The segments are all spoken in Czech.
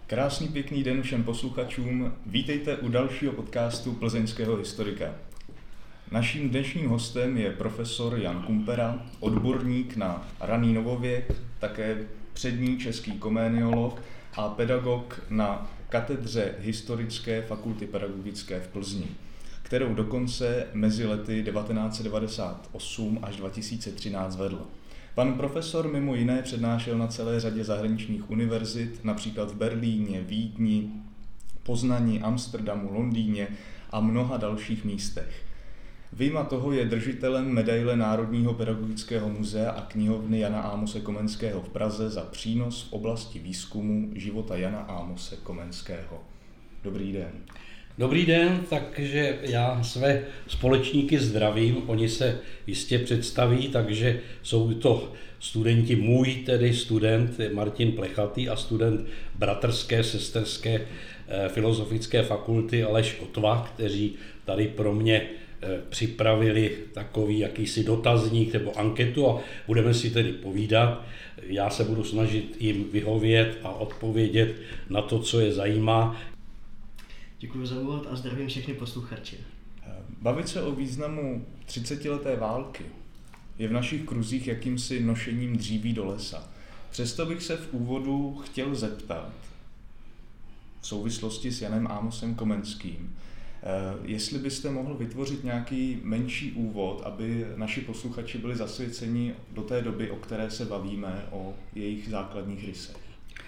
Krásný pěkný den všem posluchačům. Vítejte u dalšího podcastu Plzeňského historika. Naším dnešním hostem je profesor Jan Kumpera, odborník na raný novověk, také přední český koméniolog a pedagog na katedře Historické fakulty pedagogické v Plzni, kterou dokonce mezi lety 1998 až 2013 vedl. Pan profesor mimo jiné přednášel na celé řadě zahraničních univerzit, například v Berlíně, Vídni, Poznani, Amsterdamu, Londýně a mnoha dalších místech. Vyjma toho je držitelem medaile Národního pedagogického muzea a knihovny Jana Amose Komenského v Praze za přínos v oblasti výzkumu života Jana Amose Komenského. Dobrý den. Dobrý den, takže já své společníky zdravím, oni se jistě představí, takže jsou to studenti, můj tedy student Martin Plechatý a student Bratrské sesterské filozofické fakulty Aleš Kotva, kteří tady pro mě připravili takový jakýsi dotazník nebo anketu a budeme si tedy povídat. Já se budu snažit jim vyhovět a odpovědět na to, co je zajímá. Děkuji za úvod a zdravím všechny posluchače. Bavit se o významu 30leté války je v našich kruzích jakýmsi nošením dříví do lesa. Přesto bych se v úvodu chtěl zeptat v souvislosti s Janem Amosem Komenským, jestli byste mohl vytvořit nějaký menší úvod, aby naši posluchači byli zasvěceni do té doby, o které se bavíme, o jejich základních rysech.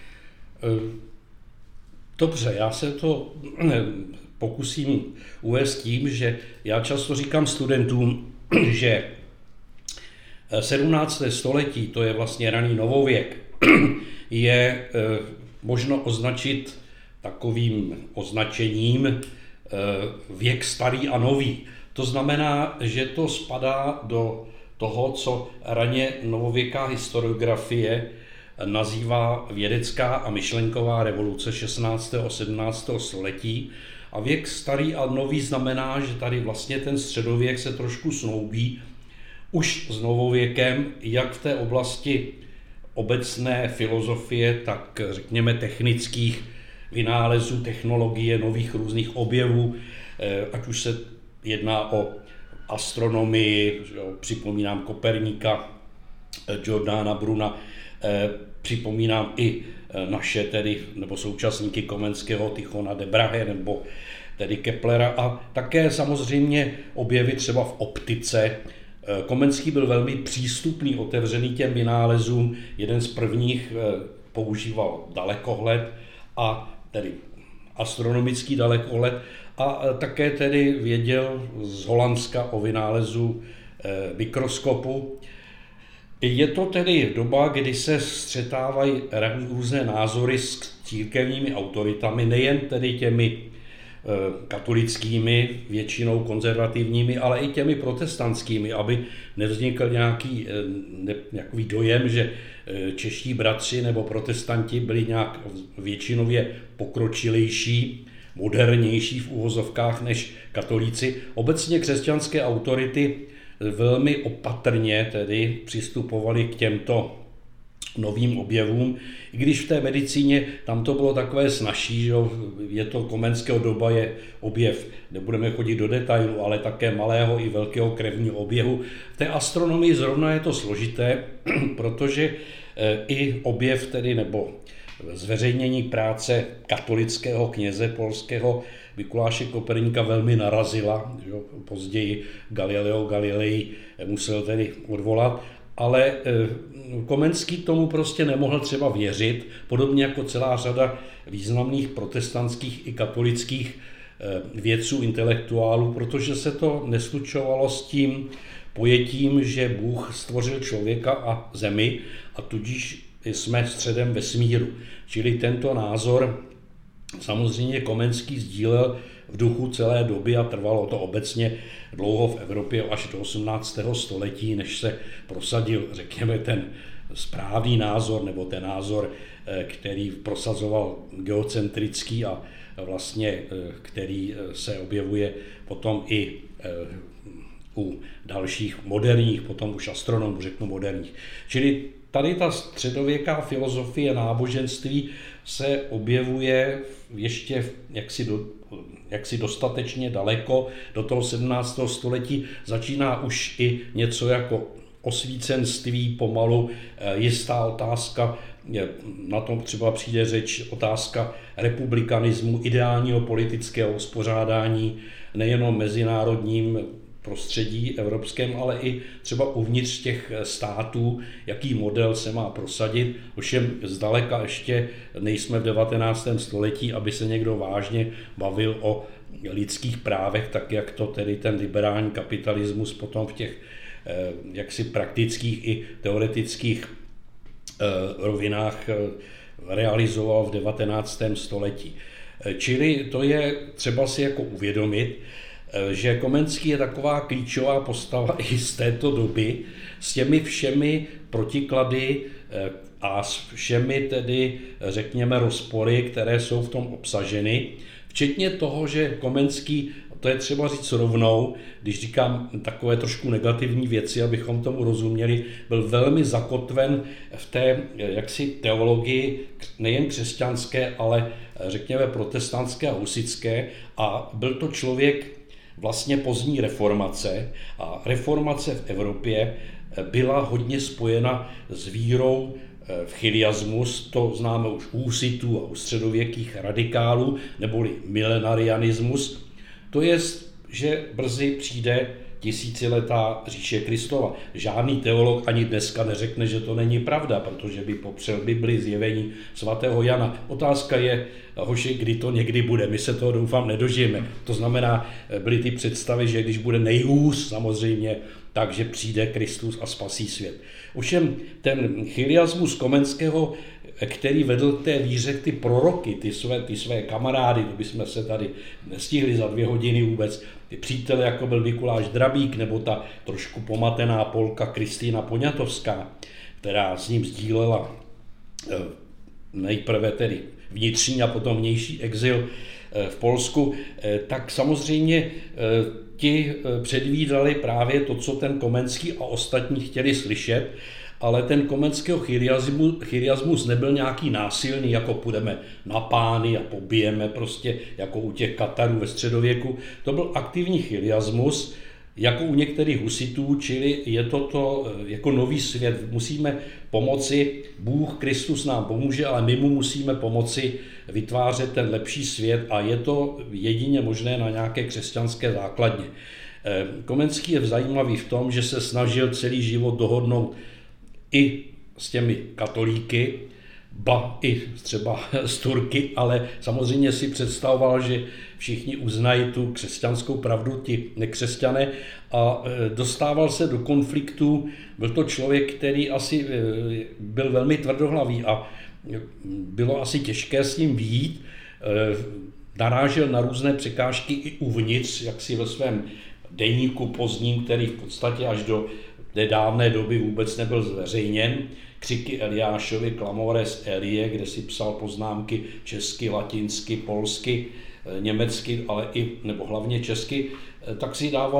Dobře, já se to pokusím uvést tím, že já často říkám studentům, že 17. století, to je vlastně raný novověk, je možno označit takovým označením věk starý a nový. To znamená, že to spadá do toho, co raně novověká historiografie nazývá vědecká a myšlenková revoluce 16. a 17. století. A věk starý a nový znamená, že tady vlastně ten středověk se trošku snoubí už s novověkem, jak v té oblasti obecné filozofie, tak řekněme technických vynálezů, technologie, nových různých objevů, ať už se jedná o astronomii, připomínám Koperníka, Giordana Bruna, připomínám i naše tedy, nebo současníky Komenského, Tychona de Brahe, nebo tedy Keplera a také samozřejmě objevy třeba v optice. Komenský byl velmi přístupný, otevřený těm vynálezům, jeden z prvních používal dalekohled a tedy astronomický dalekohled a také tedy věděl z Holandska o vynálezu mikroskopu. Je to tedy doba, kdy se střetávají různé názory s církevními autoritami, nejen tedy těmi katolickými, většinou konzervativními, ale i těmi protestantskými, aby nevznikl nějaký dojem, že čeští bratři nebo protestanti byli nějak většinově pokročilejší, modernější v uvozovkách než katolíci. Obecně křesťanské autority velmi opatrně tedy přistupovali k těmto novým objevům, i když v té medicíně tam to bylo takové snazší, že je to Komenského doba, je objev, nebudeme chodit do detailu, ale také malého i velkého krevního oběhu. V té astronomii zrovna je to složité, protože i objev tedy, nebo zveřejnění práce katolického kněze polského Mikuláše Koperníka velmi narazila, že později Galileo Galilei musel tedy odvolat, ale Komenský tomu prostě nemohl třeba věřit, podobně jako celá řada významných protestantských i katolických vědců, intelektuálů, protože se to neslučovalo s tím pojetím, že Bůh stvořil člověka a zemi a tudíž jsme středem vesmíru. Čili tento názor samozřejmě Komenský sdílel v duchu celé doby a trvalo to obecně dlouho v Evropě až do 18. století, než se prosadil, řekněme, ten správný názor nebo ten názor, který prosazoval geocentrický a vlastně který se objevuje potom i u dalších moderních, potom už astronomů, řeknu moderních. Čili tady ta středověká filozofie náboženství se objevuje ještě jaksi dostatečně daleko do toho 17. století. Začíná už i něco jako osvícenství pomalu, jistá otázka, na tom třeba přijde řeč, otázka republikanismu, ideálního politického uspořádání, nejenom mezinárodním prostředí evropském, ale i třeba uvnitř těch států, jaký model se má prosadit. Ovšem zdaleka ještě nejsme v 19. století, aby se někdo vážně bavil o lidských právech, tak jak to tedy ten liberální kapitalismus potom v těch jaksi praktických i teoretických rovinách realizoval v 19. století. Čili to je třeba si jako uvědomit, že Komenský je taková klíčová postava i z této doby s těmi všemi protiklady a s všemi tedy, řekněme, rozpory, které jsou v tom obsaženy, včetně toho, že Komenský, to je třeba říct rovnou, když říkám takové trošku negativní věci, abychom tomu rozuměli, byl velmi zakotven v té jaksi teologii nejen křesťanské, ale řekněme protestantské a husitské, a byl to člověk vlastně pozdní reformace, a reformace v Evropě byla hodně spojena s vírou v chiliasmus, to známe už u husitů a u středověkých radikálů, neboli milenarianismus, to je, že brzy přijde tisíciletá říše Kristova. Žádný teolog ani dneska neřekne, že to není pravda, protože by popřel Bibli, zjevení svatého Jana. Otázka je, hoši, kdy to někdy bude. My se toho doufám nedožijeme. To znamená, byly ty představy, že když bude nejhůř samozřejmě, takže přijde Kristus a spasí svět. Ovšem ten chiliasmus Komenského, který vedl k té víře ty proroky, ty své kamarády, to bychom se tady nestihli za 2 hodiny vůbec, ty přítele, jako byl Mikuláš Drabík, nebo ta trošku pomatená Polka Kristýna Poniatovská, která s ním sdílela nejprve tedy vnitřní a potom vnější exil v Polsku, tak samozřejmě ti předvídali právě to, co ten Komenský a ostatní chtěli slyšet, ale ten Komenského chiliasmus nebyl nějaký násilný, jako půjdeme na pány a pobijeme prostě, jako u těch Katarů ve středověku. To byl aktivní chiliasmus, jako u některých husitů, čili je to jako nový svět. Musíme pomoci, Bůh, Kristus nám pomůže, ale my mu musíme pomoci vytvářet ten lepší svět, a je to jedině možné na nějaké křesťanské základně. Komenský je zajímavý v tom, že se snažil celý život dohodnout i s těmi katolíky, ba i třeba s Turky, ale samozřejmě si představoval, že všichni uznají tu křesťanskou pravdu, ti nekřesťané, a dostával se do konfliktu. Byl to člověk, který asi byl velmi tvrdohlavý a bylo asi těžké s ním vyjít. Narážel na různé překážky i uvnitř, jak si ve svém deníku pozdním, který v podstatě až do nedávné doby vůbec nebyl zveřejněn, Křiky Eliášovi, Clamores Elie, kde si psal poznámky česky, latinsky, polsky, německy, ale i, nebo hlavně česky, tak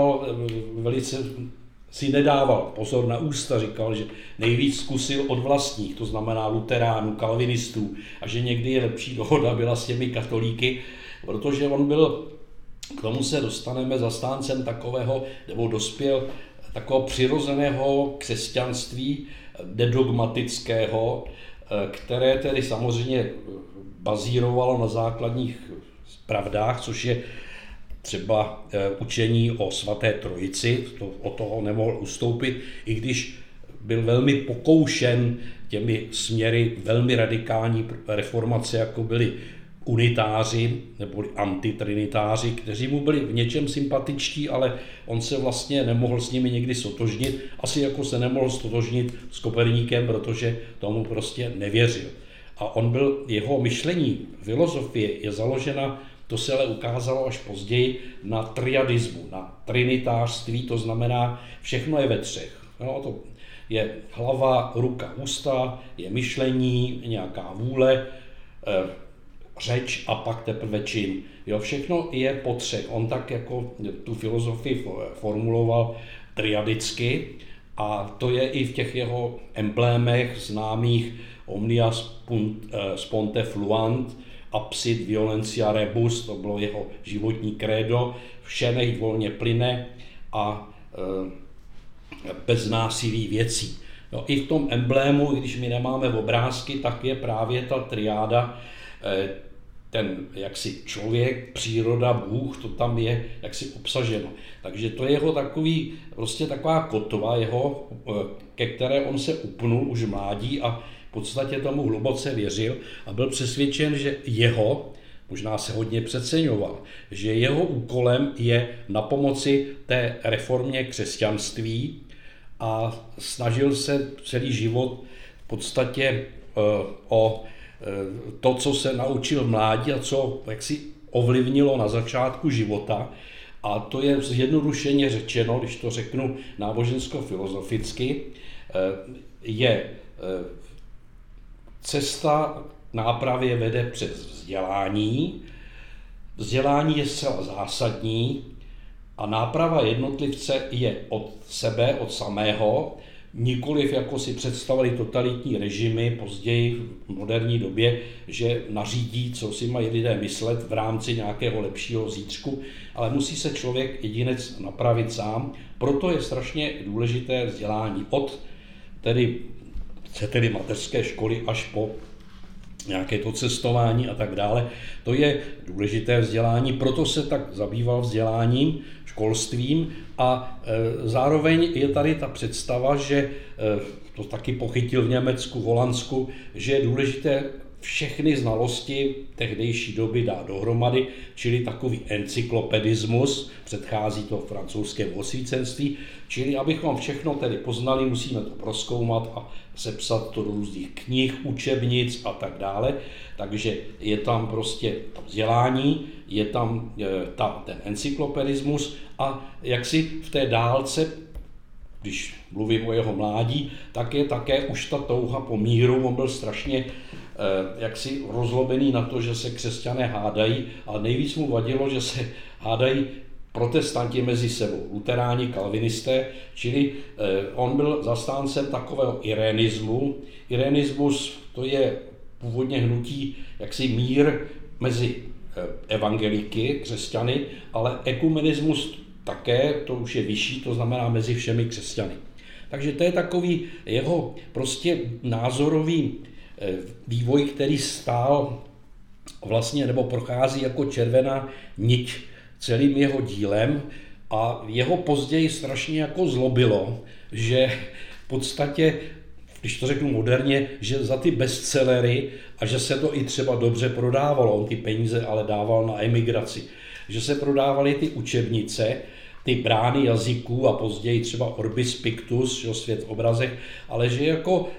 si nedával pozor na ústa, říkal, že nejvíc zkusil od vlastních, to znamená luteránů, kalvinistů, a že někdy je lepší dohoda byla s těmi katolíky, protože on byl, k tomu se dostaneme, zastáncem takového, nebo dospěl takového přirozeného křesťanství, nedogmatického, které tedy samozřejmě bazírovalo na základních pravdách, což je třeba učení o svaté trojici, od toho nemohl ustoupit, i když byl velmi pokoušen těmi směry velmi radikální reformace, jako byli unitáři nebo antitrinitáři, kteří mu byli v něčem sympatičtí, ale on se vlastně nemohl s nimi nikdy stotožnit, asi jako se nemohl stotožnit s Koperníkem, protože tomu prostě nevěřil. A jeho myšlení, filozofie je založena, to se ale ukázalo až později, na triadismu, na trinitářství, to znamená, všechno je ve třech. No, to je hlava, ruka, ústa, je myšlení, nějaká vůle, řeč a pak teprve čin. Jo, všechno je po třech. On tak jako tu filozofii formuloval triadicky, A to je i v těch jeho emblémech známých Omnia sponte fluant, absit violentia rebus, to bylo jeho životní krédo, vše nechť volně plyne a bez násilí věcí. No, i v tom emblému, když my nemáme obrázky, tak je právě ta triáda, ten jaksi člověk, příroda, Bůh, to tam je jaksi obsaženo. Takže to je jeho takový, prostě taková kotva jeho, ke které on se upnul už v mládí a v podstatě tomu hluboce věřil a byl přesvědčen, že možná se hodně přeceňoval, že jeho úkolem je na pomoci té reformě křesťanství a snažil se celý život v podstatě o to, co se naučil v mládí a co jaksi ovlivnilo na začátku života. A to je zjednodušeně řečeno, když to řeknu nábožensko-filozoficky, je cesta k nápravě vede přes vzdělání. Vzdělání je zcela zásadní a náprava jednotlivce je od sebe, od samého, nikoliv jako si představili totalitní režimy později v moderní době, že nařídí, co si mají lidé myslet v rámci nějakého lepšího zítřku, ale musí se člověk jedinec napravit sám. Proto je strašně důležité vzdělání od tedy mateřské školy až po nějaké to cestování a tak dále. To je důležité vzdělání, proto se tak zabýval vzděláním, školstvím a zároveň je tady ta představa, že to taky pochytil v Německu, v Holandsku, že je důležité všechny znalosti tehdejší doby dát dohromady, čili takový encyklopedismus, předchází to francouzskému osvícenství, čili abychom všechno tedy poznali, musíme to prozkoumat a sepsat to do různých knih, učebnic a tak dále. Takže je tam prostě to vzdělání, je tam ten encyklopedismus a jaksi v té dálce, když mluvím o jeho mládí, tak je také už ta touha po míru. On byl strašně jaksi rozlobený na to, že se křesťané hádají, ale nejvíc mu vadilo, že se hádají protestanti mezi sebou, luteráni, kalvinisté, čili on byl zastáncem takového irenismu. Irenismus to je původně hnutí jaksi mír mezi evangeliky, křesťany, ale ekumenismus také, to už je vyšší, to znamená mezi všemi křesťany. Takže to je takový jeho prostě názorový vývoj, který stál vlastně nebo prochází jako červená niť celým jeho dílem a jeho později strašně jako zlobilo, že v podstatě, když to řeknu moderně, že za ty bestsellery a že se to i třeba dobře prodávalo, on ty peníze ale dával na emigraci, že se prodávaly ty učebnice, ty brány jazyků a později třeba Orbis Pictus, že svět v obrazech, ale že jako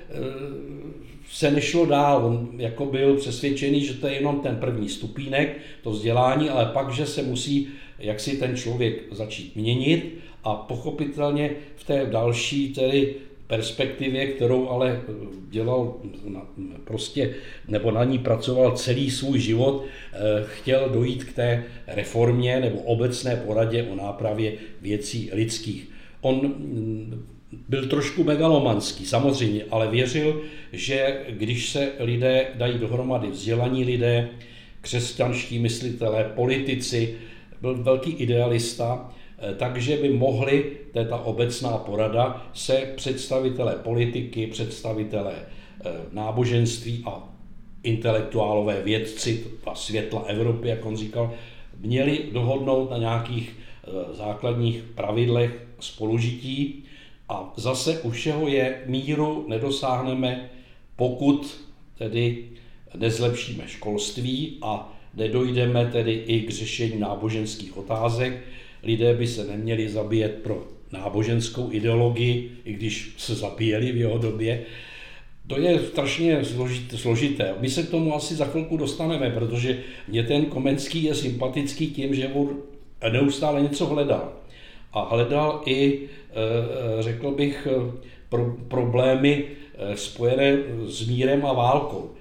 se nešlo dál, on jako byl přesvědčený, že to je jenom ten první stupínek, to vzdělání, ale pak, že se musí jaksi ten člověk začít měnit a pochopitelně v té další tedy perspektivě, kterou ale dělal prostě, nebo na ní pracoval celý svůj život, chtěl dojít k té reformě nebo obecné poradě o nápravě věcí lidských. On byl trošku megalomanský, samozřejmě, ale věřil, že když se lidé dají dohromady, vzdělaní lidé, křesťanští myslitelé, politici, byl velký idealista, takže by mohli, to je ta obecná porada, se představitelé politiky, představitelé náboženství a intelektuálové vědci, ta světla Evropy, jak on říkal, měli dohodnout na nějakých základních pravidlech spolužití. A zase u všeho je míru nedosáhneme, pokud tedy nezlepšíme školství a nedojdeme tedy i k řešení náboženských otázek. Lidé by se neměli zabíjet pro náboženskou ideologii, i když se zabíjeli v jeho době. To je strašně složité. My se k tomu asi za chvilku dostaneme, protože mě ten Komenský je sympatický tím, že on neustále něco hledal. A hledal i, řekl bych, problémy spojené s mírem a válkou.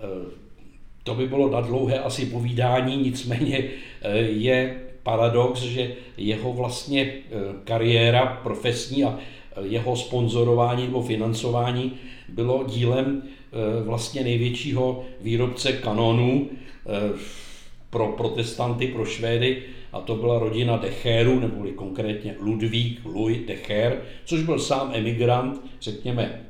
To by bylo na dlouhé asi povídání, nicméně je paradox, že jeho vlastně kariéra profesní a jeho sponzorování nebo financování bylo dílem vlastně největšího výrobce kanonů pro protestanty, pro Švédy, a to byla rodina Decherů, neboli konkrétně Ludvík Louis Decher, což byl sám emigrant, řekněme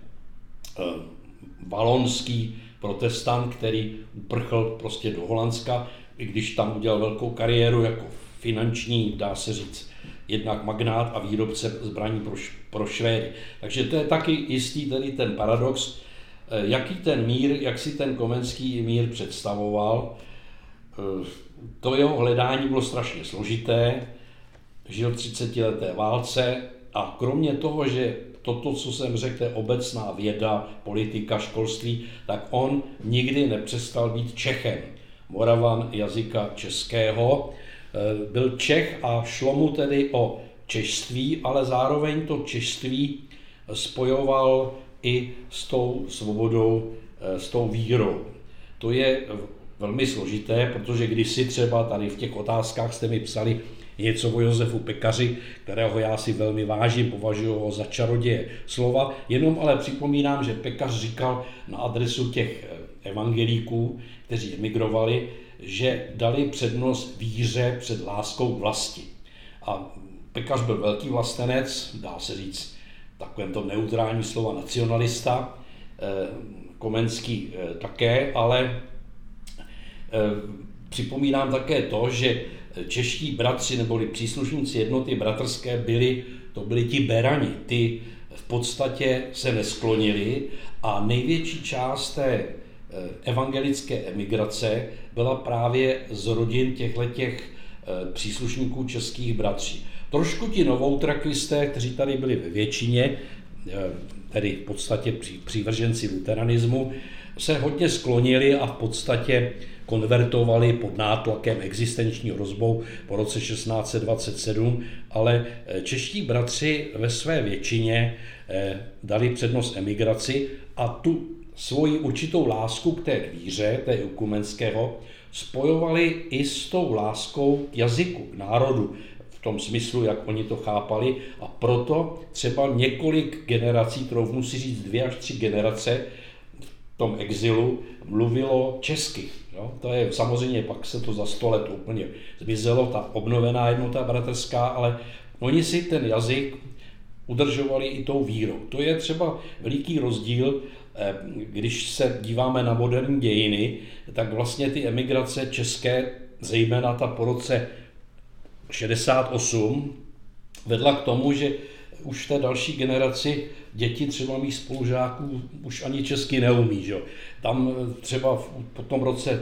valonský protestant, který uprchl prostě do Holandska, i když tam udělal velkou kariéru jako finanční, dá se říct, jednak magnát a výrobce zbraní pro Švédy. Takže to je taky jistý tedy ten paradox, jaký ten mír, jak si ten komenský mír představoval. To jeho hledání bylo strašně složité, žil v 30leté válce a kromě toho, že toto, co jsem řekl, je obecná věda, politika, školství, tak on nikdy nepřestal být Čechem, Moravan jazyka českého. Byl Čech a šlo mu tedy o češství, ale zároveň to češství spojoval i s tou svobodou, s tou vírou. To je velmi složité, protože kdysi třeba tady v těch otázkách jste mi psali něco o Josefu Pekaři, kterého já si velmi vážím, považuji ho za čaroděje slova, jenom ale připomínám, že Pekař říkal na adresu těch evangelíků, kteří emigrovali, že dali přednost víře před láskou k vlasti. A Pekař byl velký vlastenec, dá se říct takovém tom neutrální slova nacionalista, Komenský také, ale připomínám také to, že čeští bratři neboli příslušníci jednoty bratrské byli ti berani, ty v podstatě se nesklonili a největší část té evangelické emigrace byla právě z rodin těchto příslušníků českých bratří. Trošku ti novoutrakvisté, kteří tady byli ve většině, tedy v podstatě přívrženci luteranismu, se hodně sklonili a v podstatě konvertovali pod nátlakem existenční hrozbou po roce 1627, ale čeští bratři ve své většině dali přednost emigraci a tu svoji určitou lásku k té víře, té ekumenského, spojovali i s tou láskou k jazyku, k národu, v tom smyslu, jak oni to chápali, a proto třeba několik generací, troufnu si říct 2 až 3 generace v tom exilu, mluvilo česky. Jo? To je samozřejmě, pak se to za 100 let úplně zmizelo, ta obnovená jednota bratrská, ale oni si ten jazyk udržovali i tou vírou. To je třeba veliký rozdíl, když se díváme na moderní dějiny, tak vlastně ty emigrace české, zejména ta po roce 68, vedla k tomu, že už v té další generaci děti třeba mých spolužáků už ani česky neumí. Že? Tam třeba po tom roce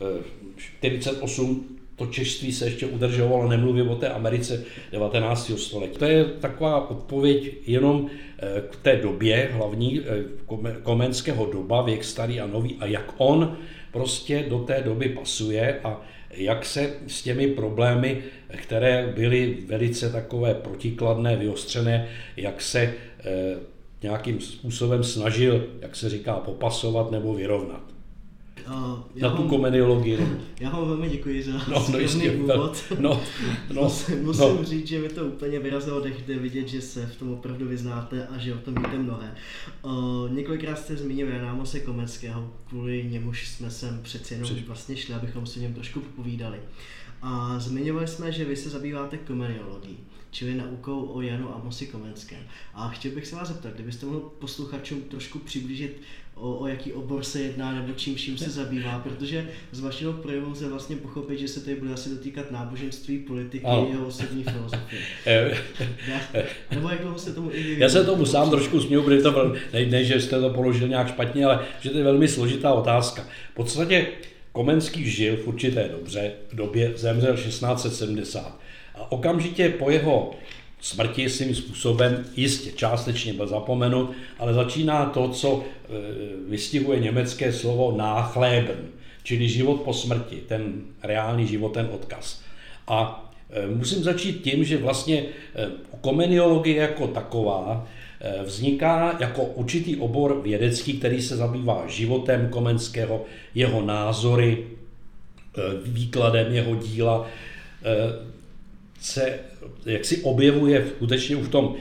48 to češtví se ještě udržovalo, nemluvím o té Americe 19. století. To je taková odpověď jenom k té době, hlavní Komenského doba, věk starý a nový, a jak on prostě do té doby pasuje a jak se s těmi problémy, které byly velice takové protikladné, vyostřené, jak se nějakým způsobem snažil, jak se říká, popasovat nebo vyrovnat. Na tu komeniologii. Já vám velmi děkuji za skvělý úvod. Musím říct, že mi to úplně vyrazilo dech, kde vidět, že se v tom opravdu vyznáte a že o tom víte mnohé. Několikrát jste zmínil Jana Amose Komenského, kvůli němuž jsme sem přeci jenom vlastně šli, abychom si o něm trošku popovídali. A zmiňovali jsme, že vy se zabýváte komeniologií, čili naukou o Janu Amosi Komenském. A chtěl bych se vás zeptat, kdybyste mohl posluchačům trošku přiblížit, o jaký obor se jedná nebo čím vším se zabývá, protože z vašeho projevu se vlastně pochopit, že se tady bude asi dotýkat náboženství, politiky, jeho osobní filozofie. Nebo jak dlouho se tomu i vyvíjí? Já se tomu sám trošku směju, protože to ne, že jste to položil nějak špatně, ale že to je velmi složitá otázka. V podstatě Komenský žil v určité době, zemřel 1670 a okamžitě po jeho smrti svým způsobem jistě částečně byl zapomenut, ale začíná to, co vystihuje německé slovo Nachleben, čili život po smrti, ten reálný život, ten odkaz. A musím začít tím, že vlastně komeniologie jako taková vzniká jako určitý obor vědecký, který se zabývá životem Komenského, jeho názory, výkladem jeho díla, se jaksi objevuje skutečně už v tom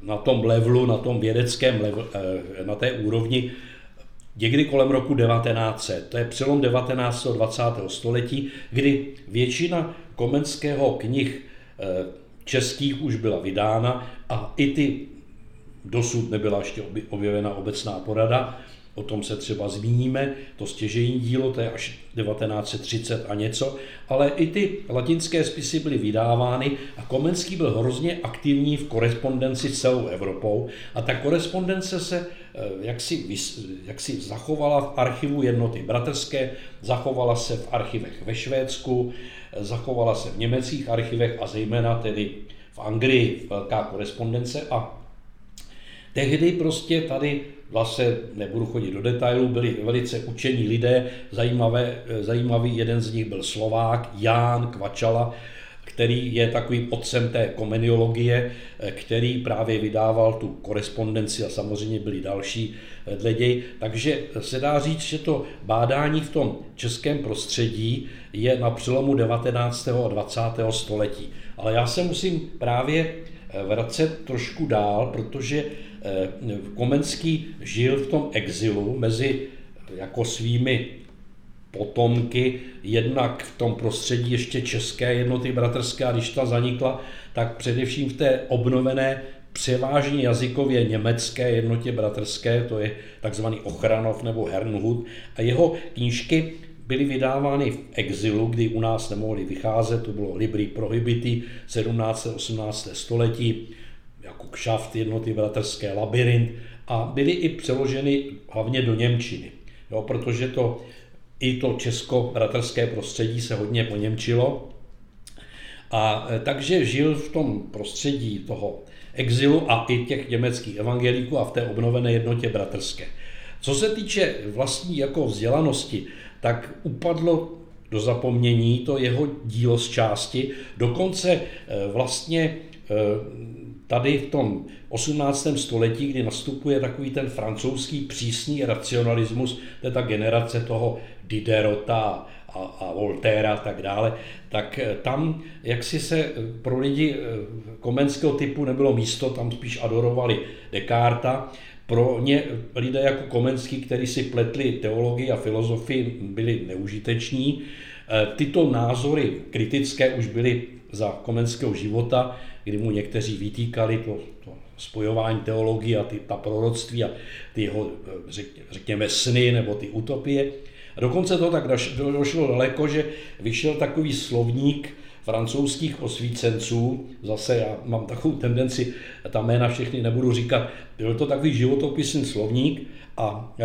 na tom levelu, na tom vědeckém levelu, na té úrovni někdy kolem roku 1900. To je přelom 19. a 20. století, kdy většina Komenského knih českých už byla vydána a i ty dosud nebyla ještě objevena obecná porada, o tom se třeba zmíníme, to stěžejní dílo, to je až 1930 a něco, ale i ty latinské spisy byly vydávány a Komenský byl hrozně aktivní v korespondenci s celou Evropou a ta korespondence se jaksi zachovala v archivu Jednoty bratrské, zachovala se v archivech ve Švédsku, zachovala se v německých archivech a zejména tedy v Anglii velká korespondence a tehdy prostě tady vlastně, nebudu chodit do detailů, byli velice učení lidé, zajímavý, jeden z nich byl Slovák, Ján Kvačala, který je takovým otcem té komeniologie, který právě vydával tu korespondenci a samozřejmě byli další vedle něj. Takže se dá říct, že to bádání v tom českém prostředí je na přelomu 19. a 20. století. Ale já se musím právě vracet trošku dál, protože Komenský žil v tom exilu mezi jako svými potomky, jednak v tom prostředí ještě české Jednoty bratrské, a když ta zanikla, tak především v té obnovené převážně jazykově německé Jednotě bratrské, to je takzvaný Ochranov nebo Herrnhut, a jeho knížky byly vydávány v exilu, kdy u nás nemohly vycházet, to bylo Libri Prohibiti, 17. 18. století, jako Kšaft Jednoty bratrské, Labyrint, a byly i přeloženy hlavně do němčiny, jo, protože i to česko-bratrské prostředí se hodně poněmčilo. A takže žil v tom prostředí toho exilu a i těch německých evangelíků a v té obnovené Jednotě bratrské. Co se týče vlastní jako vzdělanosti, tak upadlo do zapomnění to jeho dílo z části, dokonce vlastně tady v tom 18. století, kdy nastupuje takový ten francouzský přísný racionalismus, to je ta generace toho Diderota a Voltaira a tak dále, tak tam jaksi se pro lidi komenského typu nebylo místo, tam spíš adorovali Descarta. Pro ně lidé jako Komenský, kteří si pletli teologii a filozofii, byli neužiteční. Tyto názory kritické už byly za Komenského života, kdy mu někteří vytýkali to spojování teologie a ta proroctví a ty jeho, řekněme, sny nebo ty utopie. A dokonce to tak došlo daleko, že vyšel takový slovník francouzských osvícenců, zase já mám takovou tendenci, ta jména všechny nebudu říkat, byl to takový životopisný slovník a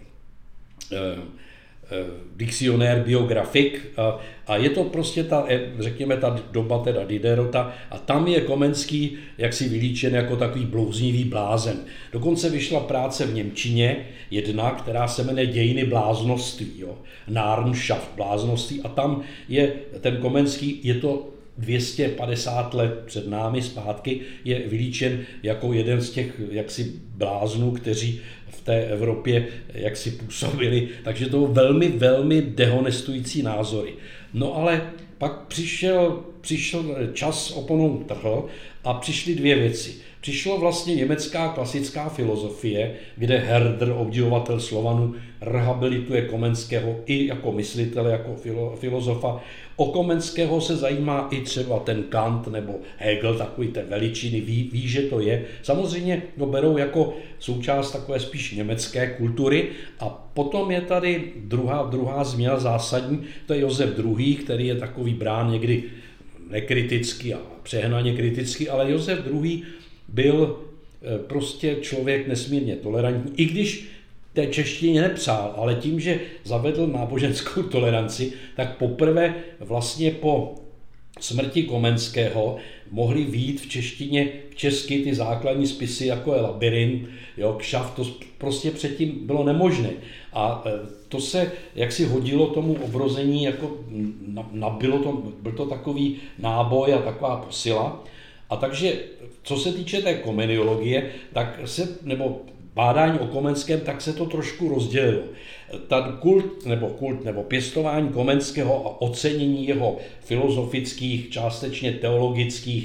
dictionnaire biographique a je to prostě řekněme ta doba teda Diderota a tam je Komenský jaksi vylíčen jako takový blouznivý blázen. Dokonce vyšla práce v němčině jedna, která se jmenuje Dějiny bláznoství, jo? Narrenschaft, bláznoství, a tam je ten Komenský, je to 250 let před námi zpátky, je vylíčen jako jeden z těch jaksi bláznů, kteří v té Evropě jaksi působili, takže to velmi, velmi dehonestující názory. No ale pak přišel čas oponou trhl a přišly dvě věci. Přišlo vlastně německá klasická filozofie, kde Herder, obdivovatel Slovanů, rehabilituje Komenského i jako myslitele, jako filozofa. O Komenského se zajímá i třeba ten Kant nebo Hegel, takový té veličiny, ví, že to je. Samozřejmě to berou jako součást takové spíš německé kultury. A potom je tady druhá změna zásadní, to je Josef II., který je takový brán někdy nekriticky a přehnaně kriticky, ale Josef II. Byl prostě člověk nesmírně tolerantní, i když té češtině nepsal, ale tím, že zavedl náboženskou toleranci, tak poprvé vlastně po smrti Komenského mohli vyjít v češtině česky ty základní spisy, jako je Labyrint, jo, Kšaft, to prostě předtím bylo nemožné. A to se jaksi hodilo tomu obrození, jako byl to takový náboj a taková posila. A takže, co se týče té komeniologie, nebo bádání o Komenském, tak se to trošku rozdělilo. Kult nebo pěstování Komenského a ocenění jeho filozofických, částečně teologických,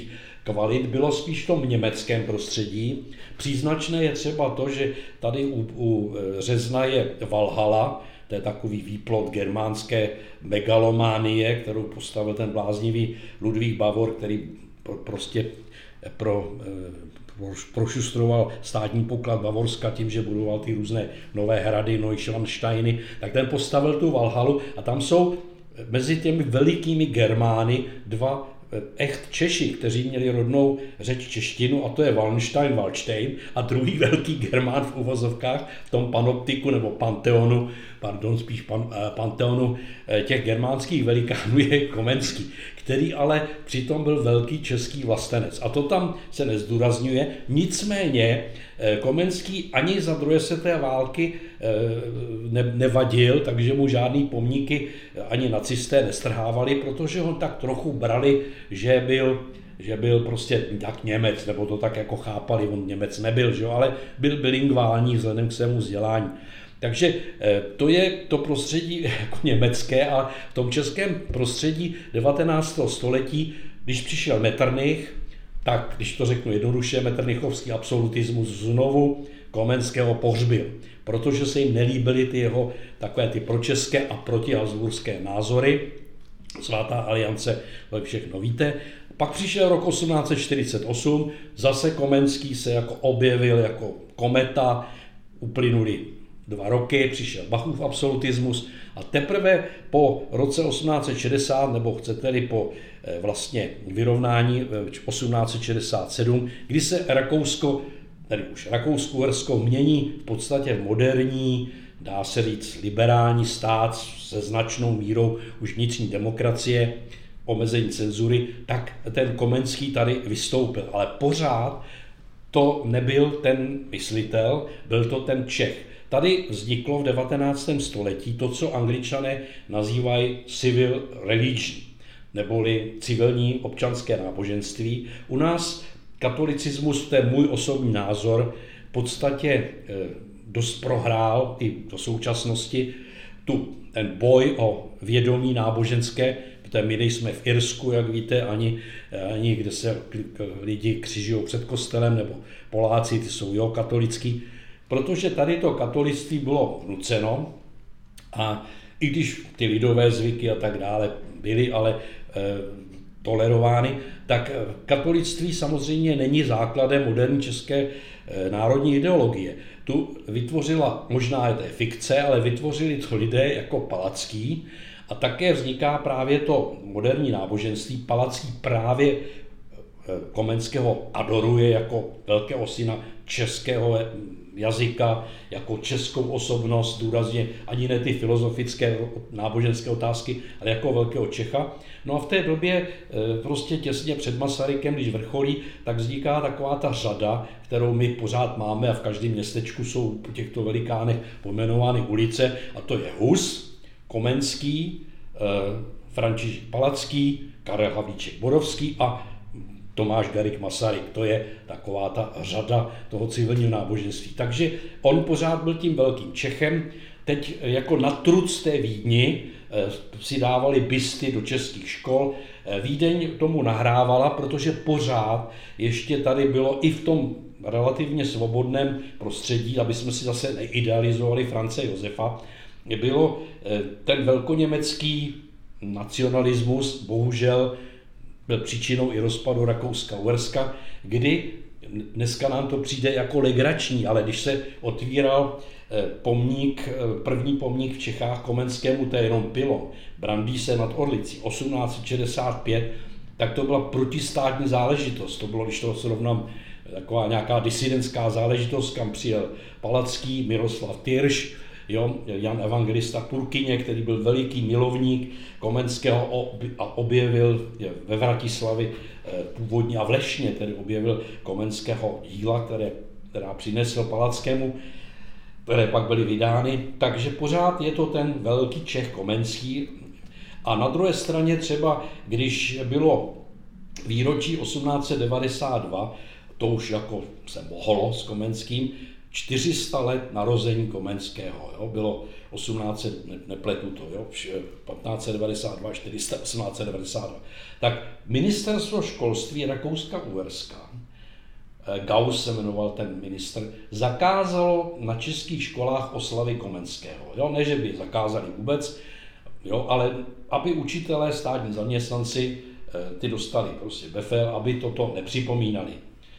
kvalit bylo spíš v tom německém prostředí. Příznačné je třeba to, že tady u Řezna je Valhalla, to je takový výplod germánské megalománie, kterou postavil ten bláznivý Ludvík Bavor, který prostě prošustroval státní poklad Bavorska tím, že budoval ty různé nové hrady, Neuschwansteiny, tak ten postavil tu Valhalu a tam jsou mezi těmi velikými Germány dva echt Češi, kteří měli rodnou řeč češtinu, a to je Wallenstein a druhý velký Germán v uvozovkách v tom panoptiku nebo panteonu těch germánských velikánů je Komenský, který ale přitom byl velký český vlastenec. A to tam se nezdůrazňuje, nicméně Komenský ani za druhé světové války nevadil, takže mu žádný pomníky ani nacisté nestrhávali, protože ho tak trochu brali, že byl prostě jak Němec, nebo to tak jako chápali, on Němec nebyl, že jo, ale byl bilingvální vzhledem k svému vzdělání. Takže to je to prostředí jako německé, a v tom českém prostředí 19. století, když přišel Metternich, tak když to řeknu jednoduše, metternichovský absolutismus znovu Komenského pohřbil, protože se jim nelíbily ty jeho takové ty pročeské a protihabsburské názory. Svatá aliance, to všechno víte. Pak přišel rok 1848, zase Komenský se jako objevil jako kometa, uplynuli 2 roky, přišel Bachův absolutismus a teprve po roce 1860, nebo chcete-li po vlastně vyrovnání 1867, kdy se Rakousko, tedy už Rakousko-Uhersko mění v podstatě v moderní, dá se říct, liberální stát se značnou mírou už vnitřní demokracie, omezení cenzury, tak ten Komenský tady vystoupil. Ale pořád to nebyl ten myslitel, byl to ten Čech. Tady vzniklo v 19. století to, co Angličané nazývají civil religion, neboli civilní občanské náboženství. U nás katolicismus, to je můj osobní názor, v podstatě dost prohrál i do současnosti ten boj o vědomí náboženské, protože my nejsme v Irsku, jak víte, ani kde se lidi křižují před kostelem, nebo Poláci, ty jsou katolický, protože tady to katolictví bylo vnuceno a i když ty lidové zvyky a tak dále byly, ale tolerovány, tak katolictví samozřejmě není základem moderní české národní ideologie. Tu vytvořila, možná je to fikce, ale vytvořili to lidé jako Palacký a také vzniká právě to moderní náboženství. Palacký právě Komenského adoruje jako velkého syna českého jazyka, jako českou osobnost, důrazně ani ne ty filozofické náboženské otázky, ale jako velkého Čecha. No a v té době prostě těsně před Masarykem, když vrcholí, tak vzniká taková ta řada, kterou my pořád máme a v každém městečku jsou po těchto velikánech pojmenovány ulice, a to je Hus, Komenský, František Palacký, Karel Havlíček Borovský a Tomáš Garrigue Masaryk. To je taková ta řada toho civilního náboženství. Takže on pořád byl tím velkým Čechem. Teď jako na truc té Vídni si dávali bysty do českých škol. Vídeň tomu nahrávala, protože pořád ještě tady bylo i v tom relativně svobodném prostředí, aby jsme si zase neidealizovali France Josefa, bylo ten velkoněmecký nacionalismus, bohužel byl příčinou i rozpadu Rakouska-Uherska, kdy dneska nám to přijde jako legrační, ale když se otvíral první pomník v Čechách Komenskému, to je jenom pylon, Brandýse nad Orlicí, 1865, tak to byla protistátní záležitost. To bylo, když to srovnám, taková nějaká disidentská záležitost, kam přijel Palacký, Miroslav Tyrš, Jan Evangelista Purkyně, který byl veliký milovník Komenského a objevil ve Vratislavi původně a v Lešně, tedy objevil Komenského díla, která přinesl Palackému, které pak byly vydány. Takže pořád je to ten velký Čech Komenský. A na druhé straně třeba, když bylo výročí 1892, to už jako se mohlo s Komenským, 400 let narození Komenského, jo? Bylo 1800, nepletu to, jo? 1592, 400, 1892. Tak ministerstvo školství Rakouska-Uherska, Gauss se jmenoval ten ministr, zakázalo na českých školách oslavy Komenského. Jo? Ne, že by zakázali vůbec, jo? Ale aby učitelé, státní zaměstnanci, ty dostali prostě befel, aby toto nepřipomínali.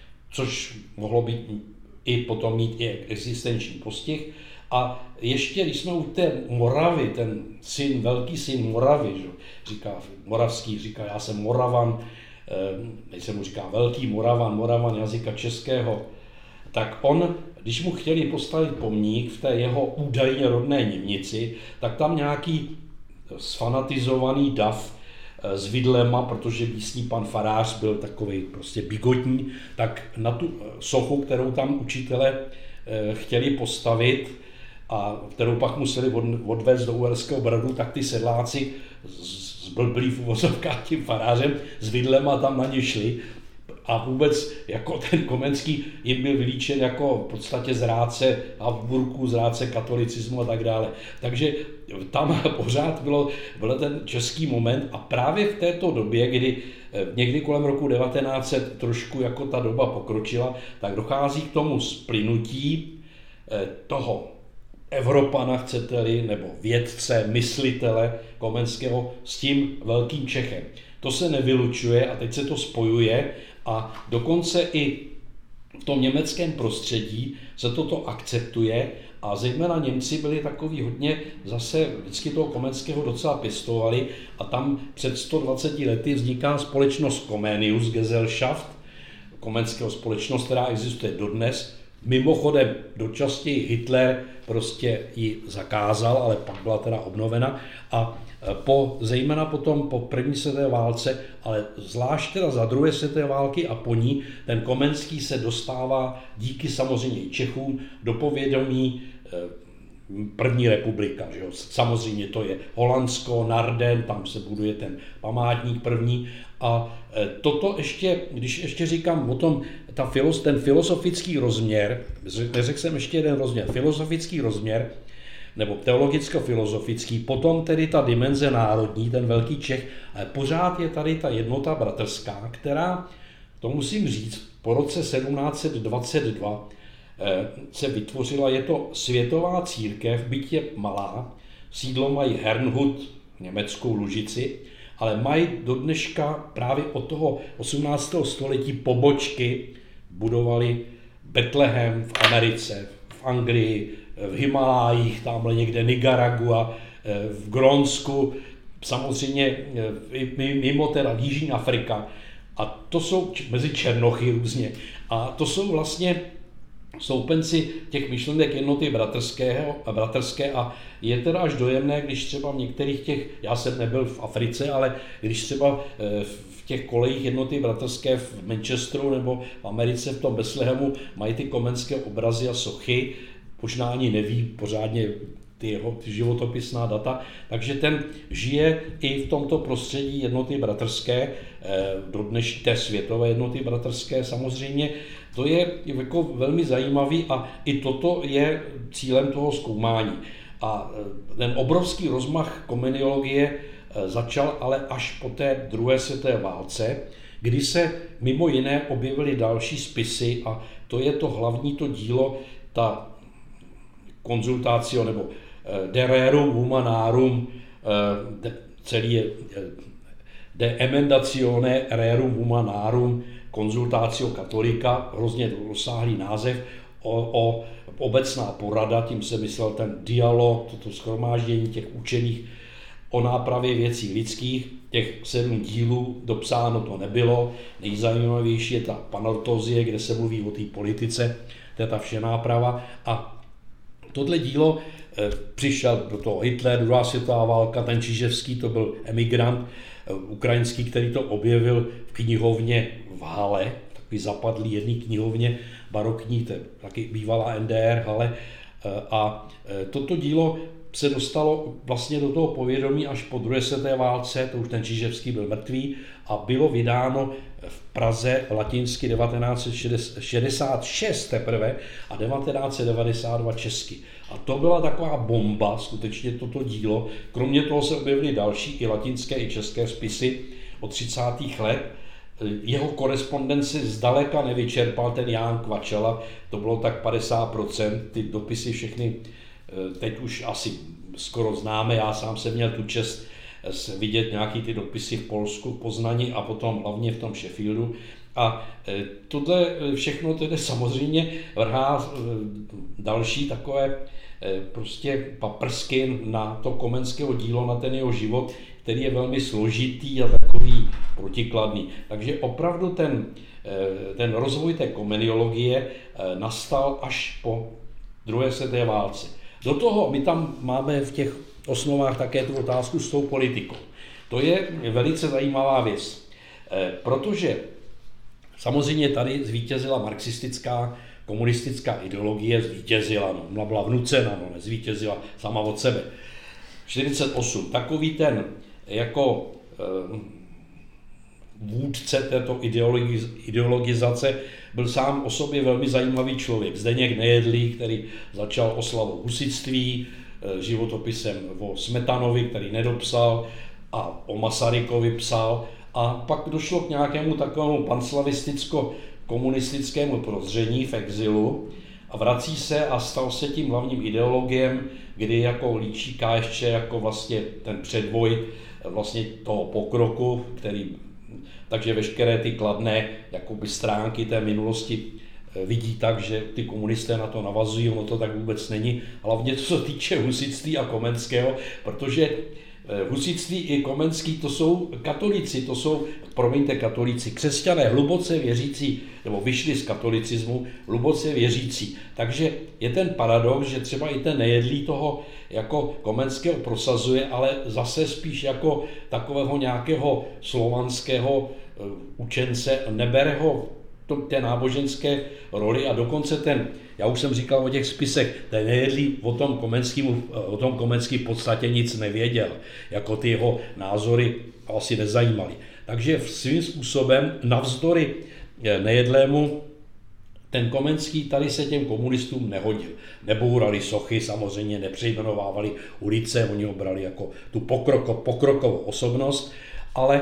Což mohlo být i potom mít i existenční postih. A ještě, když jsme u té Moravy, ten syn, velký syn Moravy, že, říká Moravský, říká, já jsem Moravan, teď se mu říká velký Moravan jazyka českého, tak on, když mu chtěli postavit pomník v té jeho údajně rodné Nivnici, tak tam nějaký sfanatizovaný dav s vidlema, protože místní pan farář byl takovej prostě bigotní, tak na tu sochu, kterou tam učitelé chtěli postavit a kterou pak museli odvést do Uherského Brodu, tak ty sedláci zblblí v uvozovkách tím farářem s vidlema tam na ně šli a vůbec jako ten Komenský jim byl vylíčen jako v podstatě zrádce Habsburků, zrádce katolicismu a tak dále. Takže tam pořád byl ten český moment a právě v této době, kdy někdy kolem roku 1900 trošku jako ta doba pokročila, tak dochází k tomu splynutí toho Evropana, chcete-li, nebo vědce, myslitele Komenského s tím velkým Čechem. To se nevylučuje a teď se to spojuje a dokonce i v tom německém prostředí se toto akceptuje a zejména Němci byli takový hodně, zase vždycky toho Komenského docela pěstovali a tam před 120 lety vzniká společnost Comenius Gesellschaft, Komenského společnost, která existuje dodnes. Mimochodem dočasně Hitler prostě ji zakázal, ale pak byla teda obnovena a zejména potom po první světové válce, ale zvlášť teda za druhé světové války a po ní, ten Komenský se dostává díky samozřejmě i Čechům do povědomí první republika. Že jo? Samozřejmě to je Holandsko, Narden, tam se buduje ten památník první a toto ještě, když ještě říkám o tom, ten filozofický rozměr, neřekl jsem ještě jeden rozměr, filozofický rozměr, nebo teologicko-filozofický, potom tedy ta dimenze národní, ten velký Čech, ale pořád je tady ta jednota bratrská, která, to musím říct, po roce 1722 se vytvořila, je to světová církev, byť je malá, sídlo mají Herrnhut, německou Lužici, ale mají do dneška právě od toho 18. století pobočky, budovali Betlehem v Americe, v Anglii, v Himalájích, tamhle někde Nicaragua, v Grónsku, samozřejmě mimo teda Jižní Afrika. A to jsou mezi Černochy různě. A to jsou vlastně stoupenci těch myšlenek jednoty bratrské a je teda až dojemné, když třeba v některých těch, já jsem nebyl v Africe, ale když třeba v těch kolejích jednoty bratrské v Manchesteru nebo v Americe v tom Betlehemu mají ty komenské obrazy a sochy, možná ani neví pořádně ty životopisná data, takže ten žije i v tomto prostředí jednoty bratrské, do dnešní té světové jednoty bratrské samozřejmě. To je jako velmi zajímavý a i toto je cílem toho zkoumání. A ten obrovský rozmach komeniologie začal ale až po té druhé světové válce, kdy se mimo jiné objevily další spisy a to je to hlavní to dílo, ta konzultácio nebo De Rerum Humanarum, celý je De Emendatione Rerum Humanarum, Consultatio Catholica, hrozně rozsáhlý název, o obecná porada, tím se myslel ten dialog, toto shromáždění těch učených o nápravě věcí lidských, těch 7 dílů dopsáno to nebylo, nejzajímavější je ta Panortozie, kde se mluví o té politice, to je ta všenáprava a tohle dílo přišel do toho Hitler, druhá světová válka, ten Čiževský, to byl emigrant ukrajinský, který to objevil v knihovně v Hale, takový zapadlý jedný knihovně barokní, to je taky bývalá NDR Hale. A toto dílo se dostalo vlastně do toho povědomí až po druhé světové válce, to už ten Čiževský byl mrtvý, a bylo vydáno v Praze latinsky 1966 teprve a 1992 česky. A to byla taková bomba, skutečně toto dílo. Kromě toho se objevily další i latinské, i české spisy od 30. let. Jeho korespondenci zdaleka nevyčerpal ten Ján Kvačela, to bylo tak 50%, ty dopisy všechny teď už asi skoro známe, já sám jsem měl tu čest vidět nějaký ty dopisy v Polsku, v Poznani a potom hlavně v tom Sheffieldu. A tohle všechno tedy samozřejmě vrhá další takové prostě paprsky na to Komenského dílo, na ten jeho život, který je velmi složitý a takový protikladný. Takže opravdu ten rozvoj té komeniologie nastal až po druhé světové válce. Do toho my tam máme v těch osnovách také tu otázku s tou politikou. To je velice zajímavá věc, protože samozřejmě tady zvítězila marxistická, komunistická ideologie, zvítězila, ona byla vnucena, nezvítězila sama od sebe. 48, takový ten jako vůdce této ideologizace byl sám o sobě velmi zajímavý člověk. Zdeněk Nejedlý, který začal oslavou husitství, životopisem o Smetanovi, který nedopsal, a o Masarykovi psal. A pak došlo k nějakému takovému panslavisticko-komunistickému prozření v exilu a vrací se a stal se tím hlavním ideologiem, kdy jako líčí KSČ jako vlastně ten předvoj vlastně toho pokroku, takže veškeré ty kladné jakoby stránky té minulosti vidí tak, že ty komunisté na to navazují, ono to tak vůbec není. Hlavně co se týče husitství a Komenského, protože husitství i Komenský to jsou katolíci, katolíci, křesťané hluboce věřící, nebo vyšli z katolicismu hluboce věřící. Takže je ten paradox, že třeba i ten Nejedlý toho jako Komenského prosazuje, ale zase spíš jako takového nějakého slovanského učence, nebere ho té náboženské roli a dokonce já už jsem říkal o těch spisech, ten Nejedlý o tom Komenský v podstatě nic nevěděl, jako ty jeho názory asi nezajímaly. Takže svým způsobem navzdory Nejedlému ten Komenský tady se těm komunistům nehodil. Nebourali sochy, samozřejmě nepřejmenovávali ulice, oni ho brali jako tu pokrokovou osobnost, ale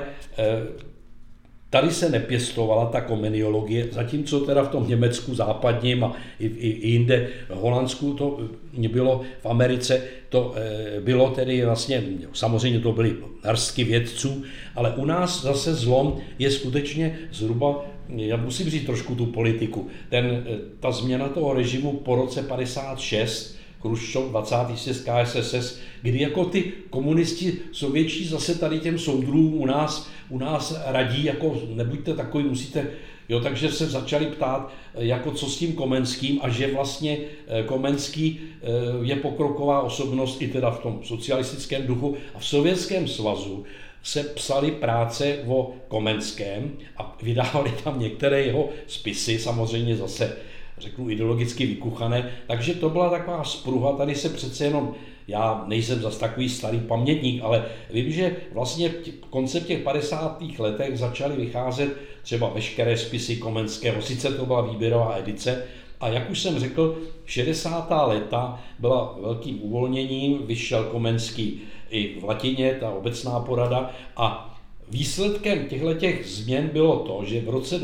tady se nepěstovala ta komeniologie, zatímco teda v tom Německu západním a i jinde v Holandsku to bylo, v Americe to bylo tedy vlastně, samozřejmě to byly hrstky vědců, ale u nás zase zlom je skutečně zhruba, já musím říct trošku tu politiku, ta změna toho režimu po roce 56, Chruščov, 20. sjezd KSSS, kdy jako ty komunisti sovětští zase tady těm soudruhům u nás radí, jako nebuďte takový, musíte, takže se začali ptát, jako co s tím Komenským a že vlastně Komenský je pokroková osobnost i teda v tom socialistickém duchu a v Sovětském svazu se psaly práce o Komenském a vydávali tam některé jeho spisy, samozřejmě zase řeknu ideologicky vykuchané, takže to byla taková spruha, tady se přece jenom, já nejsem zas takový starý pamětník, ale vím, že vlastně koncem těch 50. letech začaly vycházet třeba veškeré spisy Komenského, sice to byla výběrová edice, a jak už jsem řekl, 60. léta byla velkým uvolněním, vyšel Komenský i v latině, ta obecná porada, a výsledkem těchto změn bylo to, že v roce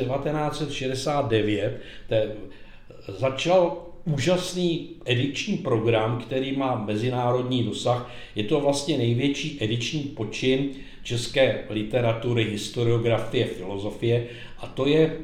1969 začal úžasný ediční program, který má mezinárodní dosah. Je to vlastně největší ediční počin české literatury, historiografie, filozofie, a to je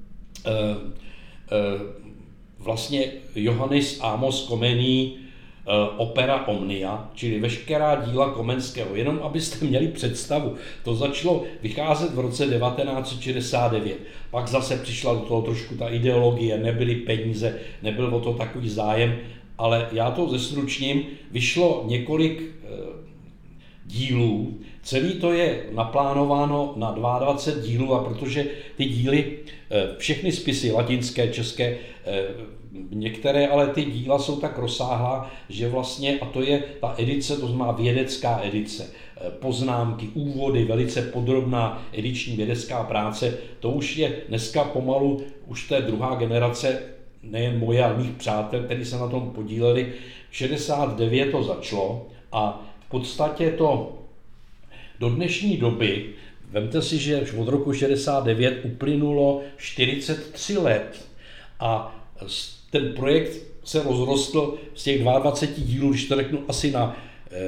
vlastně Johannes Amos Komenný Opera Omnia, čili veškerá díla Komenského. Jenom abyste měli představu, to začalo vycházet v roce 1969. Pak zase přišla do toho trošku ta ideologie, nebyly peníze, nebyl o to takový zájem, ale já to zestručním, vyšlo několik dílů, celý to je naplánováno na 22 dílů, a protože ty díly, všechny spisy latinské, české, některé, ale ty díla jsou tak rozsáhlá, že vlastně, a to je ta edice, to znamená vědecká edice, poznámky, úvody, velice podrobná ediční vědecká práce, to už je dneska pomalu, už té druhá generace, nejen moje, ale mých přátel, kteří se na tom podíleli. 69 to začalo a v podstatě to do dnešní doby, vemte si, že už od roku 69 uplynulo 43 let a ten projekt se rozrostl z těch 22 dílů, když to řeknu, asi na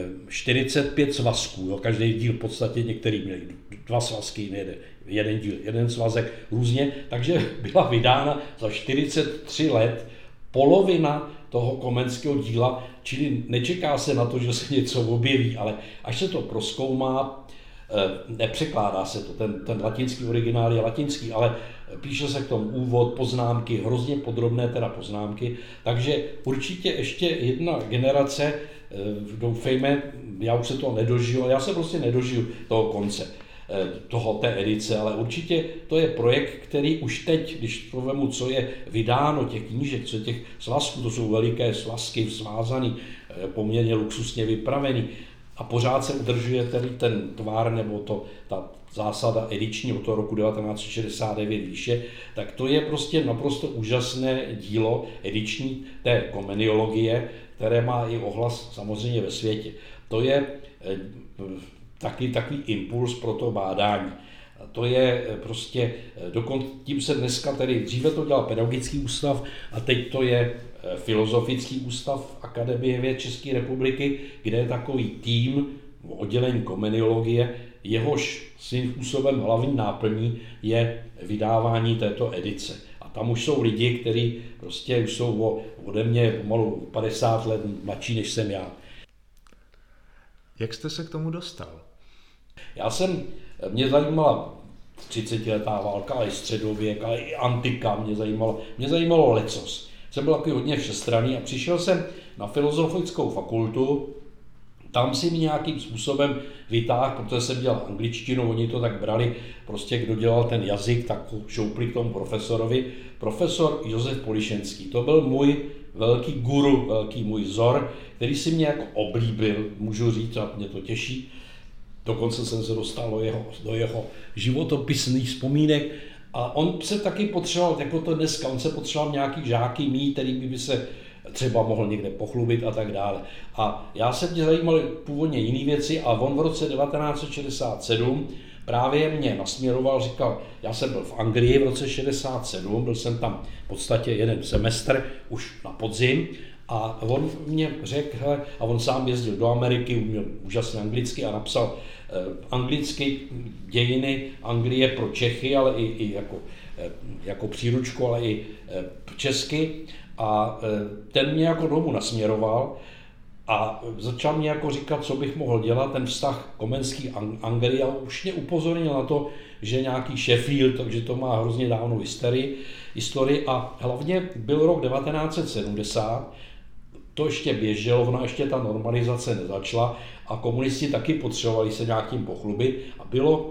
45 svazků. Jo. Každý díl v podstatě, některý měli 2 svazky, jeden díl, jeden svazek různě, takže byla vydána za 43 let polovina toho Komenského díla, čili nečeká se na to, že se něco objeví, ale až se to prozkoumá, nepřekládá se to, ten latinský originál je latinský, ale píše se k tomu úvod, poznámky, hrozně podrobné teda poznámky, takže určitě ještě jedna generace, doufejme, já už se toho nedožiju, ale já se prostě nedožiju toho konce, té edice, ale určitě to je projekt, který už teď, když to vemu, co je vydáno, těch knížek, co je těch svazků, to jsou veliké svazky, svázaný, poměrně luxusně vypravený, a pořád se udržuje tedy ten tvar nebo ta zásada ediční od toho roku 1969 výše, tak to je prostě naprosto úžasné dílo ediční té komeniologie, které má i ohlas samozřejmě ve světě. To je taky takový impuls pro to bádání. To je prostě, dokonce tím se dneska tedy, dříve to dělal Pedagogický ústav a teď to je Filozofický ústav Akademie věd České republiky, kde je takový tým oddělení komeniologie, jehož svým způsobem hlavní náplní je vydávání této edice. A tam už jsou lidi, kteří prostě už jsou ode mě pomalu 50 let mladší, než jsem já. Jak jste se k tomu dostal? Mě zajímala 30letá válka, ale i středověk, ale i antika mě zajímalo lecos. Jsem byl takový hodně všestranný a přišel jsem na Filozofickou fakultu, tam si mi nějakým způsobem vytáhl, protože jsem dělal angličtinu, oni to tak brali, prostě kdo dělal ten jazyk, tak šoupli k tomu profesorovi. Profesor Josef Polišenský, to byl můj velký guru, velký můj vzor, který si mě jako oblíbil, můžu říct, a mě to těší. Dokonce jsem se dostal do jeho životopisných vzpomínek. A on se taky potřeboval, jako to dneska, on se potřeboval nějaký žáky mít, který by se třeba mohl někde pochlubit a tak dále. A já se mě zajímaly původně jiné věci a on v roce 1967 právě mě nasměroval, říkal, já jsem byl v Anglii v roce 67, byl jsem tam v podstatě jeden semestr, už na podzim, a on mě řekl, a on sám jezdil do Ameriky, uměl úžasně anglicky a napsal anglicky dějiny Anglie pro Čechy, ale i jako příručku, ale i česky. A ten mě jako domů nasměroval a začal mě jako říkat, co bych mohl dělat, ten vztah Komenský Anglie, a už mě upozornil na to, že nějaký Sheffield, takže to má hrozně dávnou historii a hlavně byl rok 1970, to ještě běželo, ona ještě ta normalizace nezačala a komunisti taky potřebovali se nějakým pochlubit a bylo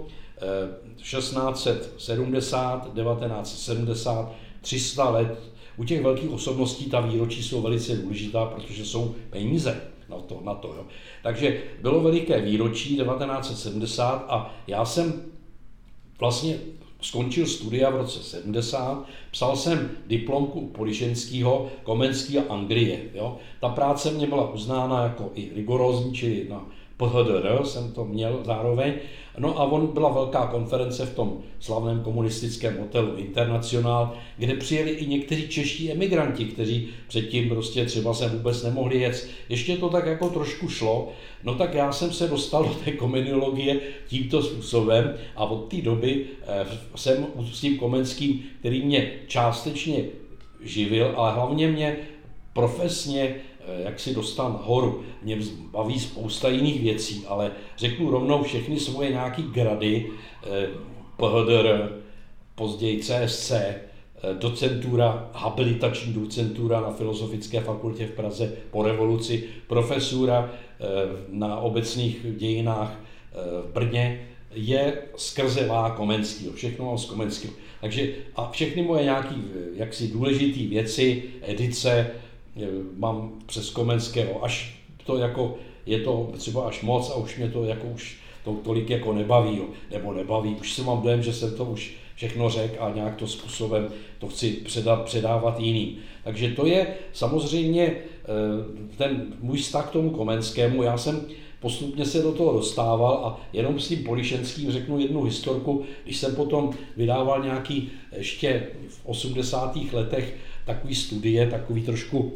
1670, 1970, 300 let. U těch velkých osobností ta výročí jsou velice důležitá, protože jsou peníze na to. Jo. Takže bylo veliké výročí 1970 a já jsem vlastně skončil studia v roce 70, psal jsem diplomku u Polišenského, Komenský a Anglie. Jo. Ta práce mě byla uznána jako i rigorózní, čili na PHDR jsem to měl zároveň. No a byla velká konference v tom slavném komunistickém hotelu International, kde přijeli i někteří čeští emigranti, kteří předtím prostě třeba se vůbec nemohli jet. Ještě to tak jako trošku šlo, no tak já jsem se dostal do té komeniologie tímto způsobem a od té doby jsem s tím Komenským, který mě částečně živil, ale hlavně mě profesně jak si dostal nahoru. Mě baví spousta jiných věcí, ale řeknu rovnou všechny svoje nějaký grady, PHDR, později CSC, docentura, habilitační docentura na Filozofické fakultě v Praze po revoluci, profesura na obecných dějinách v Brně, je skrze Komenského, všechno mám z Komenského. Takže a všechny moje nějaké jaksi důležité věci, edice mám přes Komenského, až to jako je to třeba až moc a už mě to jako už to tolik jako nebaví, nebo nebaví, už si mám dojem, že jsem to už všechno řekl a nějak to způsobem to chci předávat jiným. Takže to je samozřejmě ten můj vztah k tomu Komenskému, já jsem postupně se do toho dostával a jenom s tím Polišenským řeknu jednu historku, když jsem potom vydával nějaký ještě v 80. letech takový studie, takový trošku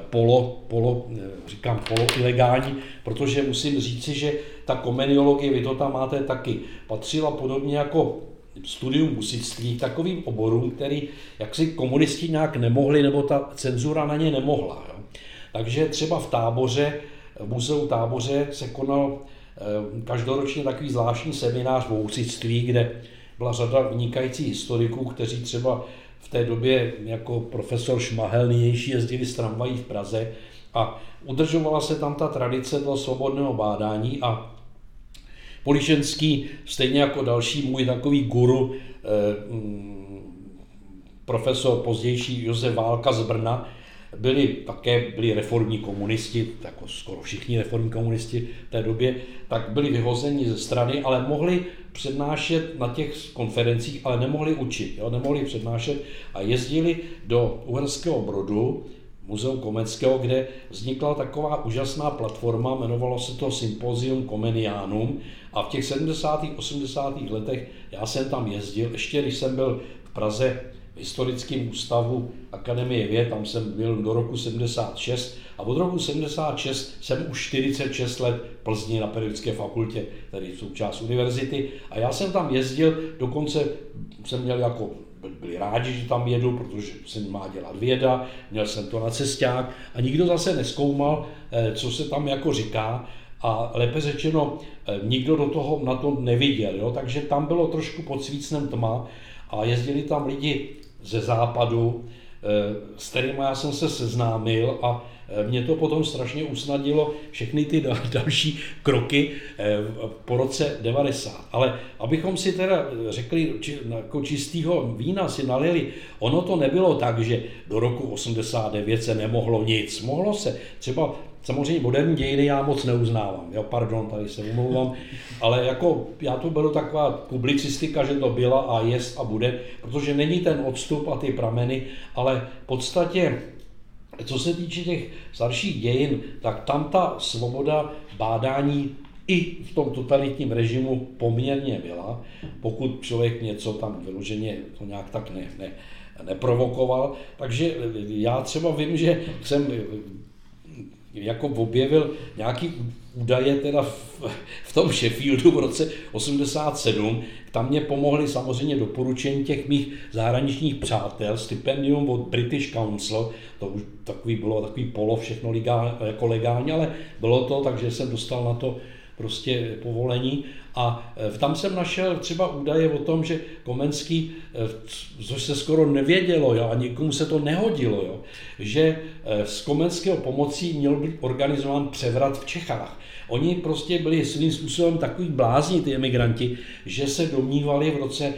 říkám ilegální, protože musím říci, že ta komeniologie, vy to tam máte taky, patřila podobně jako studium husitství k takovým oborům, který jaksi komunisti nějak nemohli, nebo ta cenzura na ně nemohla. Jo. Takže třeba v Táboře, v muzeu Táboře se konal každoročně takový zvláštní seminář o husitství, kde byla řada vynikajících historiků, kteří třeba v té době jako profesor Šmahel nynější jezdili z tramvají v Praze a udržovala se tam ta tradice toho svobodného bádání a Polišenský, stejně jako další můj takový guru, profesor pozdější Josef Válka z Brna, byli reformní komunisti, jako skoro všichni reformní komunisti v té době, tak byli vyhozeni ze strany, ale mohli přednášet na těch konferencích, ale nemohli učit, jo, nemohli přednášet a jezdili do Uherského Brodu, Muzeum Komenského, kde vznikla taková úžasná platforma, jmenovalo se to Symposium Comenianum a v těch 70. 80. letech já jsem tam jezdil, ještě když jsem byl v Praze v historickém ústavu Akademie věd, tam jsem byl do roku 76 a od roku 76 jsem už 46 let v Plzni na Pedagogické fakultě, tedy součást univerzity a já jsem tam jezdil, dokonce jsem měl jako byli rádi, že tam jedu, protože se má dělat věda, měl jsem to na cesták a nikdo zase nezkoumal, co se tam jako říká a lépe řečeno, nikdo do toho na to neviděl, jo? Takže tam bylo trošku pod svícnem tma a jezdili tam lidi ze západu, s kterými já jsem se seznámil a mě to potom strašně usnadnilo všechny ty další kroky po roce 90. Ale abychom si teda řekli, jako čistýho vína si nalili, ono to nebylo tak, že do roku 89 se nemohlo nic. Mohlo se. Třeba samozřejmě moderní dějiny já moc neuznávám. Jo, pardon, tady se omlouvám, ale jako já to beru taková publicistika, že to byla a jest a bude, protože není ten odstup a ty prameny, ale v podstatě co se týče těch starších dějin, tak tam ta svoboda bádání i v tom totalitním režimu poměrně byla, pokud člověk něco tam vyloženě to nějak tak neprovokoval. Takže já třeba vím, že jsem jako objevil nějaký údaje teda v tom Sheffieldu v roce 87, tam mě pomohly samozřejmě doporučení těch mých zahraničních přátel, stipendium od British Council, to už bylo takový polo, všechno jako legálně, ale bylo to, takže jsem dostal na to prostě povolení a tam jsem našel třeba údaje o tom, že Komenský, což se skoro nevědělo, jo, a nikomu se to nehodilo, jo, že s Komenského pomocí měl být organizován převrat v Čechách. Oni prostě byli svým způsobem takový blázni, ty emigranti, že se domnívali v roce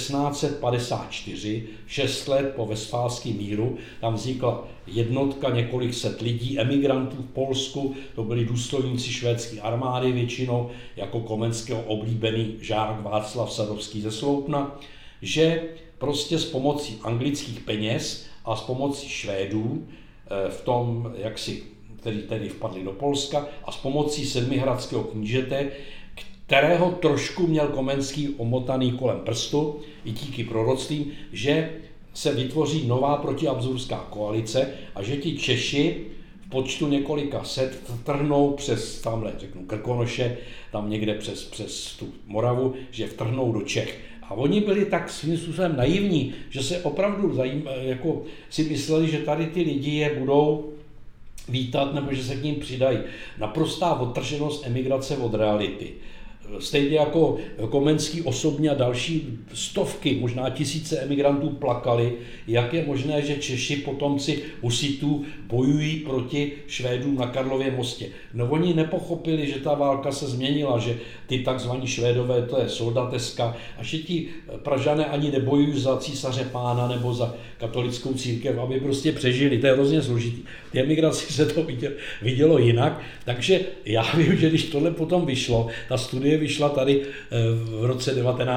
1654, 6 let po Vestfálském míru, tam vznikla jednotka, několik set lidí, emigrantů v Polsku, to byli důstojníci švédské armády většinou, jako Komenského oblíbený žák Václav Sadovský ze Sloupna, že prostě s pomocí anglických peněz a s pomocí Švédů v tom, kteří tedy vpadli do Polska a s pomocí Sedmihradského knížete, kterého trošku měl Komenský omotaný kolem prstu, i díky proroctvím, že se vytvoří nová protihabsburská koalice a že ti Češi v počtu několika set vtrhnou přes tamhle, řeknu, Krkonoše, tam někde přes tu Moravu, že vtrhnou do Čech. A oni byli tak svým způsobem naivní, že se opravdu jako si mysleli, že tady ty lidi je budou vítat nebo že se k ním přidají. Naprostá odtrženost emigrace od reality. stejně jako Komenský osobně a další stovky, možná tisíce emigrantů plakali, jak je možné, že Češi, potomci husitů, bojují proti Švédům na Karlově mostě. No oni nepochopili, že ta válka se změnila, že ty takzvaní Švédové, to je soldateska, a že ti Pražané ani nebojují za císaře pána nebo za katolickou církev, aby prostě přežili. To je hrozně složitý. V emigraci se to vidělo jinak, takže já vím, že když tohle potom vyšlo, ta studie vyšla tady v roce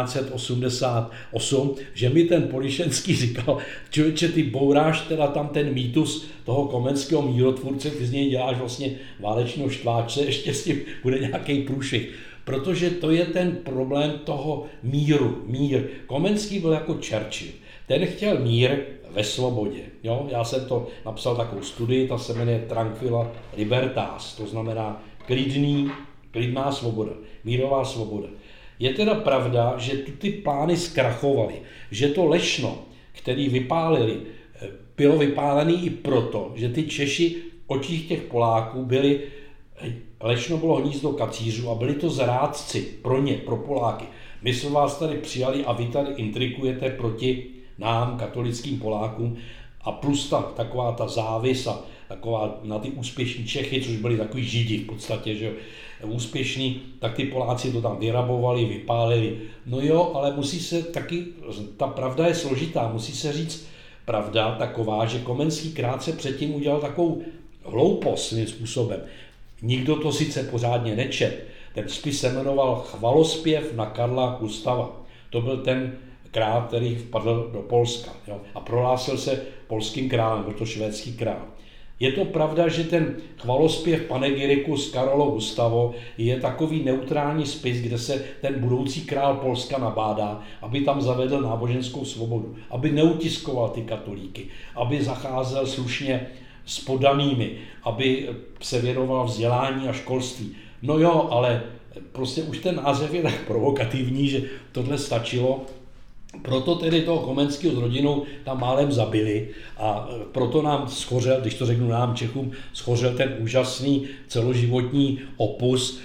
1988, že mi ten Polišenský říkal, člověče, ty bouráš teda tam ten mýtus toho Komenského mírotvůrce, ty z něj děláš vlastně válečného štváče, ještě s tím bude nějaký průšvih. Protože to je ten problém toho míru, mír. Komenský byl jako Churchill. Ten chtěl mír ve svobodě. Jo? Já jsem to napsal takovou studii, ta se jmenuje Tranquilla Libertas, to znamená klidná svoboda, mírová svoboda. Je teda pravda, že tu ty plány zkrachovaly, že to Lešno, který vypálili, bylo vypálený i proto, že ty Češi v očích těch Poláků byli, Lešno bylo hnízdo kacířů a byli to zrádci pro ně, pro Poláky. My jsme vás tady přijali a vy tady intrikujete proti nám, katolickým Polákům, a plus taková ta závis a taková na ty úspěšní Čechy, což byli takový Židi v podstatě, že úspěšní, tak ty Poláci to tam vyrabovali, vypálili. No jo, ale musí se taky, ta pravda je složitá, musí se říct pravda taková, že Komenský krátce předtím udělal takovou hloupost svým způsobem. Nikdo to sice pořádně nečet. Ten spis se jmenoval Chvalospěv na Karla Gustava. To byl ten král, který vpadl do Polska, jo, a prohlásil se polským králem, byl to švédský král. Je to pravda, že ten chvalospěv Panegyricus Karolo Gustavo je takový neutrální spis, kde se ten budoucí král Polska nabádá, aby tam zavedl náboženskou svobodu, aby neutiskoval ty katolíky, aby zacházel slušně s podanými, aby se věnoval vzdělání a školství. No jo, ale prostě už ten název je tak provokativní, že tohle stačilo. Proto tedy toho Komenského s rodinou tam málem zabili a proto nám schořel, když to řeknu nám Čechům, schořel ten úžasný celoživotní opus,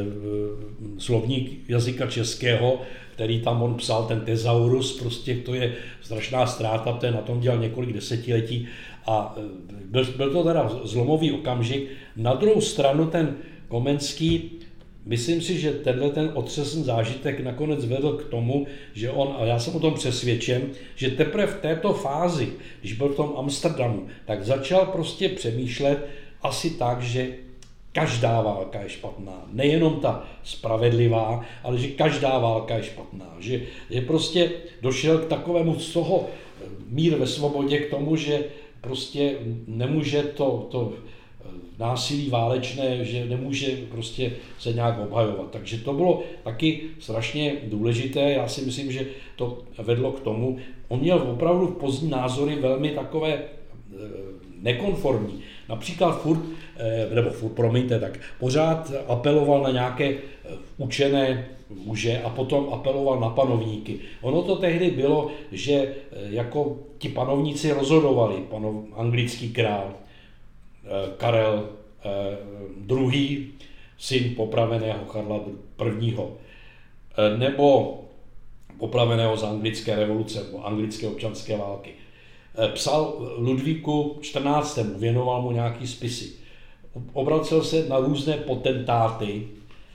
slovník jazyka českého, který tam on psal, ten Tesaurus, prostě to je strašná ztráta, ten na tom dělal několik desetiletí a byl to teda zlomový okamžik. Na druhou stranu ten Komenský, myslím si, že ten otřesný zážitek nakonec vedl k tomu, že on, a já jsem o tom přesvědčen, že teprve v této fázi, když byl v tom Amsterdamu, tak začal prostě přemýšlet asi tak, že každá válka je špatná. Nejenom ta spravedlivá, ale že každá válka je špatná. Že prostě došel k takovému z toho mír ve svobodě, k tomu, že prostě nemůže to násilí válečné, že nemůže prostě se nějak obhajovat. Takže to bylo taky strašně důležité. Já si myslím, že to vedlo k tomu. On měl opravdu pozdní názory velmi takové nekonformní. Například tak pořád apeloval na nějaké učené muže a potom apeloval na panovníky. Ono to tehdy bylo, že jako ti panovníci rozhodovali, anglický král Karel II., syn popraveného Karla I., nebo popraveného z anglické revoluce, nebo anglické občanské války. Psal Ludvíku XIV., věnoval mu nějaký spisy. Obracel se na různé potentáty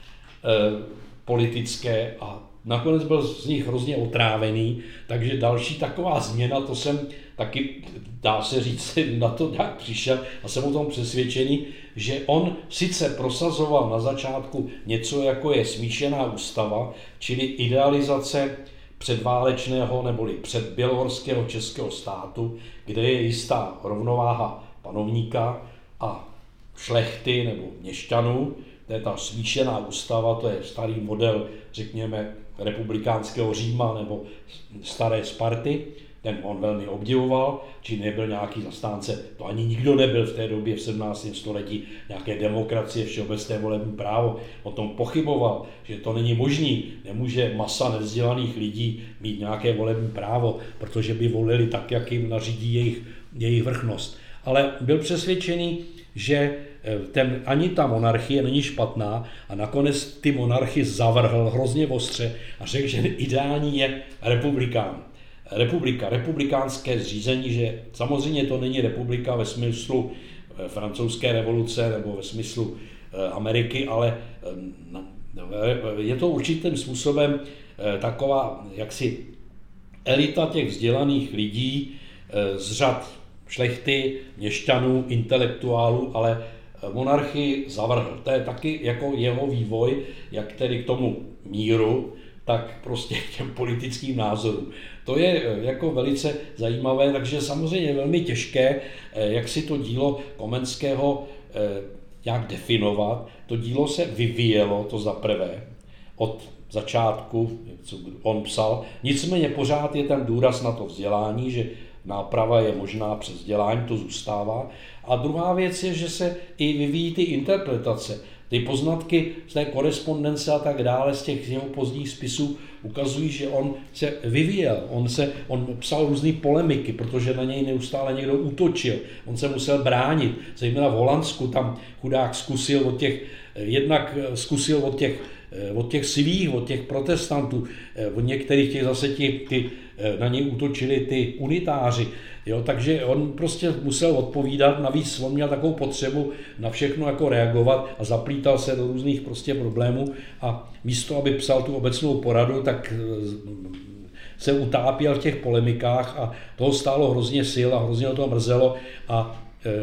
politické a nakonec byl z nich hrozně otrávený, takže další taková změna, to jsem taky, dá se říct, na to nějak přišel a jsem o tom přesvědčený, že on sice prosazoval na začátku něco, jako je smíšená ústava, čili idealizace předválečného neboli předbělohorského českého státu, kde je jistá rovnováha panovníka a šlechty nebo měšťanů. To je ta smíšená ústava, to je starý model, řekněme, republikánského Říma nebo staré Sparty. Ten on velmi obdivoval, či nebyl nějaký zastánce, to ani nikdo nebyl v té době v 17. století, nějaké demokracie, všeobecné volební právo. O tom pochyboval, že to není možný, nemůže masa nevzdělaných lidí mít nějaké volební právo, protože by volili tak, jak jim nařídí jejich vrchnost. Ale byl přesvědčený, že ani ta monarchie není špatná a nakonec ty monarchy zavrhl hrozně ostře a řekl, že ideální je republikánské zřízení, že samozřejmě to není republika ve smyslu francouzské revoluce nebo ve smyslu Ameriky, ale je to určitým způsobem taková jaksi elita těch vzdělaných lidí z řad šlechty, měšťanů, intelektuálů, ale monarchii zavrhl. To je taky jako jeho vývoj, jak tedy k tomu míru, tak prostě k těm politickým názorům. To je jako velice zajímavé, takže samozřejmě velmi těžké, jak si to dílo Komenského jak definovat. To dílo se vyvíjelo, to za prvé, od začátku, co on psal, nicméně pořád je ten důraz na to vzdělání, že náprava je možná přes vzdělání, to zůstává. A druhá věc je, že se i vyvíjí ty interpretace. Ty poznatky z té korespondence a tak dále, z těch jeho pozdních spisů ukazují, že on se vyvíjel, on psal různé polemiky, protože na něj neustále někdo útočil, on se musel bránit, zejména v Holandsku, tam chudák zkusil od těch svých, od těch protestantů, od některých těch zase na něj útočili ty unitáři, jo, takže on prostě musel odpovídat, navíc on měl takovou potřebu na všechno jako reagovat a zaplítal se do různých prostě problémů a místo, aby psal tu obecnou poradu, tak se utápěl v těch polemikách a toho stálo hrozně sil a hrozně ho to mrzelo a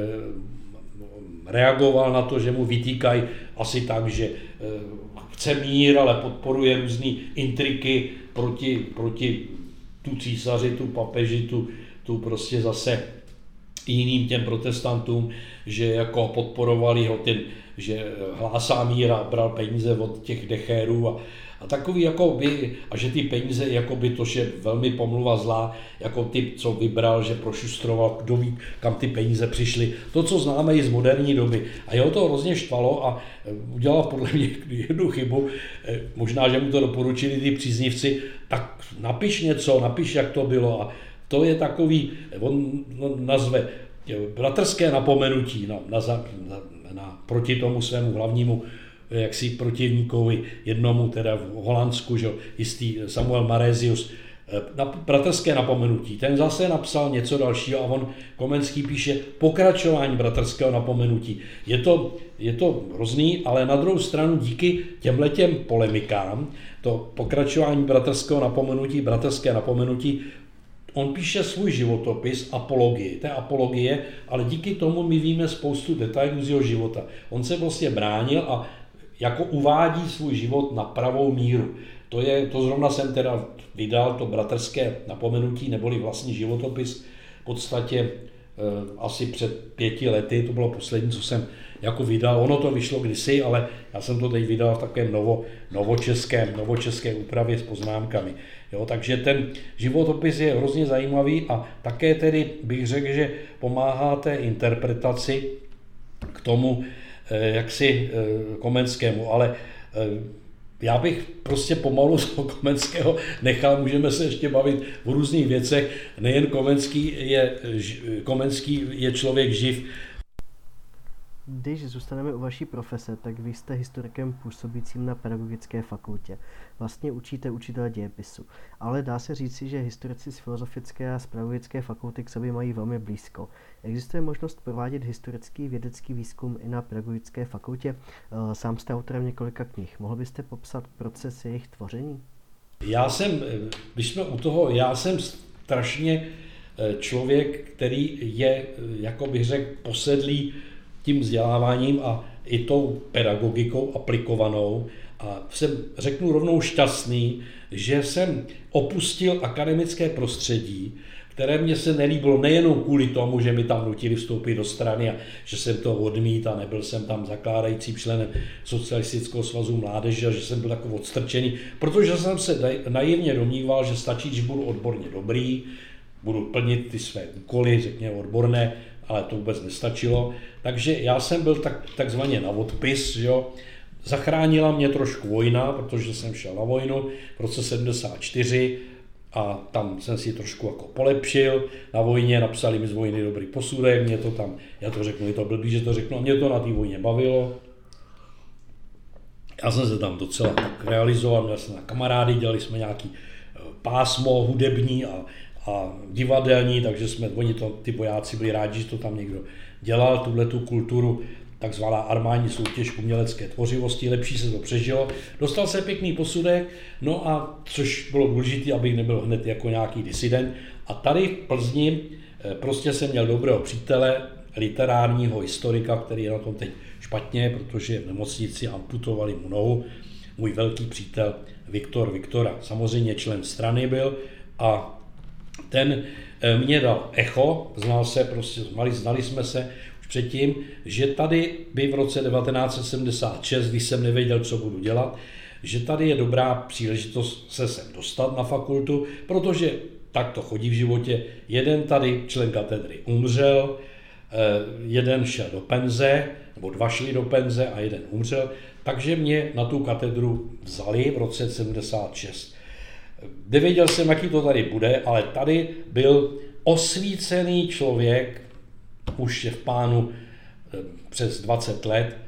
reagoval na to, že mu vytýkají asi tak, že chce mír, ale podporuje různé intriky proti tu císaři, tu papeži, tu prostě zase jiným těm protestantům, že jako podporovali ho že hlásá mír a bral peníze od těch dechérů a takový jakoby, a že ty peníze, jakoby to je velmi pomluva zlá, jako ty, co vybral, že prošustroval, kdo ví, kam ty peníze přišly. To, co známe i z moderní doby. A jeho to hrozně štvalo a udělal podle mě jednu chybu, možná, že mu to doporučili ty příznivci, tak napiš něco, napiš, jak to bylo. A to je takový, on nazve bratrské napomenutí proti tomu svému hlavnímu jaksi protivníkovi, jednomu teda v Holandsku, že jistý Samuel Marézius, bratrské napomenutí. Ten zase napsal něco dalšího a on Komenský píše pokračování bratrského napomenutí. Je to hrozný, ale na druhou stranu díky těmhletěm polemikám, to pokračování bratrské napomenutí, on píše svůj životopis, apologii, to je apologie, ale díky tomu my víme spoustu detailů z jeho života. On se vlastně bránil a jako uvádí svůj život na pravou míru. To zrovna jsem teda vydal, to bratrské napomenutí, neboli vlastní životopis, v podstatě asi před 5 lety, to bylo poslední, co jsem vydal. Ono to vyšlo kdysi, ale já jsem to teď vydal v takovém novočeské úpravě s poznámkami. Jo, takže ten životopis je hrozně zajímavý a také tedy bych řekl, že pomáhá té interpretaci k tomu, jaksi Komenskému, ale já bych prostě pomalu z Komenského nechal, můžeme se ještě bavit o různých věcech, nejen Komenský je člověk živ. Když zůstaneme u vaší profese, tak vy jste historikem působícím na pedagogické fakultě. Vlastně učíte učitele dějepisu. Ale dá se říci, že historici z filozofické a z pedagogické fakulty k sobě mají velmi blízko. Existuje možnost provádět historický vědecký výzkum i na pedagogické fakultě? Sám jste autorem několika knih. Mohl byste popsat proces jejich tvoření? Když jsme u toho, já jsem strašně člověk, který je, jako bych řekl, posedlý tím vzděláváním a i tou pedagogikou aplikovanou a jsem, řeknu rovnou, šťastný, že jsem opustil akademické prostředí, které mě se nelíbilo nejenom kvůli tomu, že mi tam nutili vstoupit do strany a že jsem to odmít a nebyl jsem tam zakládajícím členem Socialistického svazu mládeže a že jsem byl takový odstrčený, protože jsem se naivně domníval, že stačí, když budu odborně dobrý, budu plnit ty své úkoly, řekněme odborné, ale to vůbec nestačilo. Takže já jsem byl takzvaně na odpis, jo. Zachránila mě trošku vojna, protože jsem šel na vojnu v roce 74 a tam jsem si trošku jako polepšil na vojně, napsali mi z vojny dobrý posudek, mě to tam, já to řeknu, je to blbý, že to řeknu, a mě to na té vojně bavilo. Já jsem se tam docela tak realizoval, měl jsem na kamarády, dělali jsme nějaký pásmo hudební a divadelní, takže ty vojáci byli rádi, že to tam někdo dělal, tuhletu kulturu, takzvaná armádní soutěž umělecké tvořivosti, lepší se to přežilo. Dostal se pěkný posudek, no a což bylo důležité, abych nebyl hned jako nějaký disident. A tady v Plzni prostě jsem měl dobrého přítele, literárního historika, který je na tom teď špatně, protože v nemocnici amputovali mu nohu, můj velký přítel Viktor Viktora. Samozřejmě člen strany byl a ten mě dal echo, znali jsme se už předtím, že tady by v roce 1976, když jsem nevěděl, co budu dělat, že tady je dobrá příležitost se sem dostat na fakultu, protože tak to chodí v životě. Jeden tady člen katedry umřel, jeden šel do penze, nebo 2 šli do penze a jeden umřel, takže mě na tu katedru vzali v roce 76. Nevěděl jsem, jaký to tady bude, ale tady byl osvícený člověk, už je v pánu přes 20 let,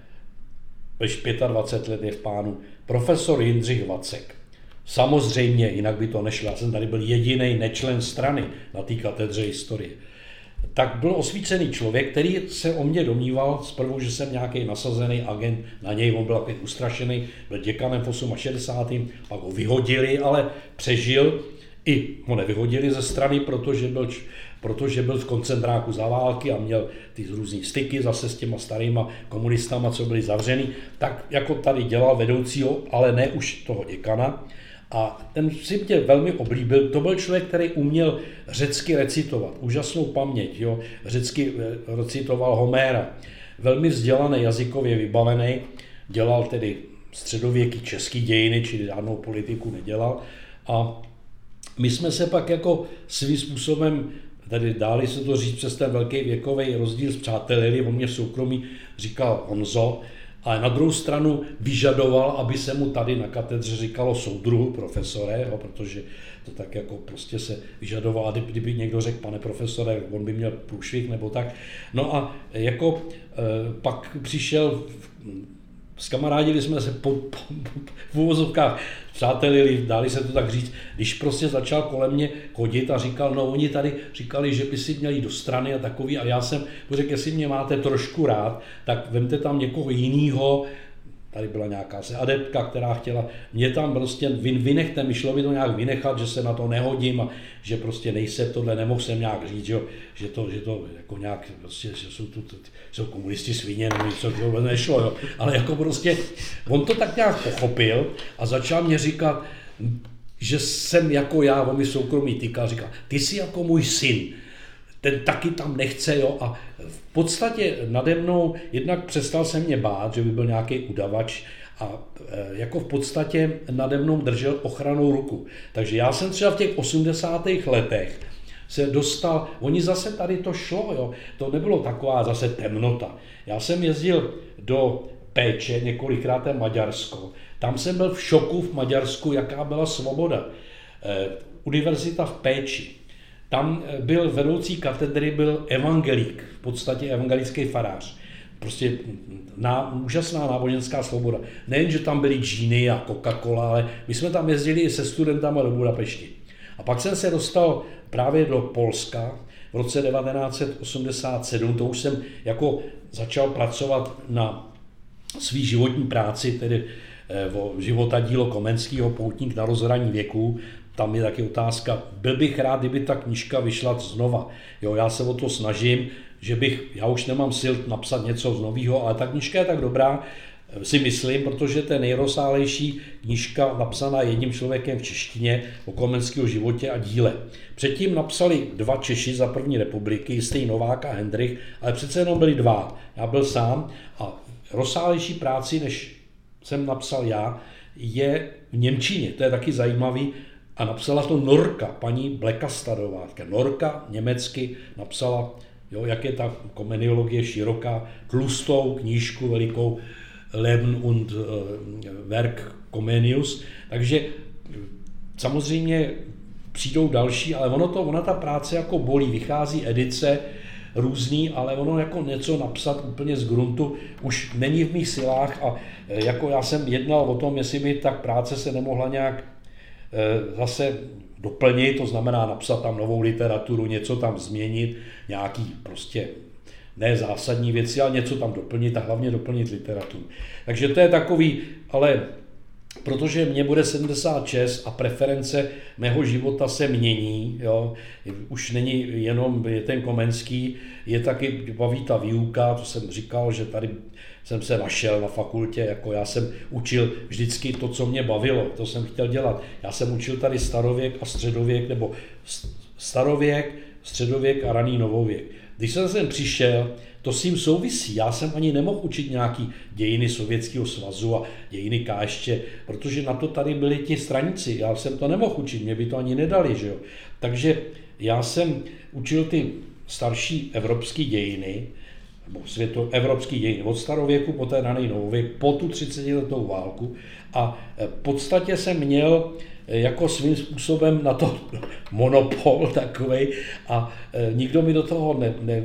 až 25 let je v pánu, profesor Jindřich Vacek. Samozřejmě, jinak by to nešlo, já jsem tady byl jediný nečlen strany na té katedře historie. Tak byl osvícený člověk, který se o mě domníval zprvu, že jsem nějaký nasazený agent na něj, on byl takový ustrašený, byl děkanem v 68. Pak ho vyhodili, ale přežil. I ho nevyhodili ze strany, protože byl v koncentráku za války a měl ty různý styky zase s těma starýma komunistama, co byli zavřený, tak jako tady dělal vedoucího, ale ne už toho děkana. A ten si mě velmi oblíbil, to byl člověk, který uměl řecky recitovat, úžasnou paměť, jo? Řecky recitoval Homéra, velmi vzdělaný, jazykově vybavený, dělal tedy středověký český dějiny, čili žádnou politiku nedělal. A my jsme se pak jako svým způsobem, tady dáli se to říct přes ten velký věkový rozdíl zpřátelili, on mě v soukromí říkal Honzo, ale na druhou stranu vyžadoval, aby se mu tady na katedře říkalo soudruhu, profesore, jo, protože to tak jako prostě se vyžadoval, a kdyby někdo řekl pane profesore, on by měl průšvih nebo tak. No a jako pak přišel, skamarádili jsme se v uvozovkách, přátelili, dali se to tak říct, když prostě začal kolem mě chodit a říkal, no oni tady říkali, že by si měli do strany a takový, a já jsem řekl, jestli mě máte trošku rád, tak vemte tam někoho jinýho, tady byla nějaká adeptka, která chtěla, mě tam prostě vynechte, mi šlo mi to nějak vynechat, že se na to nehodím a že prostě nejsem tohle, nemohl jsem nějak říct, že to jako nějak prostě, že jsou komunisti svině, nebo něco, to nešlo, jo. Ale jako prostě, on to tak nějak pochopil a začal mě říkat, že jsem jako já, on mi soukromý týkal, říkal, ty jsi jako můj syn, ten taky tam nechce, jo, a v podstatě nade mnou jednak přestal se mě bát, že by byl nějaký udavač a jako v podstatě nade mnou držel ochranou ruku. Takže já jsem třeba v těch 80. letech se dostal, oni zase tady to šlo, jo, to nebylo taková zase temnota. Já jsem jezdil do Péče, několikrát je Maďarsko, tam jsem byl v šoku v Maďarsku, jaká byla svoboda. Univerzita v Péči. Tam byl vedoucí katedry, byl evangelík, v podstatě evangelický farář. Prostě úžasná náboženská svoboda. Nejen, že tam byly džíny a Coca-Cola, ale my jsme tam jezdili i se studentama do Budapešti. A pak jsem se dostal právě do Polska v roce 1987, to už jsem jako začal pracovat na svý životní práci, tedy životadílo Komenského, Poutník na rozhraní věků. Tam je taky otázka, byl bych rád, kdyby ta knížka vyšla znova. Jo, já se o to snažím, já už nemám sil napsat něco z nového, ale ta knížka je tak dobrá, si myslím, protože to je nejrozsáhlejší knížka napsaná jedním člověkem v češtině o Komenského životě a díle. Předtím napsali 2 Češi za první republiky, jistý Novák a Hendrych, ale přece jenom byli 2. Já byl sám a rozsáhlejší práci, než jsem napsal já, je v němčině. To je taky zajímavý. A napsala to Norka, paní Blekastadová. Norka německy napsala, jo, jak je ta komeniologie široká, tlustou knížku velikou Leben und Werk Comenius. Takže samozřejmě přijdou další, ale ona ta práce jako bolí, vychází edice různý, ale ono jako něco napsat úplně z gruntu už není v mých silách a jako já jsem jednal o tom, jestli by ta práce se nemohla nějak zase doplnit, to znamená napsat tam novou literaturu, něco tam změnit, nějaký prostě ne zásadní věci, ale něco tam doplnit a hlavně doplnit literaturu. Takže to je takový, ale protože mě bude 76 a preference mého života se mění, jo. Už není jenom ten Komenský, je taky baví ta výuka, to jsem říkal, že tady jsem se našel na fakultě, jako já jsem učil vždycky to, co mě bavilo, to jsem chtěl dělat. Já jsem učil tady starověk a středověk, nebo starověk, středověk a raný novověk. Když jsem sem přišel, to s tím souvisí. Já jsem ani nemohl učit nějaký dějiny Sovětského svazu a dějiny Káště, protože na to tady byli ti straníci. Já jsem to nemohl učit, mě by to ani nedali, že jo. Takže já jsem učil ty starší evropské dějiny, nebo evropské dějiny od starověku po ten raný novověk, po tu 30letou válku a v podstatě jsem měl jako svým způsobem na to monopol takovej a nikdo mi do toho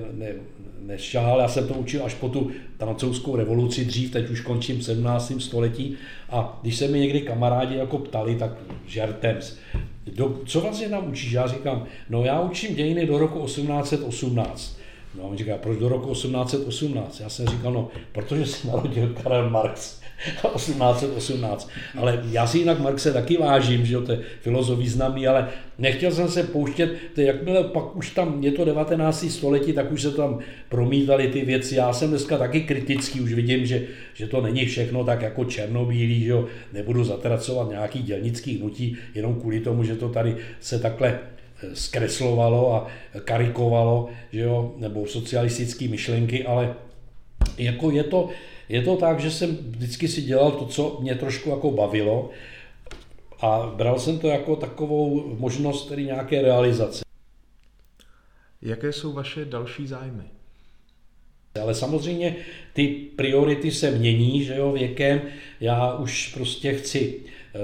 nešahal. Já jsem to učil až po tu francouzskou revoluci dřív, teď už končím v 17. století a když se mi někdy kamarádi jako ptali, tak žertem, co vlastně tam učíš? Já říkám, no já učím dějiny do roku 1818. No, on říká, proč do roku 1818? Já jsem říkal, no, protože se narodil Karel Marx 1818. Ale já si jinak Marxe taky vážím, že jo, to je filozof významný, ale nechtěl jsem se pouštět, jakmile pak už tam je to 19. století, tak už se tam promítaly ty věci. Já jsem dneska taky kritický, už vidím, že to není všechno tak jako černobílý, že jo, nebudu zatracovat nějaký dělnický hnutí, jenom kvůli tomu, že to tady se takhle zkreslovalo a karikovalo, že jo, nebo socialistické myšlenky, ale jako je to tak, že jsem vždycky si dělal to, co mě trošku jako bavilo a bral jsem to jako takovou možnost tedy nějaké realizace. Jaké jsou vaše další zájmy? Ale samozřejmě ty priority se mění, že jo, věkem. Já už prostě chci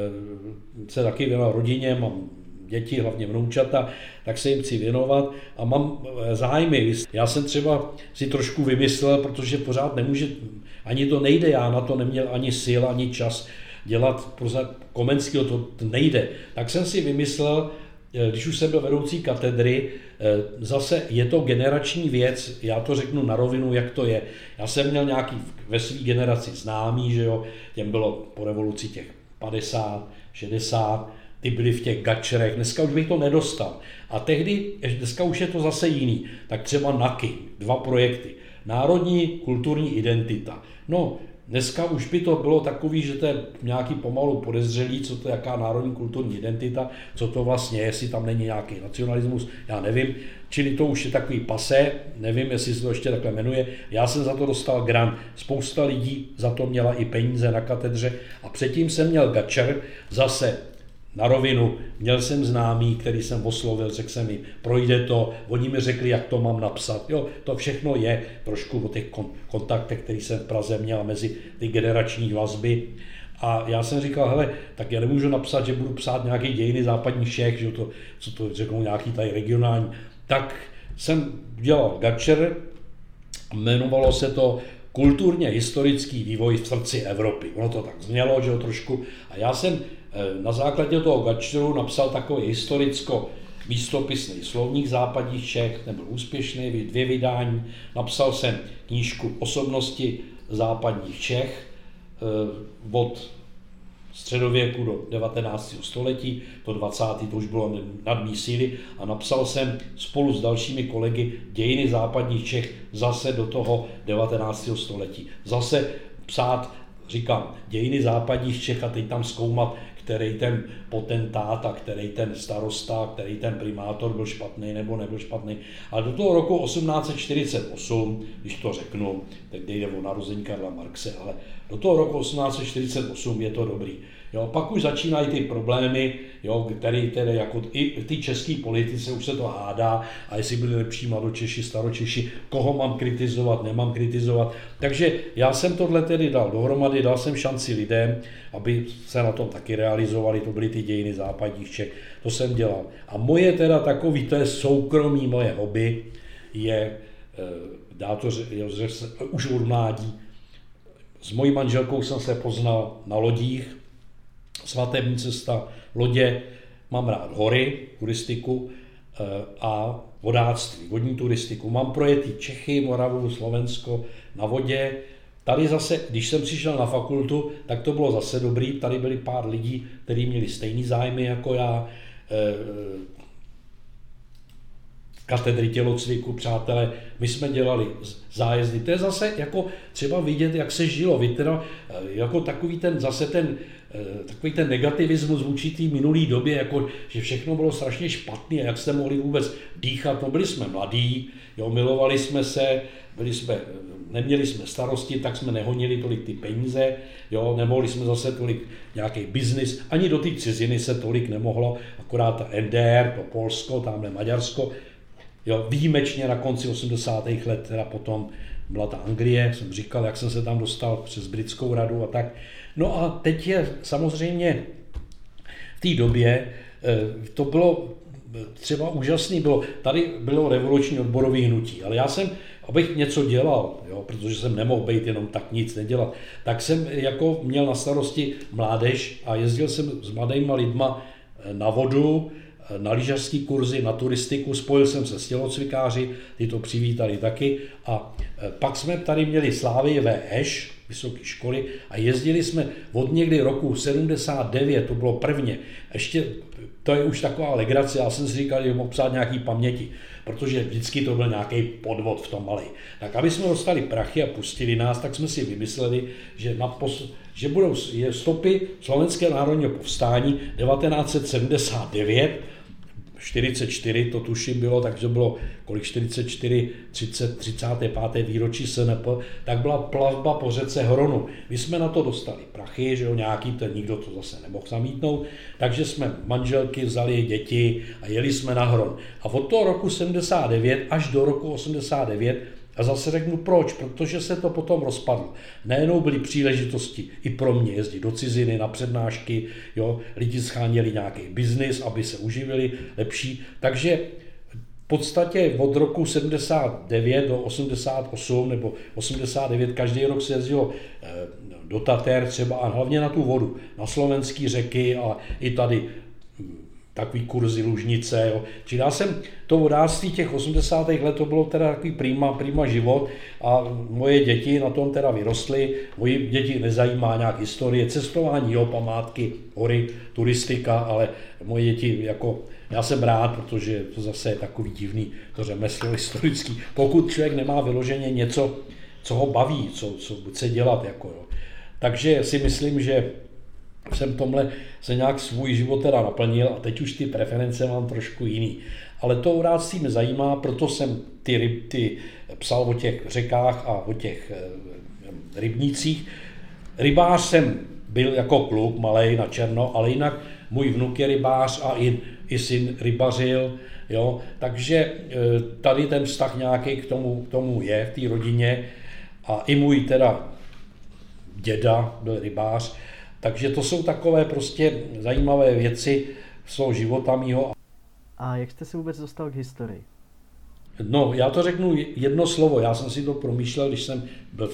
se taky věnovat rodině, mám děti, hlavně vnoučata, tak se jim chci věnovat a mám zájmy. Já jsem třeba si trošku vymyslel, protože pořád nemůže, ani to nejde, já na to neměl ani sil, ani čas dělat Komenského, to nejde. Tak jsem si vymyslel, když už jsem byl vedoucí katedry, zase je to generační věc, já to řeknu na rovinu, jak to je. Já jsem měl nějaký ve své generaci známý, že jo, těm bylo po revoluci těch 50, 60, ty byli v těch gačerech, dneska už bych to nedostal. A tehdy, dneska už je to zase jiný, tak třeba NAKY, 2 projekty. Národní kulturní identita. No, dneska už by to bylo takový, že to je nějaký pomalu podezřelý, co to je, jaká národní kulturní identita, co to vlastně je, jestli tam není nějaký nacionalismus, já nevím. Čili to už je takový pasé, nevím, jestli se to ještě takhle jmenuje. Já jsem za to dostal grant, spousta lidí za to měla i peníze na katedře a předtím jsem měl gačer, zase na rovinu, měl jsem známý, který jsem oslovil, řekl jsem jim, projde to, oni mi řekli, jak to mám napsat. Jo, to všechno je trošku o těch kontaktech, který jsem v Praze měl mezi ty generační vazby. A já jsem říkal, hele, tak já nemůžu napsat, že budu psát nějaké dějiny západních Čech, že to, co to řeknou nějaký tady regionální. Tak jsem dělal gačer, jmenovalo se to Kulturně historický vývoj v srdci Evropy. Ono to tak znělo, že jo, trošku. A já jsem na základě toho gačeru napsal takový historicko-místopisný slovník západních Čech, nebyl úspěšný, 2 vydání. Napsal jsem knížku Osobnosti západních Čech od středověku do 19. století, to 20. to už bylo nad mý síly a napsal jsem spolu s dalšími kolegy Dějiny západních Čech zase do toho 19. století. Zase psát, říkám, Dějiny západních Čech a teď tam zkoumat, který ten potentát a který ten starosta, který ten primátor byl špatný nebo nebyl špatný. Ale do toho roku 1848, když to řeknu, tak jde o narození Karla Marxe, ale do toho roku 1848 je to dobrý. Jo, pak už začínají ty problémy, jo, které jako i ty český politice už se to hádá, a jestli byli lepší mladočeši, staročeši, koho mám kritizovat, nemám kritizovat. Takže já jsem tohle tedy dal dohromady, dal jsem šanci lidem, aby se na tom taky realizovali, to byly ty dějiny západních Čech, to jsem dělal. A moje teda takový, to je soukromí, moje hobby, je, už od mládí. S mojí manželkou jsem se poznal na lodích, svatební cesta, lodě, mám rád hory, turistiku a vodáctví, vodní turistiku. Mám projetý Čechy, Moravu, Slovensko na vodě. Tady zase, když jsem přišel na fakultu, tak to bylo zase dobrý, tady byli pár lidí, kteří měli stejný zájmy jako já, katedry tělocviku, přátelé, my jsme dělali zájezdy. To je zase jako třeba vidět, jak se žilo. Jako takový ten negativismus vůči té minulý době, jako, že všechno bylo strašně špatné, jak jste mohli vůbec dýchat. No, byli jsme mladí, jo, milovali jsme se, neměli jsme starosti, tak jsme nehonili tolik ty peníze, jo, nemohli jsme zase tolik nějaký biznis, ani do té ciziny se tolik nemohlo, akorát ta NDR, to Polsko, tamhle Maďarsko. Jo, výjimečně na konci 80. let, teda potom byla ta Anglie, jsem říkal, jak jsem se tam dostal přes britskou radu a tak. No a teď je samozřejmě v té době, to bylo třeba úžasný, tady bylo revoluční odborové hnutí, ale já jsem, abych něco dělal, jo, protože jsem nemohl být jenom tak nic nedělat, tak jsem jako měl na starosti mládež a jezdil jsem s mladýma lidma na vodu, na lyžařský kurzy, na turistiku, spojil jsem se s tělocvikáři, ty to přivítali taky a pak jsme tady měli Slávy VŠ, vysoké školy, a jezdili jsme od někdy roku 79, to bylo prvně, ještě to je už taková legrace, já jsem si říkal, že mohl psát nějaký paměti, protože vždycky to byl nějaký podvod v tom malý. Tak aby jsme dostali prachy a pustili nás, tak jsme si vymysleli, že budou stopy Slovenského národního povstání 1979, 44 to tuším bylo, takže bylo kolik 44, 35. výročí SNP, tak byla plavba po řece Hronu. My jsme na to dostali prachy, že jo, nějaký, ten nikdo to zase nemohl zamítnout, takže jsme manželky vzali děti a jeli jsme na Hron. A od toho roku 79 až do roku 89, a zase řeknu proč, protože se to potom rozpadlo. Nejenom byly příležitosti i pro mě jezdit do ciziny na přednášky, jo, lidi scháněli nějaký biznis, aby se uživili lepší, takže v podstatě od roku 79 do 88 nebo 89 každý rok se jezdilo do Tater třeba a hlavně na tu vodu, na slovenské řeky a i tady takový kurzy Lužnice. Jo. Čili já jsem to vodáctví těch 80. let, to bylo teda takový prima život a moje děti na tom teda vyrostly. Moji děti nezajímá nějak historie, cestování, jo, památky, hory, turistika, ale moje děti jako, já jsem rád, protože to zase je takový divný, to řemeslo historický. Pokud člověk nemá vyloženě něco, co ho baví, co chce dělat, jako, jo. Takže si myslím, že jsem tomhle se nějak svůj život teda naplnil a teď už ty preference mám trošku jiný. Ale to vodáctví mě zajímá, proto jsem ty psal o těch řekách a o těch rybnících. Rybář jsem byl jako kluk, malej na černo, ale jinak můj vnuk je rybář a i syn rybařil, jo. Takže tady ten vztah nějaký k tomu je v té rodině a i můj teda děda byl rybář. Takže to jsou takové prostě zajímavé věci z toho života mýho. A jak jste se vůbec dostal k historii? No, já to řeknu jedno slovo. Já jsem si to promýšlel, když jsem byl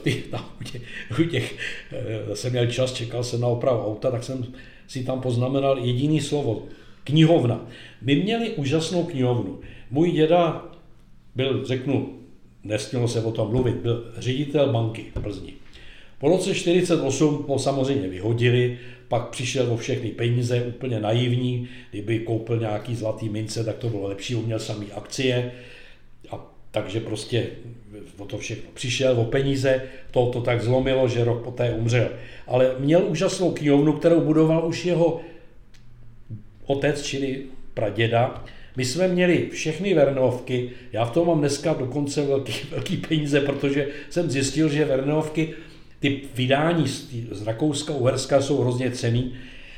jsem měl čas, čekal jsem na opravu auta, tak jsem si tam poznamenal jediný slovo. Knihovna. My měli úžasnou knihovnu. Můj děda byl, řeknu, nesmělo se o tom mluvit, byl ředitel banky v Plzni. Po roce 1948 ho samozřejmě vyhodili, pak přišel o všechny peníze, úplně naivní, kdyby koupil nějaký zlatý mince, tak to bylo lepší, on měl samý akcie, a takže prostě o to všechno přišel, o peníze, to tak zlomilo, že rok poté umřel. Ale měl úžasnou knihovnu, kterou budoval už jeho otec, čili praděda. My jsme měli všechny Verneovky, já v tom mám dneska dokonce velký peníze, protože jsem zjistil, že Verneovky, ty vydání z Rakouska, Uherska jsou hrozně cenný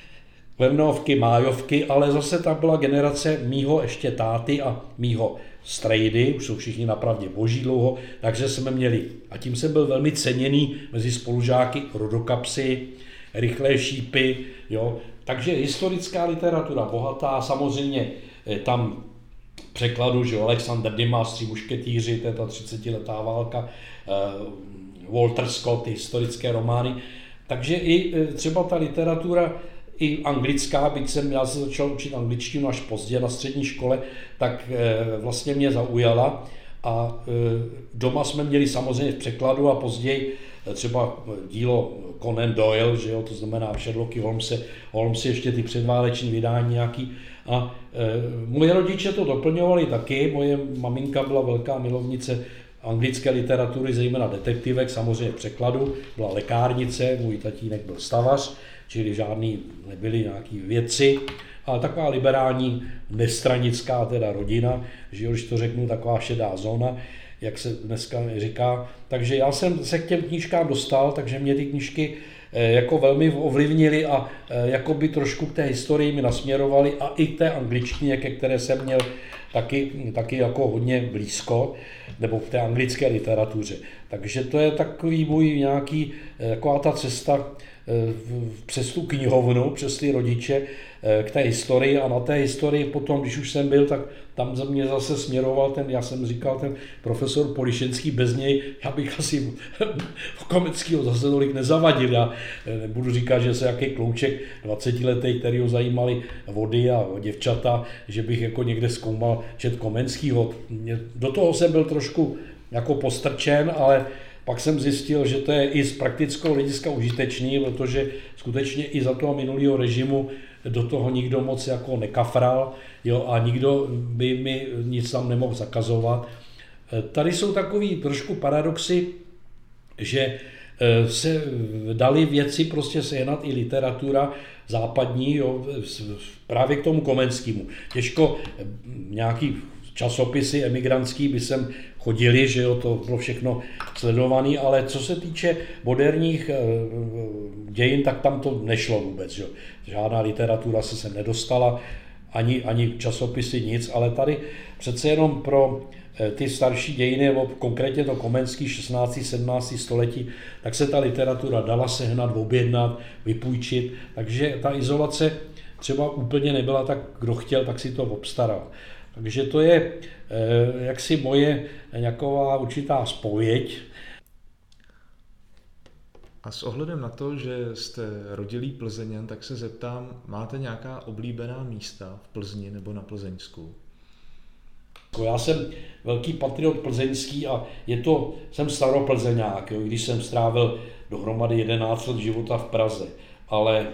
Lernovky, Májovky, ale zase ta byla generace mýho ještě táty a mýho strejdy, už jsou všichni napravdě boží dlouho, takže jsme měli, a tím jsem byl velmi ceněný mezi spolužáky, rodokapsy, rychlé šípy, jo. Takže historická literatura bohatá, samozřejmě tam překladu, že Alexander Dumas, Tři mušketýři, to je ta 30letá válka, Walter Scott, ty historické romány, takže i třeba ta literatura i anglická, byť já se začal učit angličtinu až pozdě na střední škole, tak vlastně mě zaujala a doma jsme měli samozřejmě v překladu a později třeba dílo Conan Doyle, že jo, to znamená Sherlocky Holmesy, ještě ty předváleční vydání nějaký. A moje rodiče to doplňovali taky, moje maminka byla velká milovnice anglické literatury, zejména detektivek, samozřejmě v překladu, byla lékárnice, můj tatínek byl stavař, čili žádný nebyli nějaký vědci, ale taková liberální, nestranická teda rodina, že jo, když to řeknu, taková šedá zóna, jak se dneska říká. Takže já jsem se k těm knížkám dostal, takže mě ty knížky jako velmi ovlivnily a jako by trošku k té historii mi nasměrovaly a i k té angličtině, ke které jsem měl taky jako hodně blízko, nebo k té anglické literatuře. Takže to je takový můj nějaký, taková ta cesta přes tu knihovnu, přes ty rodiče k té historii a na té historii potom, když už jsem byl, tak tam za mě zase směroval já jsem říkal, ten profesor Polišenský, bez něj já bych asi Komenského zase tolik nezavadil. Já nebudu říkat, že se jaký klouček 20letý, který ho zajímali vody a děvčata, že bych jako někde zkoumal čet Komenského. Do toho jsem byl trošku jako postrčen, ale pak jsem zjistil, že to je i z praktického hlediska užitečný, protože skutečně i za toho minulého režimu do toho nikdo moc jako nekafral, jo, a nikdo by mi nic tam nemohl zakazovat. Tady jsou takový trošku paradoxy, že se dali věci prostě sehnat i literatura západní, jo, právě k tomu Komenskému. Těžko nějaký časopisy emigrantský by sem chodili, že jo, to bylo všechno sledované, ale co se týče moderních dějin, tak tam to nešlo vůbec, jo. Žádná literatura se sem nedostala, ani časopisy, nic, ale tady přece jenom pro ty starší dějiny, nebo konkrétně to Komenský 16. 17. století, tak se ta literatura dala sehnat, objednat, vypůjčit, takže ta izolace třeba úplně nebyla tak, kdo chtěl, tak si to obstaral. Takže to je jaksi moje nějaká určitá spověď. A s ohledem na to, že jste rodilý Plzeňan, tak se zeptám, máte nějaká oblíbená místa v Plzni nebo na Plzeňsku? Já jsem velký patriot plzeňský a jsem staroplzeňák, jo, když jsem strávil dohromady 11 let života v Praze, ale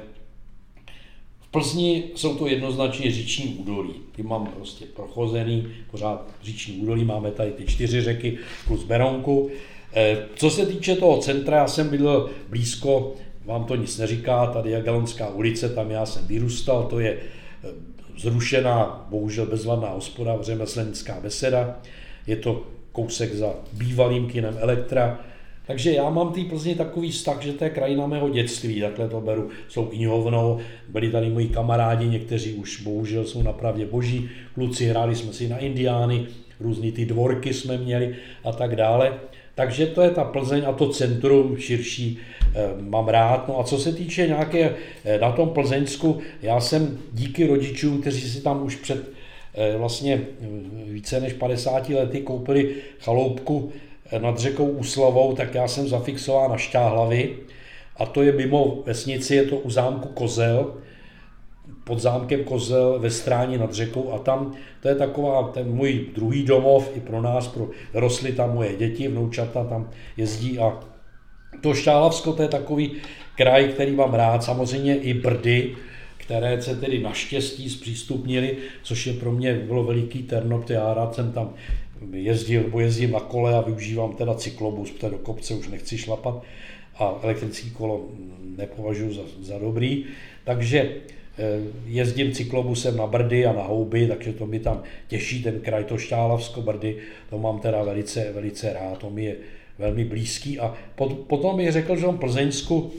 v Plzni jsou to jednoznačně říční údolí. Ty mám prostě prochozený, pořád říční údolí, máme tady ty 4 řeky plus Berounku. Co se týče toho centra, já jsem bydlel blízko, vám to nic neříká, tady je Galonská ulice, tam já jsem vyrůstal, to je zrušená, bohužel bezvadná hospoda, řemeslnická beseda, je to kousek za bývalým kinem Elektra, takže já mám té Plzni takový vztah, že to je krajina mého dětství, takhle to beru, jsou knihovnou, byli tady moji kamarádi, někteří už bohužel jsou napravdě boží kluci, hráli jsme si na indiány, různý ty dvorky jsme měli a tak dále. Takže to je ta Plzeň a to centrum širší mám rád. No a co se týče nějaké na tom Plzeňsku, já jsem díky rodičům, kteří si tam už před vlastně více než 50 lety koupili chaloupku nad řekou Úslovou, tak já jsem zafixován na Šťáhlavy a to je mimo vesnici, je to u zámku Kozel, pod zámkem Kozel ve Stráni nad řekou a tam to je taková ten můj druhý domov i pro nás, rostly tam moje děti, vnoučata tam jezdí a to Šťáhlavsko to je takový kraj, který mám rád, samozřejmě i Brdy, které se tedy naštěstí zpřístupnili, což je pro mě bylo veliký ternop, já rád jsem tam jezdím na kole a využívám teda cyklobus, protože do kopce už nechci šlapat a elektrický kolo nepovažuji za dobrý, takže jezdím cyklobusem na Brdy a na Houby, takže to mi tam těší ten kraj, to Šťáhlavsko Brdy, to mám teda velice, velice rád, to mi je velmi blízký a potom mi řekl, že v Plzeňsku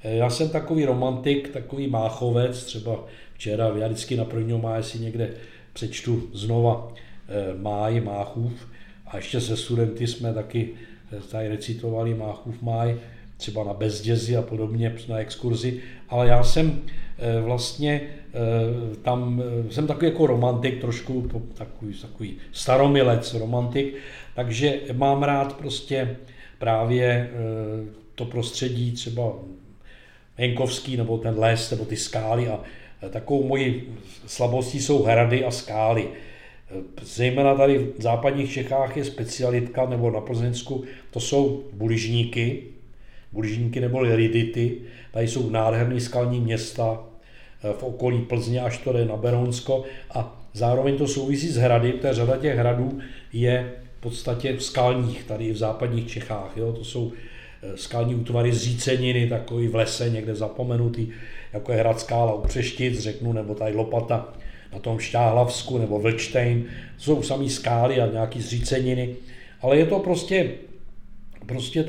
Já jsem takový romantik, takový máchovec, třeba včera, já vždycky na 1. máje si někde přečtu znova Máj, Máchův, a ještě se studenty jsme taky tady recitovali Máchův máj, třeba na Bezdězi a podobně, na exkurzi, ale já jsem vlastně tam, jsem takový jako romantik, trošku takový staromilec romantik, takže mám rád prostě právě to prostředí, třeba venkovský, nebo ten les, nebo ty skály, a takovou mojí slabostí jsou hrady a skály. Zejména tady v západních Čechách je specialitka, nebo na Plzeňsku, to jsou buližníky nebo ridity. Tady jsou nádherné skalní města v okolí Plzně, až to jde na Berounsko, a zároveň to souvisí s hrady, protože řada těch hradů je v podstatě skalních, tady i v západních Čechách. Jo? To jsou skalní útvary zříceniny, takový v lese někde zapomenutý, jako je hrad Skála u Přeštic, řeknu, nebo tady Lopata na tom Štáhlavsku, nebo Vlčtejn, jsou samý skály a nějaký zříceniny, ale je to prostě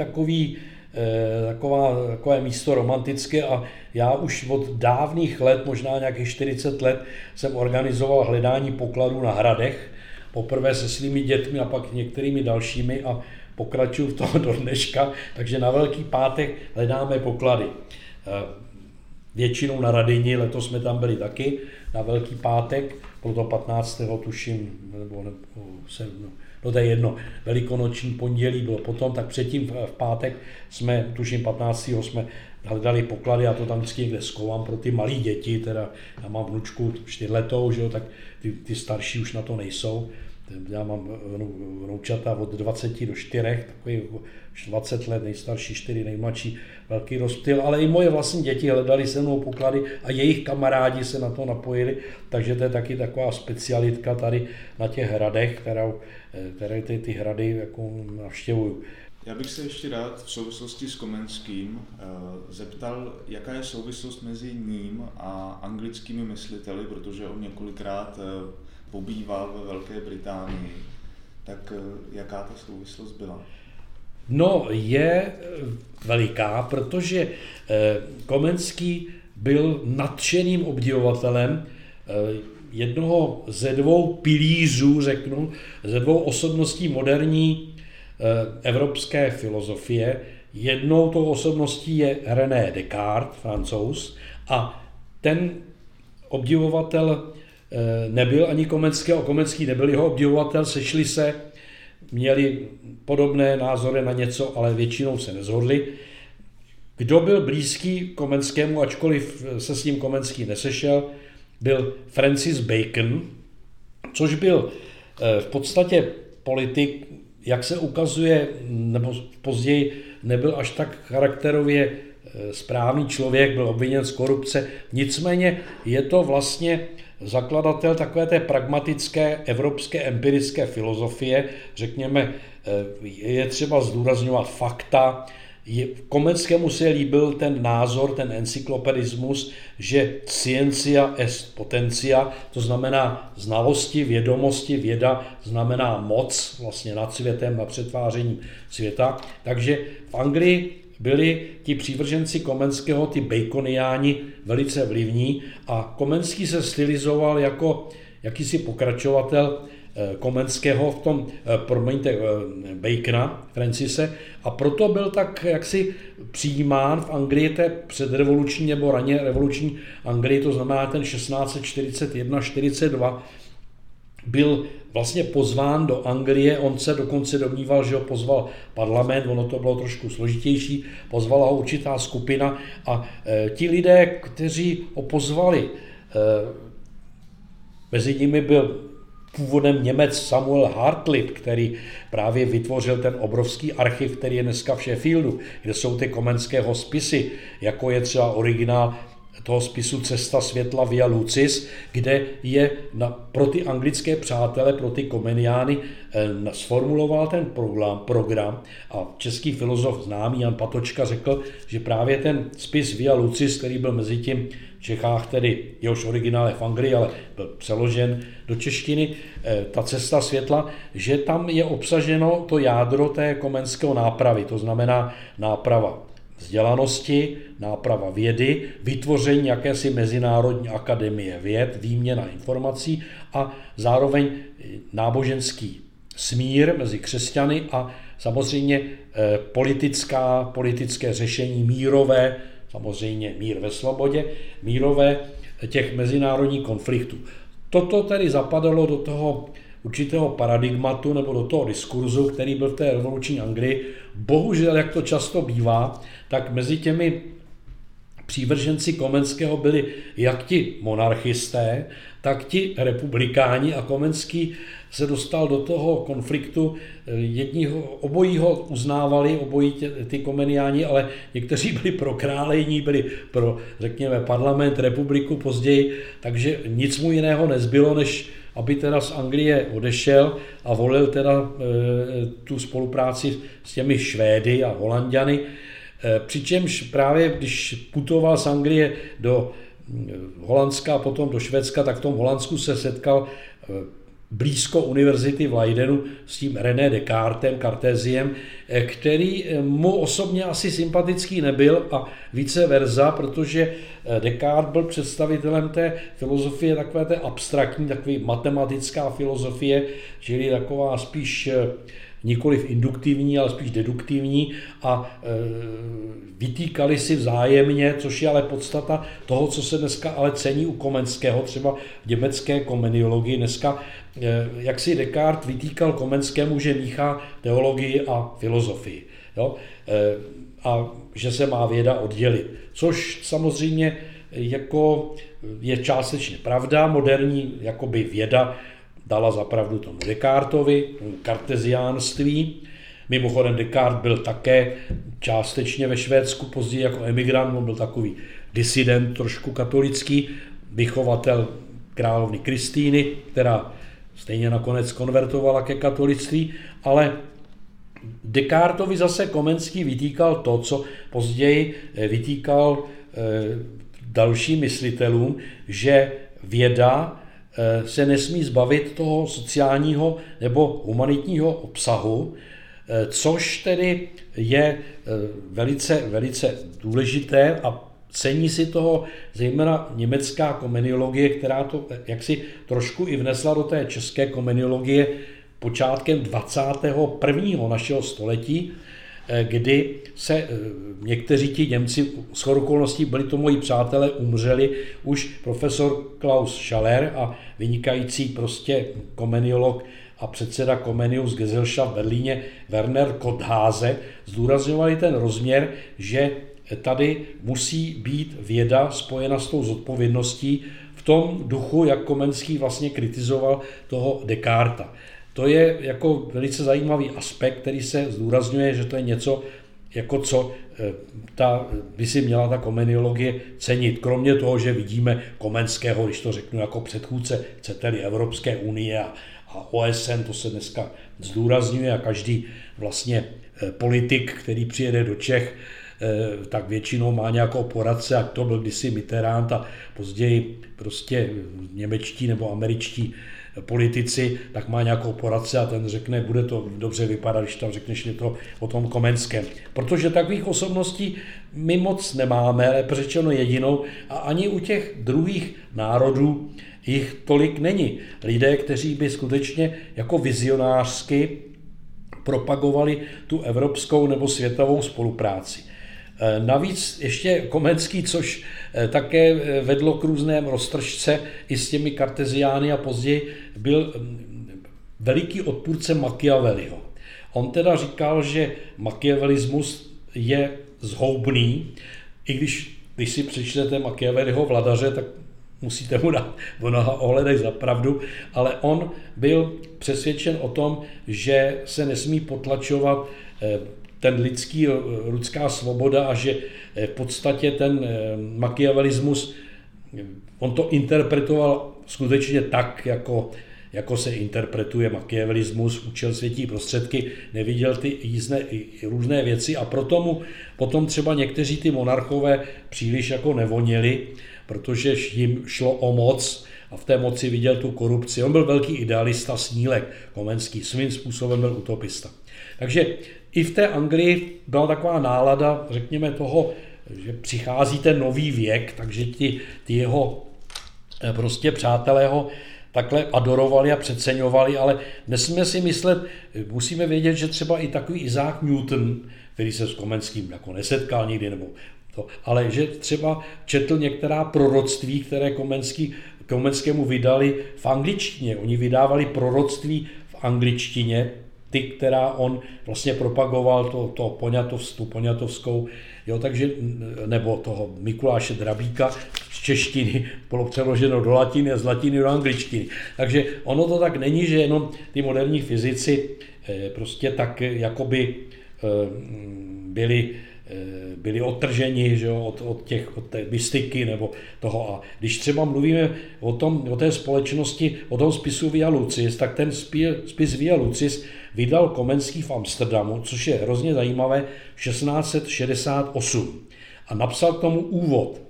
takové místo romantické, a já už od dávných let, možná nějakých 40 let, jsem organizoval hledání pokladů na hradech, poprvé se svými dětmi a pak některými dalšími, a pokračuju v tom do dneška, takže na Velký pátek hledáme poklady. Většinou na Radyni, letos jsme tam byli taky na Velký pátek, proto 15. tuším, nebo no to je jedno, velikonoční pondělí bylo potom, tak předtím v pátek jsme, tuším 15. jsme hledali poklady, a to tam vždycky někde schovám pro ty malé děti, teda já mám vnučku 4letou, že jo, tak ty starší už na to nejsou. Já mám vnoučata od 20 do 4, takový 20 let, nejstarší 4, nejmladší, velký rozptyl, ale i moje vlastní děti hledali se mnou poklady a jejich kamarádi se na to napojili, takže to je taky taková specialitka tady na těch hradech, které ty hrady jako navštěvuju. Já bych se ještě rád v souvislosti s Komenským zeptal, jaká je souvislost mezi ním a anglickými mysliteli, protože on několikrát pobýval ve Velké Británii. Tak jaká ta souvislost byla? No, je veliká, protože Komenský byl nadšeným obdivovatelem jednoho ze dvou pilířů, řeknu, ze dvou osobností moderní evropské filozofie. Jednou tou osobností je René Descartes, Francouz, a ten obdivovatel nebyl ani Komenského, Komenský nebyl jeho obdivovatel, sešli se, měli podobné názory na něco, ale většinou se neshodli. Kdo byl blízký Komenskému, ačkoliv se s ním Komenský nesešel, byl Francis Bacon, což byl v podstatě politik, jak se ukazuje, nebo později nebyl až tak charakterově správný člověk, byl obviněn z korupce, nicméně je to vlastně zakladatel takové té pragmatické evropské empirické filozofie, řekněme, je třeba zdůrazňovat fakta. Komenskému se líbil ten názor, ten encyklopedismus, že scientia est potentia, to znamená znalosti, vědomosti, věda znamená moc vlastně nad světem, nad přetvářením světa. Takže v Anglii byli ti přívrženci Komenského, ty baconiáni, velice vlivní, a Komenský se stylizoval jako jakýsi pokračovatel Komenského v tom, Bacona, Francise, a proto byl tak jaksi přijímán v Anglii té předrevoluční nebo raně revoluční Anglii, to znamená ten 1641-42, byl vlastně pozván do Anglie, on se dokonce domníval, že ho pozval parlament, ono to bylo trošku složitější, pozvala ho určitá skupina, a ti lidé, kteří ho pozvali, mezi nimi byl původem Němec Samuel Hartlib, který právě vytvořil ten obrovský archiv, který je dneska v Sheffieldu, kde jsou ty Komenského spisy, jako je třeba originál toho spisu Cesta světla Via Lucis, kde je pro ty anglické přátele, pro ty komeniány sformuloval ten program, a český filozof známý Jan Patočka řekl, že právě ten spis Via Lucis, který byl mezi tím v Čechách, tedy jehož originál je v Anglii, ale byl přeložen do češtiny, ta Cesta světla, že tam je obsaženo to jádro té Komenského nápravy, to znamená náprava vzdělanosti, náprava vědy, vytvoření jakési mezinárodní akademie věd, výměna informací a zároveň náboženský smír mezi křesťany a samozřejmě politické řešení mírové, samozřejmě mír ve svobodě, mírové těch mezinárodních konfliktů. Toto tedy zapadalo do toho určitého paradigmatu nebo do toho diskurzu, který byl v té revoluční Anglii. Bohužel, jak to často bývá, tak mezi těmi přívrženci Komenského byli jak ti monarchisté, tak ti republikáni a Komenský se dostal do toho konfliktu. Obojího uznávali, obojí ty komeniáni, ale někteří byli pro krále, jiní byli pro, řekněme, parlament, republiku později, takže nic mu jiného nezbylo, než aby teda z Anglie odešel a volil teda tu spolupráci s těmi Švédy a Holanďany. Přičemž právě když putoval z Anglie do Holandska a potom do Švédska, tak v tom Holandsku se setkal blízko univerzity v Leidenu s tím René Descartem, Cartésiem, který mu osobně asi sympatický nebyl a vice versa, protože Descartes byl představitelem té filozofie takové té abstraktní, takový matematická filozofie, čili taková spíš nikoliv induktivní, ale spíš deduktivní a vytýkali si vzájemně, což je ale podstata toho, co se dneska ale cení u Komenského, třeba v německé komeniologii. Dneska, jak si Descartes vytýkal Komenskému, že míchá teologii a filozofii. Jo? A že se má věda oddělit. Což samozřejmě jako je částečně pravda, moderní jakoby věda dala zapravdu tomu Descartovi, tomu karteziánství. Mimochodem Descartes byl také částečně ve Švédsku, později jako emigrant, on byl takový disident, trošku katolický, vychovatel královny Kristýny, která stejně nakonec konvertovala ke katolictví, ale Descartovi zase Komenský vytýkal to, co později vytýkal dalším myslitelům, že věda se nesmí zbavit toho sociálního nebo humanitního obsahu, což tedy je velice, velice důležité a cení si toho zejména německá komeniologie, která to jaksi trošku i vnesla do té české komeniologie počátkem 21. našeho století, kdy se někteří ti Němci, shodou okolností byli to moji přátelé, umřeli, už profesor Klaus Schaller a vynikající prostě komeniolog a předseda Comenius Gesellschaft v Berlíně Werner Kotthase zdůrazňovali ten rozměr, že tady musí být věda spojena s tou zodpovědností v tom duchu, jak Komenský vlastně kritizoval toho Descarta. To je jako velice zajímavý aspekt, který se zdůrazňuje, že to je něco, jako co by si měla ta komeniologie cenit. Kromě toho, že vidíme Komenského, když to řeknu jako předchůdce, chcete-li Evropské unie a OSN, to se dneska zdůrazňuje a každý vlastně politik, který přijede do Čech, tak většinou má nějakou poradce, ať to byl kdysi Mitterrand a později prostě němečtí nebo američtí politici, tak má nějakou poradce a ten řekne, bude to dobře vypadat, když tam řekneš něco o tom Komenském. Protože takových osobností my moc nemáme, lépe řečeno jedinou, a ani u těch druhých národů jich tolik není. Lidé, kteří by skutečně jako vizionářsky propagovali tu evropskou nebo světovou spolupráci. Navíc ještě Komenský, což také vedlo k různém roztržce i s těmi karteziány a později byl veliký odpůrce Machiavelliho. On teda říkal, že machiavelismus je zhoubný, i když si přečtete Machiavelliho Vladaře, tak musíte mu dát v mnoha ohledech za pravdu, ale on byl přesvědčen o tom, že se nesmí potlačovat ten lidská svoboda a že v podstatě ten machiavelismus, on to interpretoval skutečně tak, jako se interpretuje machiavelismus, účel světí prostředky, neviděl ty různé věci a proto mu potom třeba někteří ty monarchové příliš jako nevonili, protože jim šlo o moc a v té moci viděl tu korupci. On byl velký idealista, snílek Komenský, svým způsobem byl utopista. Takže i v té Anglii byla taková nálada, řekněme toho, že přichází ten nový věk, takže ti jeho prostě přátelé ho takhle adorovali a přeceňovali, ale nesmíme si myslet, musíme vědět, že třeba i takový Isaac Newton, který se s Komenským jako nesetkal nikdy, nebo to, ale že třeba četl některá proroctví, které Komenskému vydali v angličtině. Oni vydávali proroctví v angličtině, ty, která on vlastně propagoval, tu poňatovskou, jo, takže, nebo toho Mikuláše Drabíka z češtiny bylo přeloženo do latiny a z latiny do angličtiny. Takže ono to tak není, že jenom ty moderní fyzici prostě tak jakoby byli odtrženi, že jo, od té mystiky nebo toho. A když třeba mluvíme o té společnosti, o tom spisu Via Lucis, tak ten spis Via Lucis vydal Komenský v Amsterdamu, což je hrozně zajímavé, 1668. A napsal k tomu úvod.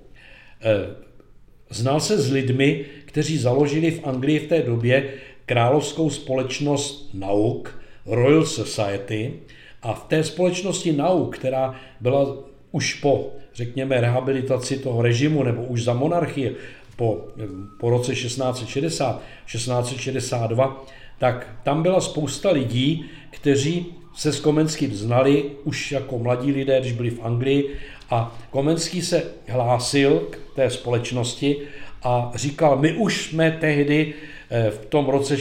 Znal se s lidmi, kteří založili v Anglii v té době královskou společnost nauk, Royal Society, a v té společnosti nauk, která byla už po, řekněme, rehabilitaci toho režimu nebo už za monarchie po roce 1660, 1662, tak tam byla spousta lidí, kteří se s Komenským znali už jako mladí lidé, když byli v Anglii, a Komenský se hlásil k té společnosti a říkal, my už jsme tehdy v tom roce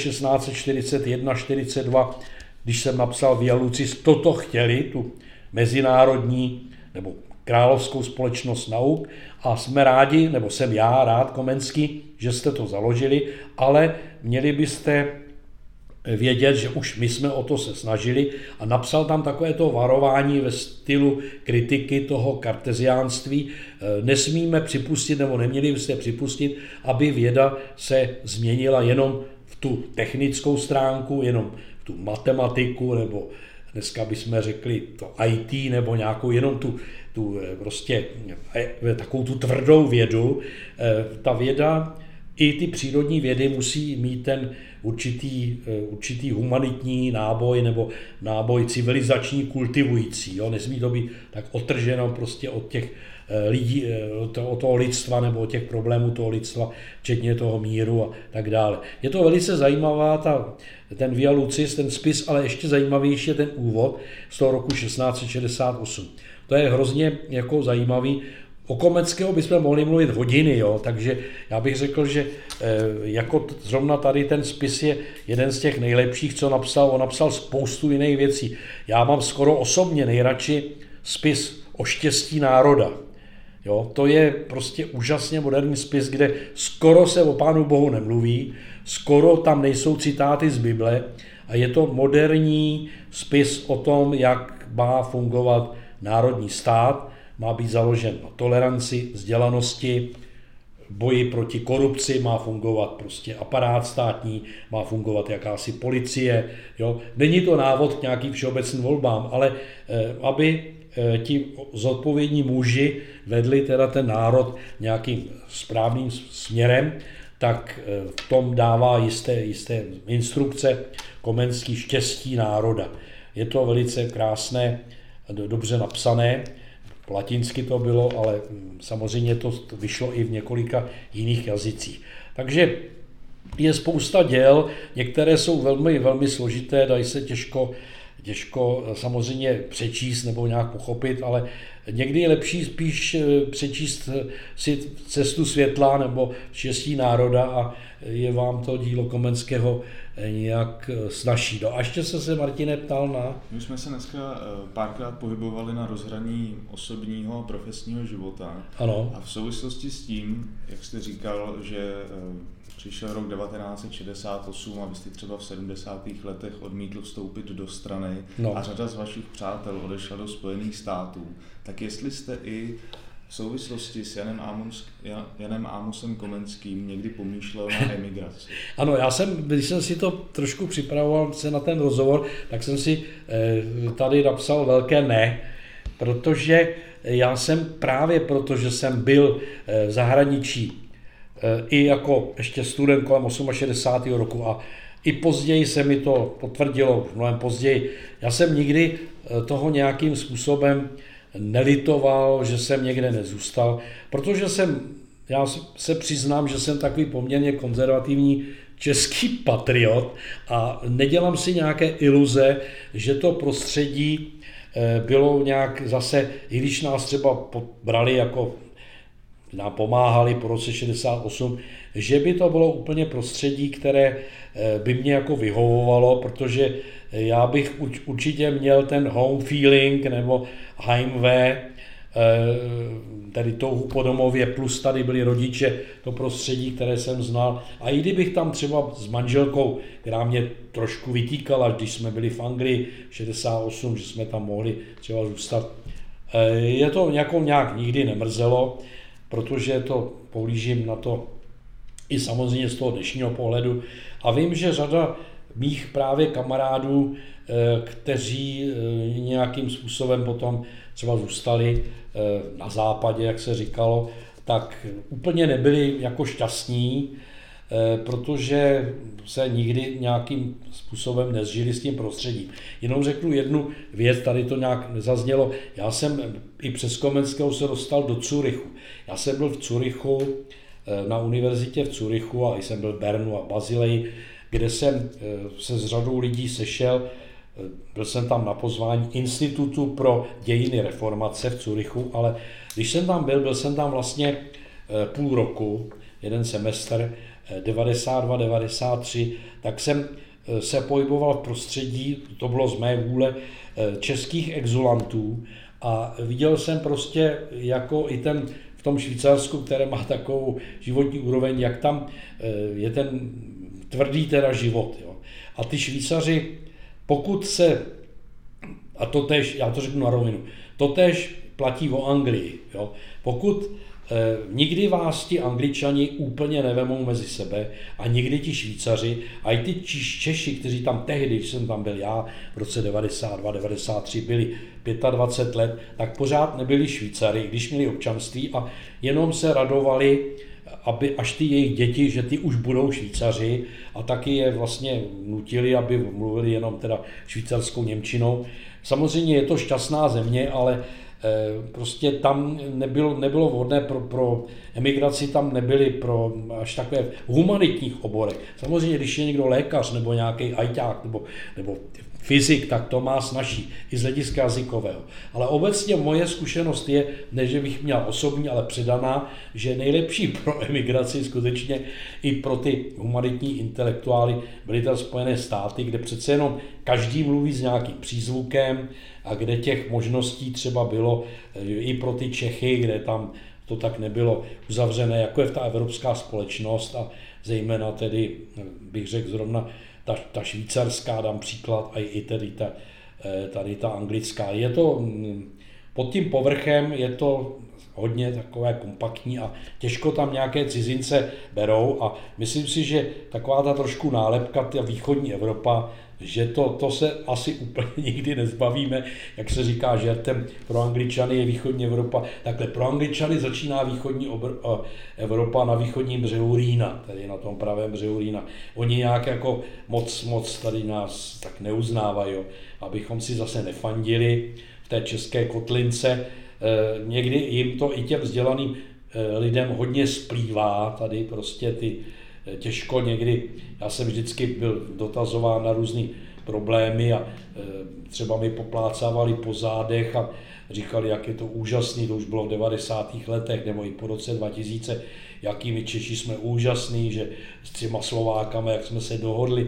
1641-42, když jsem napsal Via Lucis, toto chtěli, tu mezinárodní nebo královskou společnost nauk, a jsme rádi, nebo jsem já rád, Komenský, že jste to založili, ale měli byste vědět, že už my jsme o to se snažili, a napsal tam takové to varování ve stylu kritiky toho karteziánství. Nesmíme připustit, nebo neměli byste připustit, aby věda se změnila jenom v tu technickou stránku, jenom v tu matematiku, nebo dneska bychom řekli to IT, nebo nějakou jenom tu prostě takovou tu tvrdou vědu. Ta věda, i ty přírodní vědy musí mít ten určitý humanitní náboj nebo náboj civilizační, kultivující. Jo? Nesmí to být tak odtrženo prostě od těch lidí, od toho lidstva nebo od těch problémů toho lidstva, včetně toho míru a tak dále. Je to velice zajímavá ten Via Lucis, ten spis, ale ještě zajímavější je ten úvod z toho roku 1668. To je hrozně jako zajímavý. O Komenského bychom mohli mluvit hodiny, jo? Takže já bych řekl, že jako zrovna tady ten spis je jeden z těch nejlepších, co napsal. On napsal spoustu jiných věcí. Já mám skoro osobně nejradši spis o štěstí národa. Jo? To je prostě úžasně moderní spis, kde skoro se o Pánu Bohu nemluví, skoro tam nejsou citáty z Bible, a je to moderní spis o tom, jak má fungovat národní stát. Má být založen na toleranci, vzdělanosti, boji proti korupci, má fungovat prostě aparát státní, má fungovat jakási policie. Jo. Není to návod k nějakým všeobecným volbám, ale aby ti zodpovědní muži vedli teda ten národ nějakým správným směrem, tak v tom dává jisté instrukce Komenský štěstí národa. Je to velice krásné, dobře napsané. Latinsky to bylo, ale samozřejmě to vyšlo i v několika jiných jazycích. Takže je spousta děl, některé jsou velmi, velmi složité, dají se těžko samozřejmě přečíst nebo nějak pochopit, ale někdy je lepší spíš přečíst si Cestu světla nebo Štěstí národa a je vám to dílo Komenského nějak snažší. A ještě se Martine ptal na... My jsme se dneska párkrát pohybovali na rozhraní osobního a profesního života. Ano. A v souvislosti s tím, jak jste říkal, že přišel rok 1968 a vy jste třeba v 70. letech odmítl vstoupit do strany a řada z vašich přátel odešla do Spojených států, tak jestli jste i v souvislosti s Janem Ámosem Komenským někdy pomýšlel na emigraci? Ano, když jsem si to trošku připravoval se na ten rozhovor, tak jsem si tady napsal velké ne, protože já jsem právě proto, že jsem byl v zahraničí i jako ještě student kolem 68. roku a i později se mi to potvrdilo, mnohem později. Já jsem nikdy toho nějakým způsobem nelitoval, že jsem někde nezůstal, protože já se přiznám, že jsem takový poměrně konzervativní český patriot a nedělám si nějaké iluze, že to prostředí bylo nějak zase, i když nás třeba brali jako nám pomáhali po roce 68, že by to bylo úplně prostředí, které by mě jako vyhovovalo, protože já bych určitě měl ten home feeling nebo Heimweh, tady touhu po domově, plus tady byli rodiče, to prostředí, které jsem znal. A i kdybych tam třeba s manželkou, která mě trošku vytýkala, když jsme byli v Anglii 68, že jsme tam mohli třeba zůstat, je to nějak nikdy nemrzelo, protože to pohlížím na to i samozřejmě z toho dnešního pohledu. A vím, že řada mých právě kamarádů, kteří nějakým způsobem potom třeba zůstali na západě, jak se říkalo, tak úplně nebyli jako šťastní, protože se nikdy nějakým způsobem nezžili s tím prostředím. Jenom řeknu jednu věc, tady to nějak nezaznělo. Já jsem i přes Komenského se dostal do Curychu. Já jsem byl v Curychu, na univerzitě v Curychu a jsem byl v Bernu a Bazileji, kde jsem se s řadou lidí sešel. Byl jsem tam na pozvání Institutu pro dějiny reformace v Curychu, ale když jsem tam byl jsem tam vlastně půl roku, jeden semestr, 92-93, tak jsem se pohyboval v prostředí, to bylo z mé vůle, českých exulantů a viděl jsem prostě jako i v tom Švýcarsku, které má takovou životní úroveň, jak tam je ten tvrdý teda život. Jo. A ty Švýcaři, pokud se, a to tež, já to řeknu na rovinu, to tež platí o Anglii. Jo. Pokud nikdy vás ti Angličani úplně nevemou mezi sebe a nikdy ti Švýcaři a i ty Češi, kteří tam tehdy, když jsem tam byl já, v roce 92-93 byli 25 let, tak pořád nebyli Švýcary, když měli občanství a jenom se radovali, aby až ty jejich děti, že ty už budou Švýcaři a taky je vlastně nutili, aby mluvili jenom teda švýcarskou němčinou. Samozřejmě je to šťastná země, ale prostě tam nebylo vhodné pro emigraci, tam nebyli pro až takové humanitních oborech. Samozřejmě, když je někdo lékař nebo nějaký ajťák nebo fyzik, tak to má snažší i z hlediska jazykového. Ale obecně moje zkušenost je, ne že bych měl osobní, ale předaná, že nejlepší pro emigraci skutečně i pro ty humanitní intelektuály byly tam Spojené státy, kde přece jenom každý mluví s nějakým přízvukem a kde těch možností třeba bylo i pro ty Čechy, kde tam to tak nebylo uzavřené, jako je ta evropská společnost a zejména tedy, bych řekl zrovna, ta švýcarská, dám příklad, a i tedy tady ta anglická. Je to pod tím povrchem, je to hodně takové kompaktní a těžko tam nějaké cizince berou a myslím si, že taková ta trošku nálepka, ta východní Evropa, že to se asi úplně nikdy nezbavíme, jak se říká žertem, pro Angličany je východní Evropa, takhle pro Angličany začíná východní Evropa na východním břehu Rýna, tedy na tom pravém břehu Rýna. Oni nějak jako moc tady nás tak neuznávají, abychom si zase nefandili v té české kotlince. Někdy jim to i těm vzdělaným lidem hodně splývá, tady prostě ty těžko někdy, já jsem vždycky byl dotazován na různý problémy a třeba mi poplácávali po zádech a říkali, jak je to úžasný, to už bylo v 90. letech nebo i po roce 2000, jakými Češi jsme úžasný, že s těma Slovákama, jak jsme se dohodli.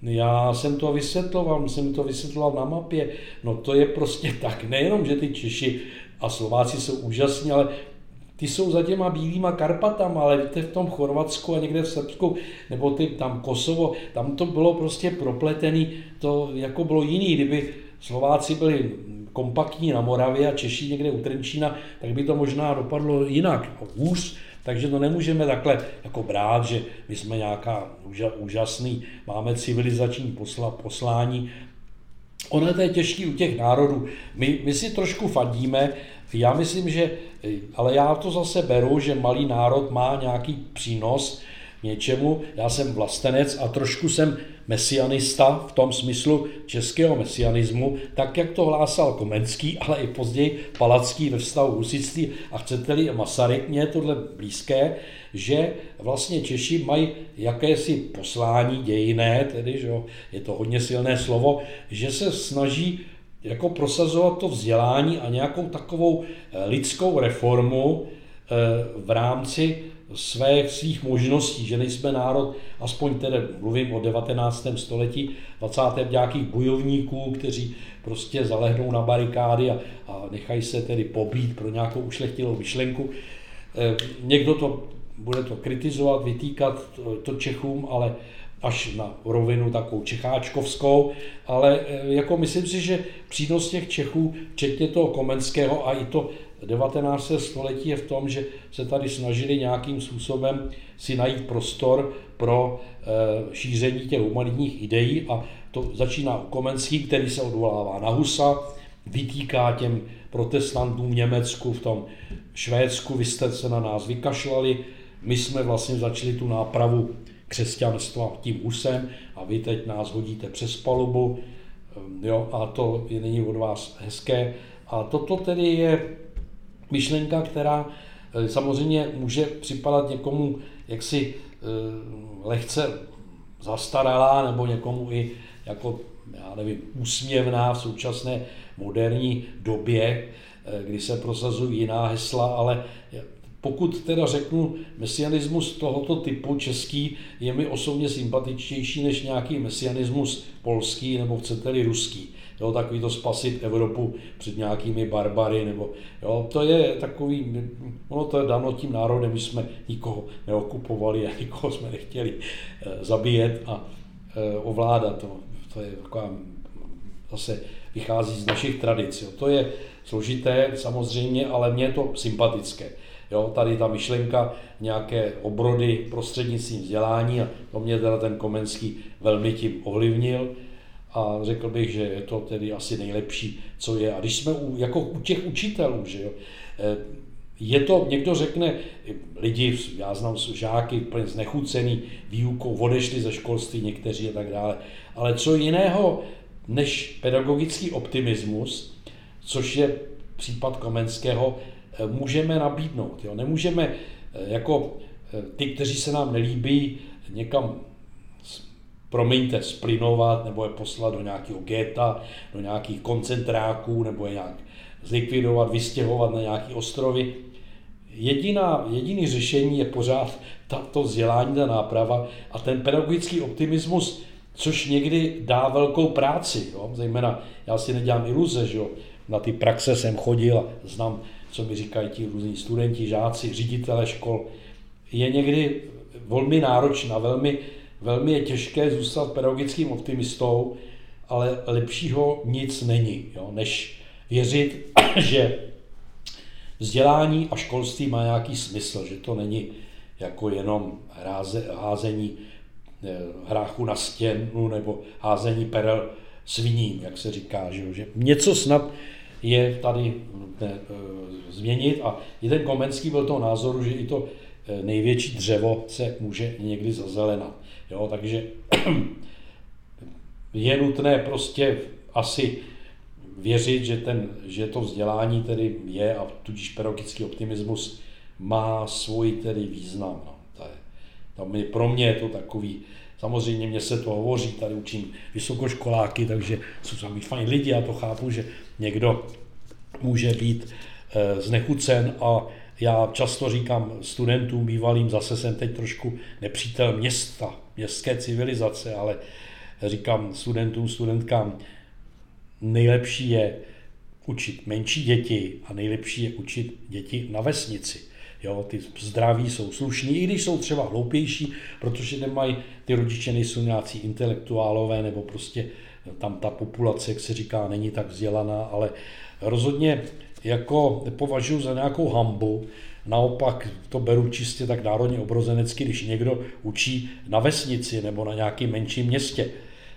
Já jsem to vysvětloval na mapě, no to je prostě tak, nejenom, že ty Češi a Slováci jsou úžasní, ale ty jsou za těma bílýma Karpatama, ale víte, v tom Chorvatsku a někde v Srbsku, nebo tam Kosovo, tam to bylo prostě propletený, to jako bylo jiný, kdyby Slováci byli kompaktní na Moravě a Češi někde u Trenčína, tak by to možná dopadlo jinak, hůř, takže to nemůžeme takhle jako brát, že my jsme nějaká úžasný, máme civilizační poslání. Ono to je těžký u těch národů. My si trošku fandíme, Já myslím, že, ale já to zase beru, že malý národ má nějaký přínos k něčemu. Já jsem vlastenec a trošku jsem mesianista v tom smyslu českého mesianismu, tak jak to hlásal Komenský, ale i později Palacký ve vztahu husitství a chcete-li i Masaryk, mně je tohle blízké, že vlastně Češi mají jakési poslání dějinné, tedy že je to hodně silné slovo, že se snaží jako prosazovat to vzdělání a nějakou takovou lidskou reformu v rámci svých možností, že nejsme národ, aspoň tedy mluvím o 19. století, 20. nějakých bojovníků, kteří prostě zalehnou na barikády a nechají se tedy pobít pro nějakou ušlechtilou myšlenku. Někdo bude to kritizovat, vytýkat to Čechům, ale až na rovinu takovou čecháčkovskou, ale jako myslím si, že přínos těch Čechů, včetně toho Komenského a i to 19. století je v tom, že se tady snažili nějakým způsobem si najít prostor pro šíření těch humanitních ideí a to začíná u Komenský, který se odvolává na Husa, vytýká těm protestantům v Německu, v tom Švédsku, vy jste se na nás vykašlali, my jsme vlastně začali tu nápravu křesťanstva tím Husem a vy teď nás hodíte přes palubu, jo, a to není od vás hezké. A toto tedy je myšlenka, která samozřejmě může připadat někomu jaksi lehce zastaralá nebo někomu i jako, já nevím, úsměvná v současné moderní době, kdy se prosazují jiná hesla, ale pokud teda řeknu, mesianismus tohoto typu český je mi osobně sympatičtější než nějaký mesianismus polský nebo chcete-li ruský. Jo, takový to spasit Evropu před nějakými barbary, nebo jo, to je takový, ono to je dano tím národem, my jsme nikoho neokupovali a nikoho jsme nechtěli zabíjet a ovládat. To je taková, zase vychází z našich tradic. Jo. To je složité samozřejmě, ale mně je to sympatické. Jo, tady ta myšlenka nějaké obrody prostřednictvím vzdělání a to mě teda ten Komenský velmi tím ovlivnil a řekl bych, že je to tedy asi nejlepší, co je. A když jsme jako u těch učitelů, že jo, je to, někdo řekne, lidi, já znám žáky úplně znechucený výukou, odešli ze školství někteří a tak dále, ale co jiného než pedagogický optimismus, což je případ Komenského, můžeme nabídnout. Jo? Nemůžeme jako ty, kteří se nám nelíbí, někam, promiňte, splinovat nebo je poslat do nějakého geta, do nějakých koncentráků nebo je nějak zlikvidovat, vystěhovat na nějaké ostrovy. Jediný řešení je pořád to vzdělání, ta náprava a ten pedagogický optimismus, což někdy dá velkou práci. Jo? Zejména já si nedělám iluze, že jo? Na ty praxe jsem chodil a znám, co mi říkají ti různí studenti, žáci, ředitelé škol. Je někdy velmi náročná, velmi je těžké zůstat pedagogickým optimistou, ale lepšího nic není, jo, než věřit, že vzdělání a školství má nějaký smysl, že to není jako jenom házení hráchu na stěnu nebo házení perel sviním, jak se říká, že něco snad je tady změnit a i ten Komenský byl toho názoru, že i to největší dřevo se může někdy zazelenat. Jo, takže je nutné prostě asi věřit, že to vzdělání tedy je a tudíž pedagogický optimismus má svůj tedy význam. No. Pro mě je to takový, samozřejmě mě se to hovoří, tady učím vysokoškoláky, takže jsou sami fajn lidi, já to chápu, že někdo může být znechucen a já často říkám studentům bývalým, zase jsem teď trošku nepřítel města, městské civilizace, ale říkám studentům, studentkám, nejlepší je učit menší děti a nejlepší je učit děti na vesnici. Jo, ty zdraví jsou slušní, i když jsou třeba hloupější, protože nemají, ty rodiče nejsou nějací intelektuálové, nebo prostě tam ta populace, jak se říká, není tak vzdělaná, ale rozhodně jako nepovažuji za nějakou hanbu, naopak to beru čistě tak národně obrozenecky, když někdo učí na vesnici nebo na nějakém menším městě.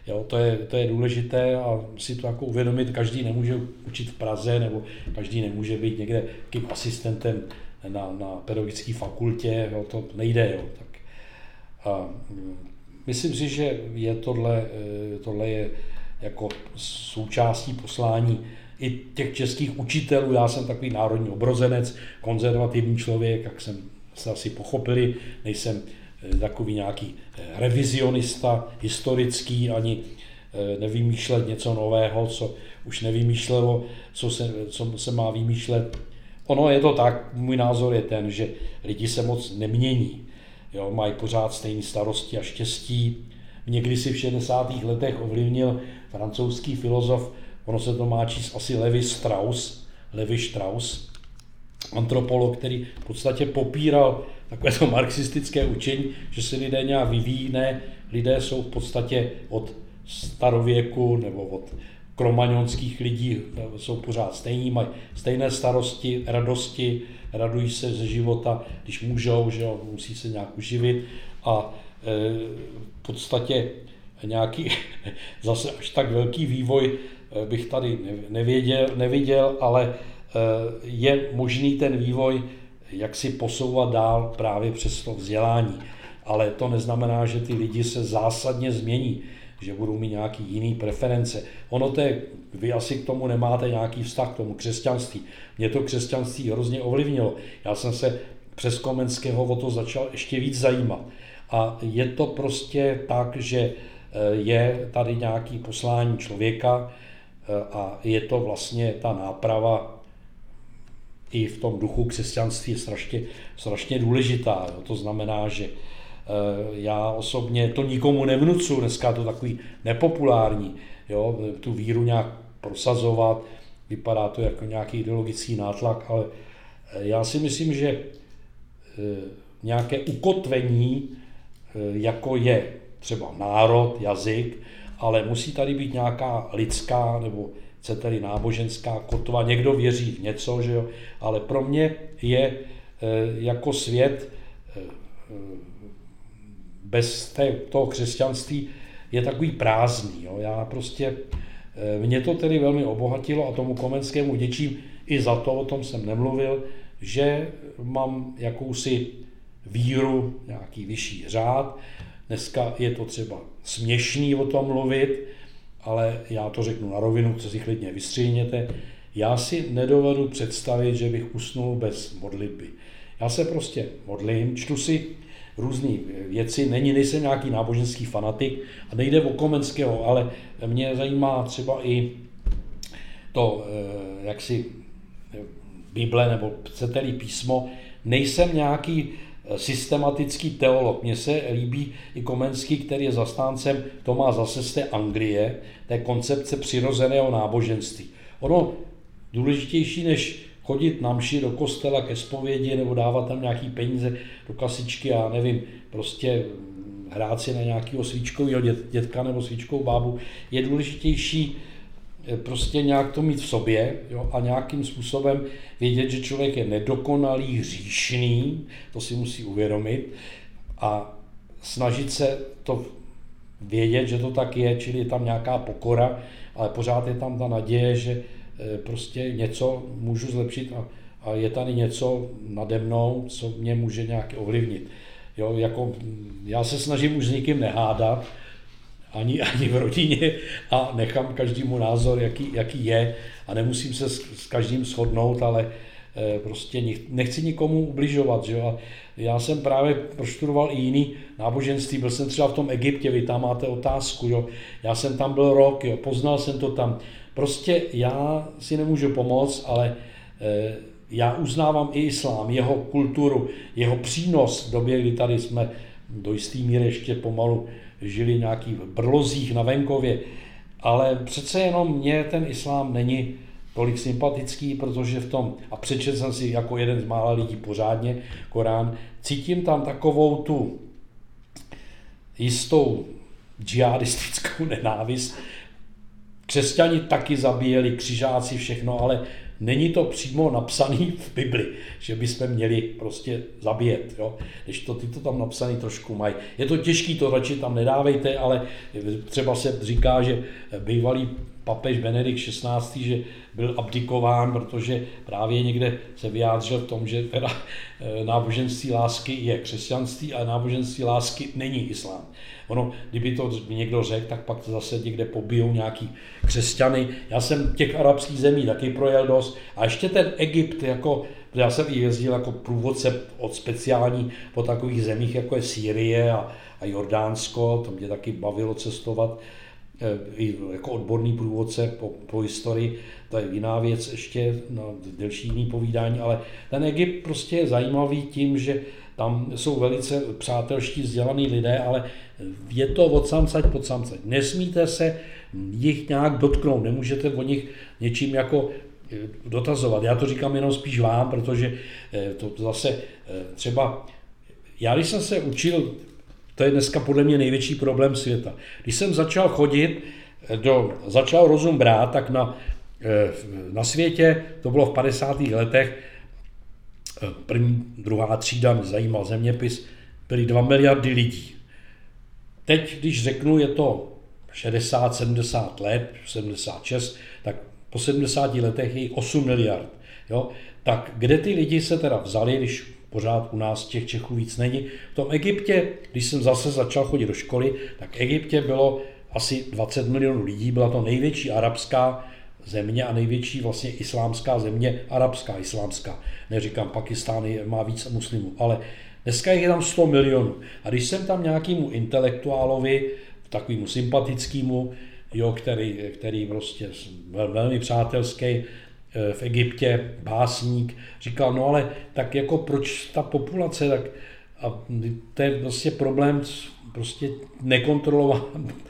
Jo, to je důležité a si to jako uvědomit, každý nemůže učit v Praze, nebo každý nemůže být někde takým asistentem na pedagogické fakultě, jo, to nejde. Jo, tak. A myslím si, že tohle je jako součástí poslání i těch českých učitelů. Já jsem takový národní obrozenec, konzervativní člověk, jak jsem se asi pochopili, nejsem takový nějaký revizionista historický, ani nevymýšlet něco nového, co už nevymýšlelo, co se má vymýšlet. Ono je to tak, můj názor je ten, že lidi se moc nemění. Jo, mají pořád stejné starosti a štěstí. Někdy si v 60. letech ovlivnil francouzský filozof, ono se to má číst asi Levi Strauss, antropolog, který v podstatě popíral takové to marxistické učení, že se lidé nějak vyvíjí, ne, lidé jsou v podstatě od starověku nebo od kromaňonských lidí, jsou pořád stejní, mají stejné starosti, radosti, radují se ze života, když můžou, že jo, musí se nějak uživit a v podstatě nějaký zase až tak velký vývoj bych tady neviděl, ale je možný ten vývoj, jak si posouvat dál právě přes to vzdělání. Ale to neznamená, že ty lidi se zásadně změní, že budou mít nějaký jiný preference. Vy asi k tomu nemáte nějaký vztah k tomu křesťanství. Mě to křesťanství hrozně ovlivnilo. Já jsem se přes Komenského o to začal ještě víc zajímat. A je to prostě tak, že je tady nějaký poslání člověka a je to vlastně ta náprava i v tom duchu křesťanství je strašně důležitá. Jo. To znamená, že já osobně to nikomu nevnucuji, dneska je to takový nepopulární, jo, tu víru nějak prosazovat, vypadá to jako nějaký ideologický nátlak, ale já si myslím, že nějaké ukotvení, jako je třeba národ, jazyk, ale musí tady být nějaká lidská nebo chcete-li náboženská kotva, někdo věří v něco, že jo, ale pro mě je jako svět bez toho křesťanství je takový prázdný. Jo. Já prostě, mě to tedy velmi obohatilo a tomu Komenskému děčím i za to, o tom jsem nemluvil, že mám jakousi víru, nějaký vyšší řád. Dneska je to třeba směšný o tom mluvit, ale já to řeknu na rovinu, co si klidně vystříhněte. Já si nedovedu představit, že bych usnul bez modlitby. Já se prostě modlím, čtu si různé věci, nejsem nějaký náboženský fanatik a nejde o Komenského, ale mě zajímá třeba i to, jak si Bible nebo chcete-li písmo, nejsem nějaký systematický teolog. Mně se líbí i Komenský, který je zastáncem, to má zase z té Anglie, té koncepce přirozeného náboženství. Ono důležitější, než chodit na mši do kostela ke zpovědi nebo dávat tam nějaký peníze do kasičky, já nevím, prostě hrát si na nějakého svíčkového dětka nebo svíčkovou bábu, je důležitější prostě nějak to mít v sobě, jo, a nějakým způsobem vědět, že člověk je nedokonalý, hříšný, to si musí uvědomit a snažit se to vědět, že to tak je, čili je tam nějaká pokora, ale pořád je tam ta naděje, že prostě něco můžu zlepšit a je tady něco nade mnou, co mě může nějak ovlivnit. Jo, jako já se snažím už s nikým nehádat, ani v rodině a nechám každému názor, jaký je a nemusím se s každým shodnout, ale prostě nechci nikomu ubližovat. Že? A já jsem právě proštudoval i jiný náboženství, byl jsem třeba v tom Egyptě, vy tam máte otázku, jo? Já jsem tam byl rok, jo? Poznal jsem to tam. Prostě já si nemůžu pomoct, ale já uznávám i islám, jeho kulturu, jeho přínos v době, kdy tady jsme do jisté míry ještě pomalu žili nějaký v brlozích na venkově, ale přece jenom mně ten islám není tolik sympatický, protože v tom, a přečetl jsem si jako jeden z mála lidí pořádně Korán, cítím tam takovou tu jistou džihadistickou nenávist. Křesťani taky zabíjeli, křižáci, všechno, ale není to přímo napsaný v Bibli, že bychom měli prostě zabíjet, jo? Když to ty to tam napsaný trošku mají. Je to těžký, to radši tam nedávejte, ale třeba se říká, že bývalý papež Benedikt XVI, že byl abdikován, protože právě někde se vyjádřil v tom, že teda náboženství lásky je křesťanství a náboženství lásky není islám. Ono, kdyby to někdo řekl, tak pak to zase někde pobijou nějaký křesťany. Já jsem těch arabských zemí taky projel dost. A ještě ten Egypt, jako, já jsem i jezdil jako průvodce od speciální po takových zemích, jako je Sýrie a Jordánsko, to mě taky bavilo cestovat, i jako odborný průvodce po historii, to je jiná věc, ještě na delší jiný povídání, ale ten Egypt prostě je zajímavý tím, že tam jsou velice přátelští, vzdělaný lidé, ale je to od samcať pod samcať. Nesmíte se jich nějak dotknout, nemůžete o nich něčím jako dotazovat. Já to říkám jenom spíš vám, protože to zase třeba, já když jsem se učil, to je dneska podle mě největší problém světa. Když jsem začal chodit, začal rozum brát, tak na světě, to bylo v 50. letech, první, druhá třída, mě zajímal zeměpis, byly 2 miliardy lidí. Teď, když řeknu, je to 60, 70 let, 76, tak po 70 letech je 8 miliard. Jo? Tak kde ty lidi se teda vzali, když pořád u nás těch Čechů víc není. V tom Egyptě, když jsem zase začal chodit do školy, tak v Egyptě bylo asi 20 milionů lidí, byla to největší arabská země a největší vlastně islámská země, arabská, islámská. Neříkám, Pakistán má víc muslimů, ale dneska je tam 100 milionů. A když jsem tam nějakému intelektuálovi, takovému sympatickému, jo, který prostě velmi přátelský, v Egyptě, básník, říkal, no ale tak jako proč ta populace, tak a to je vlastně problém, prostě nekontrolovaná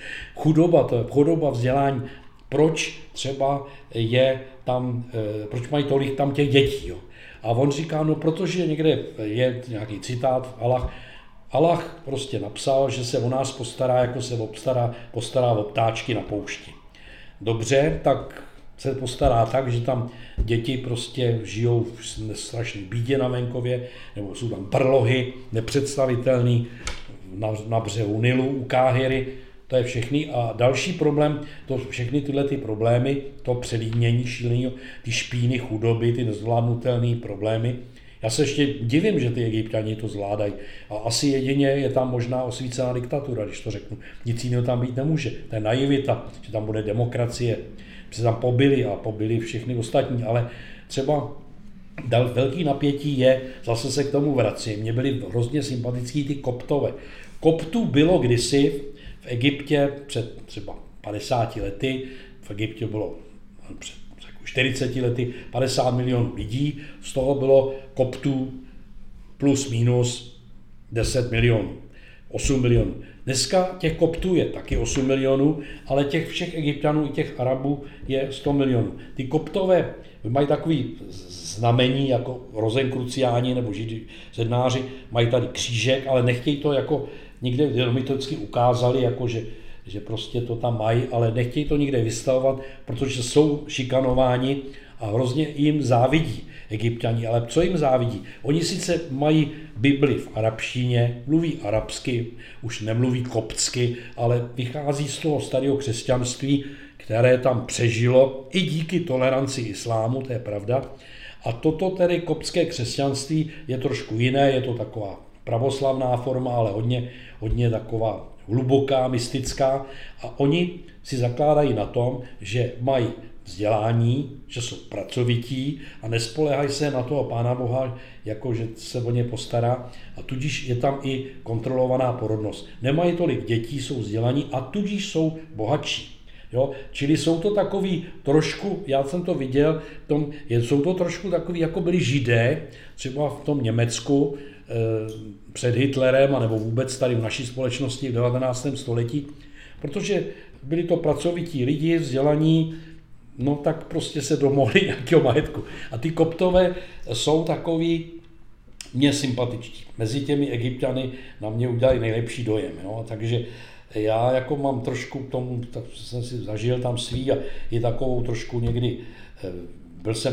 chudoba vzdělání. Proč třeba je tam, proč mají tolik tam těch dětí, jo? A on říká, no protože někde je nějaký citát, Allah prostě napsal, že se o nás postará, jako se postará o ptáčky na poušti. Dobře, tak se postará tak, že tam děti prostě žijou v strašné bídě na venkově, nebo jsou tam brlohy nepředstavitelný na břehu Nilu u Káhiry, to je všechny. A další problém, to všechny tyhle ty problémy, to přelidnění šíleného, ty špíny, chudoby, ty nezvládnutelné problémy. Já se ještě divím, že ty Egypťani to zvládají. A asi jedině je tam možná osvícená diktatura, když to řeknu. Nic jiného tam být nemůže. To je naivita, že tam bude demokracie. Se tam pobili všechny ostatní, ale třeba velký napětí je, zase se k tomu vracím, mně byli hrozně sympatický ty Koptové. Koptů bylo kdysi v Egyptě před třeba 50 lety, v Egyptě bylo před 40 lety 50 milionů lidí, z toho bylo Koptů plus minus 10 milionů, 8 milionů. Dneska těch Koptů je taky 8 milionů, ale těch všech Egypťanů i těch Arabů je 100 milionů. Ty Koptové mají takový znamení jako rozenkruciáni nebo židi zednáři, mají tady křížek, ale nechtějí to jako někde, jenom mi to vždycky ukázali, jako že prostě to tam mají, ale nechtějí to nikde vystavovat, protože jsou šikanováni a hrozně jim závidí Egypťani. Ale co jim závidí? Oni sice mají Bibli v arabštině, mluví arabsky, už nemluví koptsky, ale vychází z toho starého křesťanství, které tam přežilo i díky toleranci islámu, to je pravda. A toto tedy koptské křesťanství je trošku jiné, je to taková pravoslavná forma, ale hodně taková hluboká, mystická. A oni si zakládají na tom, že mají vzdělání, že jsou pracovití a nespoléhají se na toho Pána Boha, jako že se o ně postará. A tudíž je tam i kontrolovaná porodnost. Nemají tolik dětí, jsou vzdělaní a tudíž jsou bohatší. Jo? Čili jsou to takový trošku, já jsem to viděl, jsou to trošku takový, jako byli Židé, třeba v tom Německu před Hitlerem, anebo vůbec tady v naší společnosti v 19. století, protože byli to pracovití lidi, vzdělaní, no tak prostě se domohli nějakého majetku. A ty Koptové jsou takový mě sympatičtí. Mezi těmi Egypťany na mě udělali nejlepší dojem. Jo? Takže já jako mám trošku k tomu, tak jsem si zažil tam svý a i takovou trošku někdy, byl jsem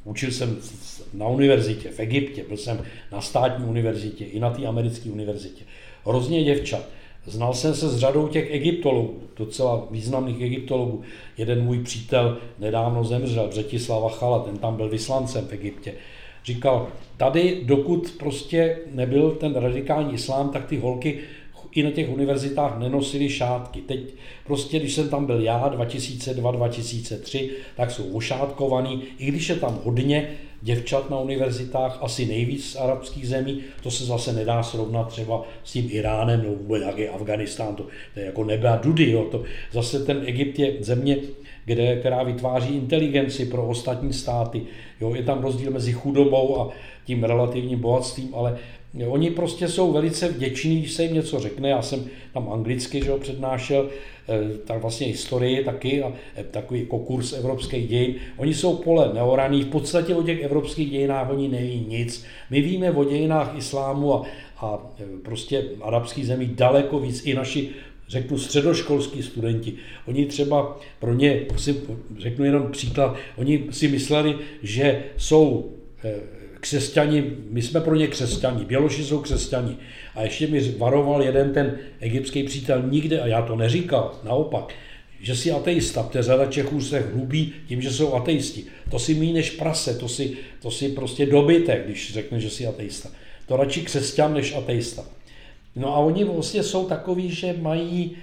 učil jsem na univerzitě v Egyptě, byl jsem na státní univerzitě i na té americké univerzitě. Hrozně děvčat. Znal jsem se s řadou těch egyptologů, docela významných egyptologů. Jeden můj přítel nedávno zemřel, Břetislav Achala, ten tam byl vyslancem v Egyptě. Říkal, tady dokud prostě nebyl ten radikální islám, tak ty holky i na těch univerzitách nenosily šátky. Teď prostě, když jsem tam byl já, 2002, 2003, tak jsou ošátkovaný, i když je tam hodně děvčat na univerzitách, asi nejvíc z arabských zemí, to se zase nedá srovnat třeba s tím Iránem, nebo vůbec jak je Afganistán, to je jako nebe a dudy, jo. To zase ten Egypt je země, která vytváří inteligenci pro ostatní státy. Jo. Je tam rozdíl mezi chudobou a tím relativním bohatstvím, ale oni prostě jsou velice vděční, když se jim něco řekne. Já jsem tam anglicky, že ho přednášel, tak vlastně historii taky a takový jako kurz evropských dějin. Oni jsou pole neoraný, v podstatě o těch evropských dějinách oni neví nic. My víme o dějinách islámu a prostě arabských zemí daleko víc, i naši, řeknu, středoškolský studenti. Oni třeba, pro ně, řeknu jenom příklad, oni si mysleli, že jsou křesťani, my jsme pro ně křesťani, Běloši jsou křesťani. A ještě mi varoval jeden ten egyptský přítel nikde, a já to neříkal, naopak, že jsi ateista, protože řada Čechů se hlubí tím, že jsou ateisti. To si míň než prase, to si prostě dobytek, když řekne, že jsi ateista. To radši křesťan než ateista. No a oni vlastně jsou takoví, že mají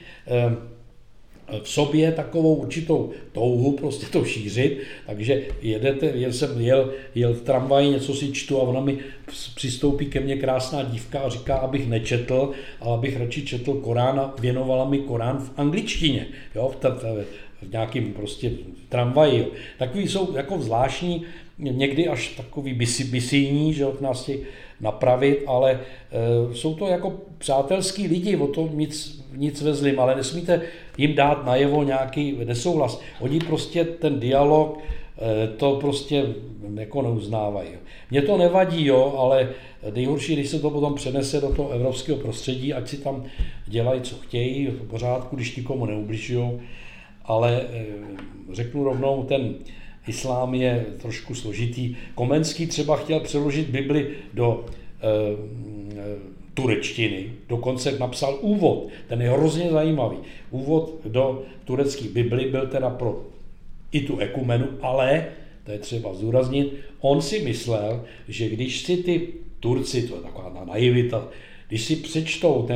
v sobě takovou určitou touhu prostě to šířit, takže jsem jel v tramvaji, něco si čtu a ona mi přistoupí ke mně krásná dívka a říká, abych nečetl, ale abych radši četl Korán a věnovala mi Korán v angličtině, jo, v nějakým prostě tramvaji. Jo. Takový jsou jako zvláštní, někdy až takový bisijní, že od nás chtějí napravit, ale jsou to jako přátelský lidi, o to nic vezlim, ale nesmíte jim dát najevo nějaký nesouhlas. Oni prostě ten dialog, to prostě jako neuznávají. Mně to nevadí, jo, ale nejhorší, když se to potom přenese do toho evropského prostředí, ať si tam dělají, co chtějí, v pořádku, když nikomu neubližujou, ale řeknu rovnou, ten islám je trošku složitý. Komenský třeba chtěl přeložit Bibli do turečtiny, dokonce napsal úvod, ten je hrozně zajímavý. Úvod do turecké Bibli byl teda pro i tu ekumenu, ale, to je třeba zdůraznit, on si myslel, že když si ty Turci, to je taková naivita, když si přečtou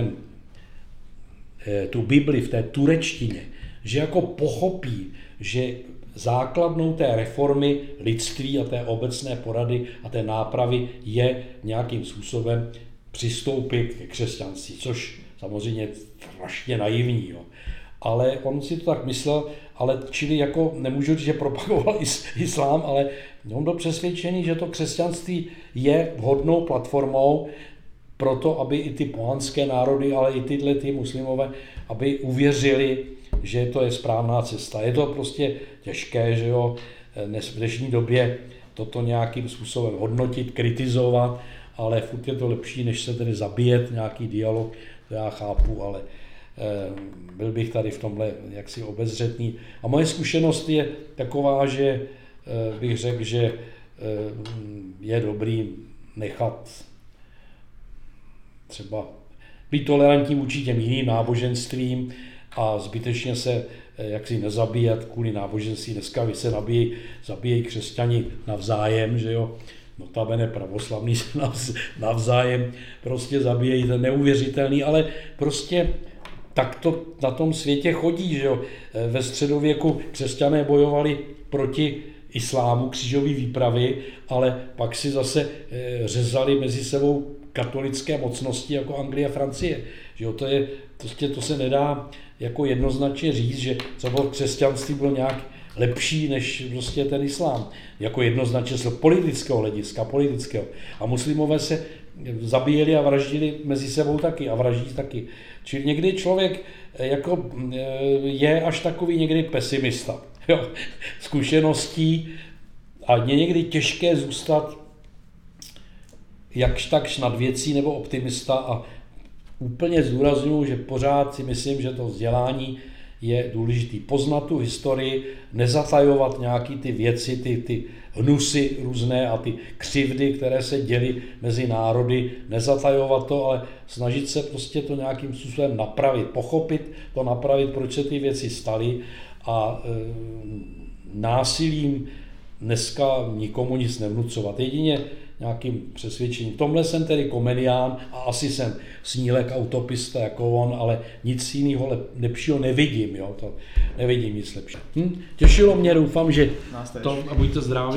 tu Bibli v té turečtině, že jako pochopí, že základnou té reformy lidství a té obecné porady a té nápravy je nějakým způsobem přistoupit ke křesťanství, což samozřejmě je strašně naivní. Jo. Ale on si to tak myslel, ale čili jako nemůžu říct, že propagoval islám, ale on byl přesvědčený, že to křesťanství je vhodnou platformou pro to, aby i ty pohanské národy, ale i tyhle ty muslimové, aby uvěřili, že to je správná cesta. Je to prostě těžké, že jo, v dnešní době toto nějakým způsobem hodnotit, kritizovat, ale furt je to lepší, než se tedy zabíjet nějaký dialog, to já chápu, ale byl bych tady v tomhle jaksi obezřetný. A moje zkušenost je taková, že bych řekl, že je dobrý nechat třeba být tolerantní vůči těm jiným náboženstvím a zbytečně se jaksi nezabíjet kvůli náboženství. Dneska se zabíjejí křesťani navzájem, že jo, notabene pravoslavní se navzájem prostě zabíjejí, to je neuvěřitelný, ale prostě tak to na tom světě chodí, že jo. Ve středověku křesťané bojovali proti islámu, křížové výpravy, ale pak si zase řezali mezi sebou katolické mocnosti jako Anglie a Francie. Že jo, to se nedá jako jednoznačně říct, že třeba křesťanství bylo nějak lepší než prostě ten islám. Jako jednoznačně z politického hlediska, politického. A muslimové se zabíjeli a vraždili mezi sebou taky a vraždí taky. Čili někdy člověk jako je až takový někdy pesimista. Jo, zkušeností a je někdy těžké zůstat jakž takž nad věcí nebo optimista a úplně zdůraznuju, že pořád si myslím, že to vzdělání je důležitý. Poznat tu historii, nezatajovat nějaký ty věci, ty hnusy různé a ty křivdy, které se děly mezi národy, nezatajovat to, ale snažit se prostě to nějakým způsobem napravit, pochopit to, napravit, proč se ty věci staly a násilím dneska nikomu nic nevnucovat. Jedině nějakým přesvědčením. V tomhle jsem tedy komedián a asi jsem snílek, utopista jako on, ale nic jiného lepšího nevidím. Jo? To nevidím nic lepšího. Těšilo mě, doufám, že to a buďte zdraví.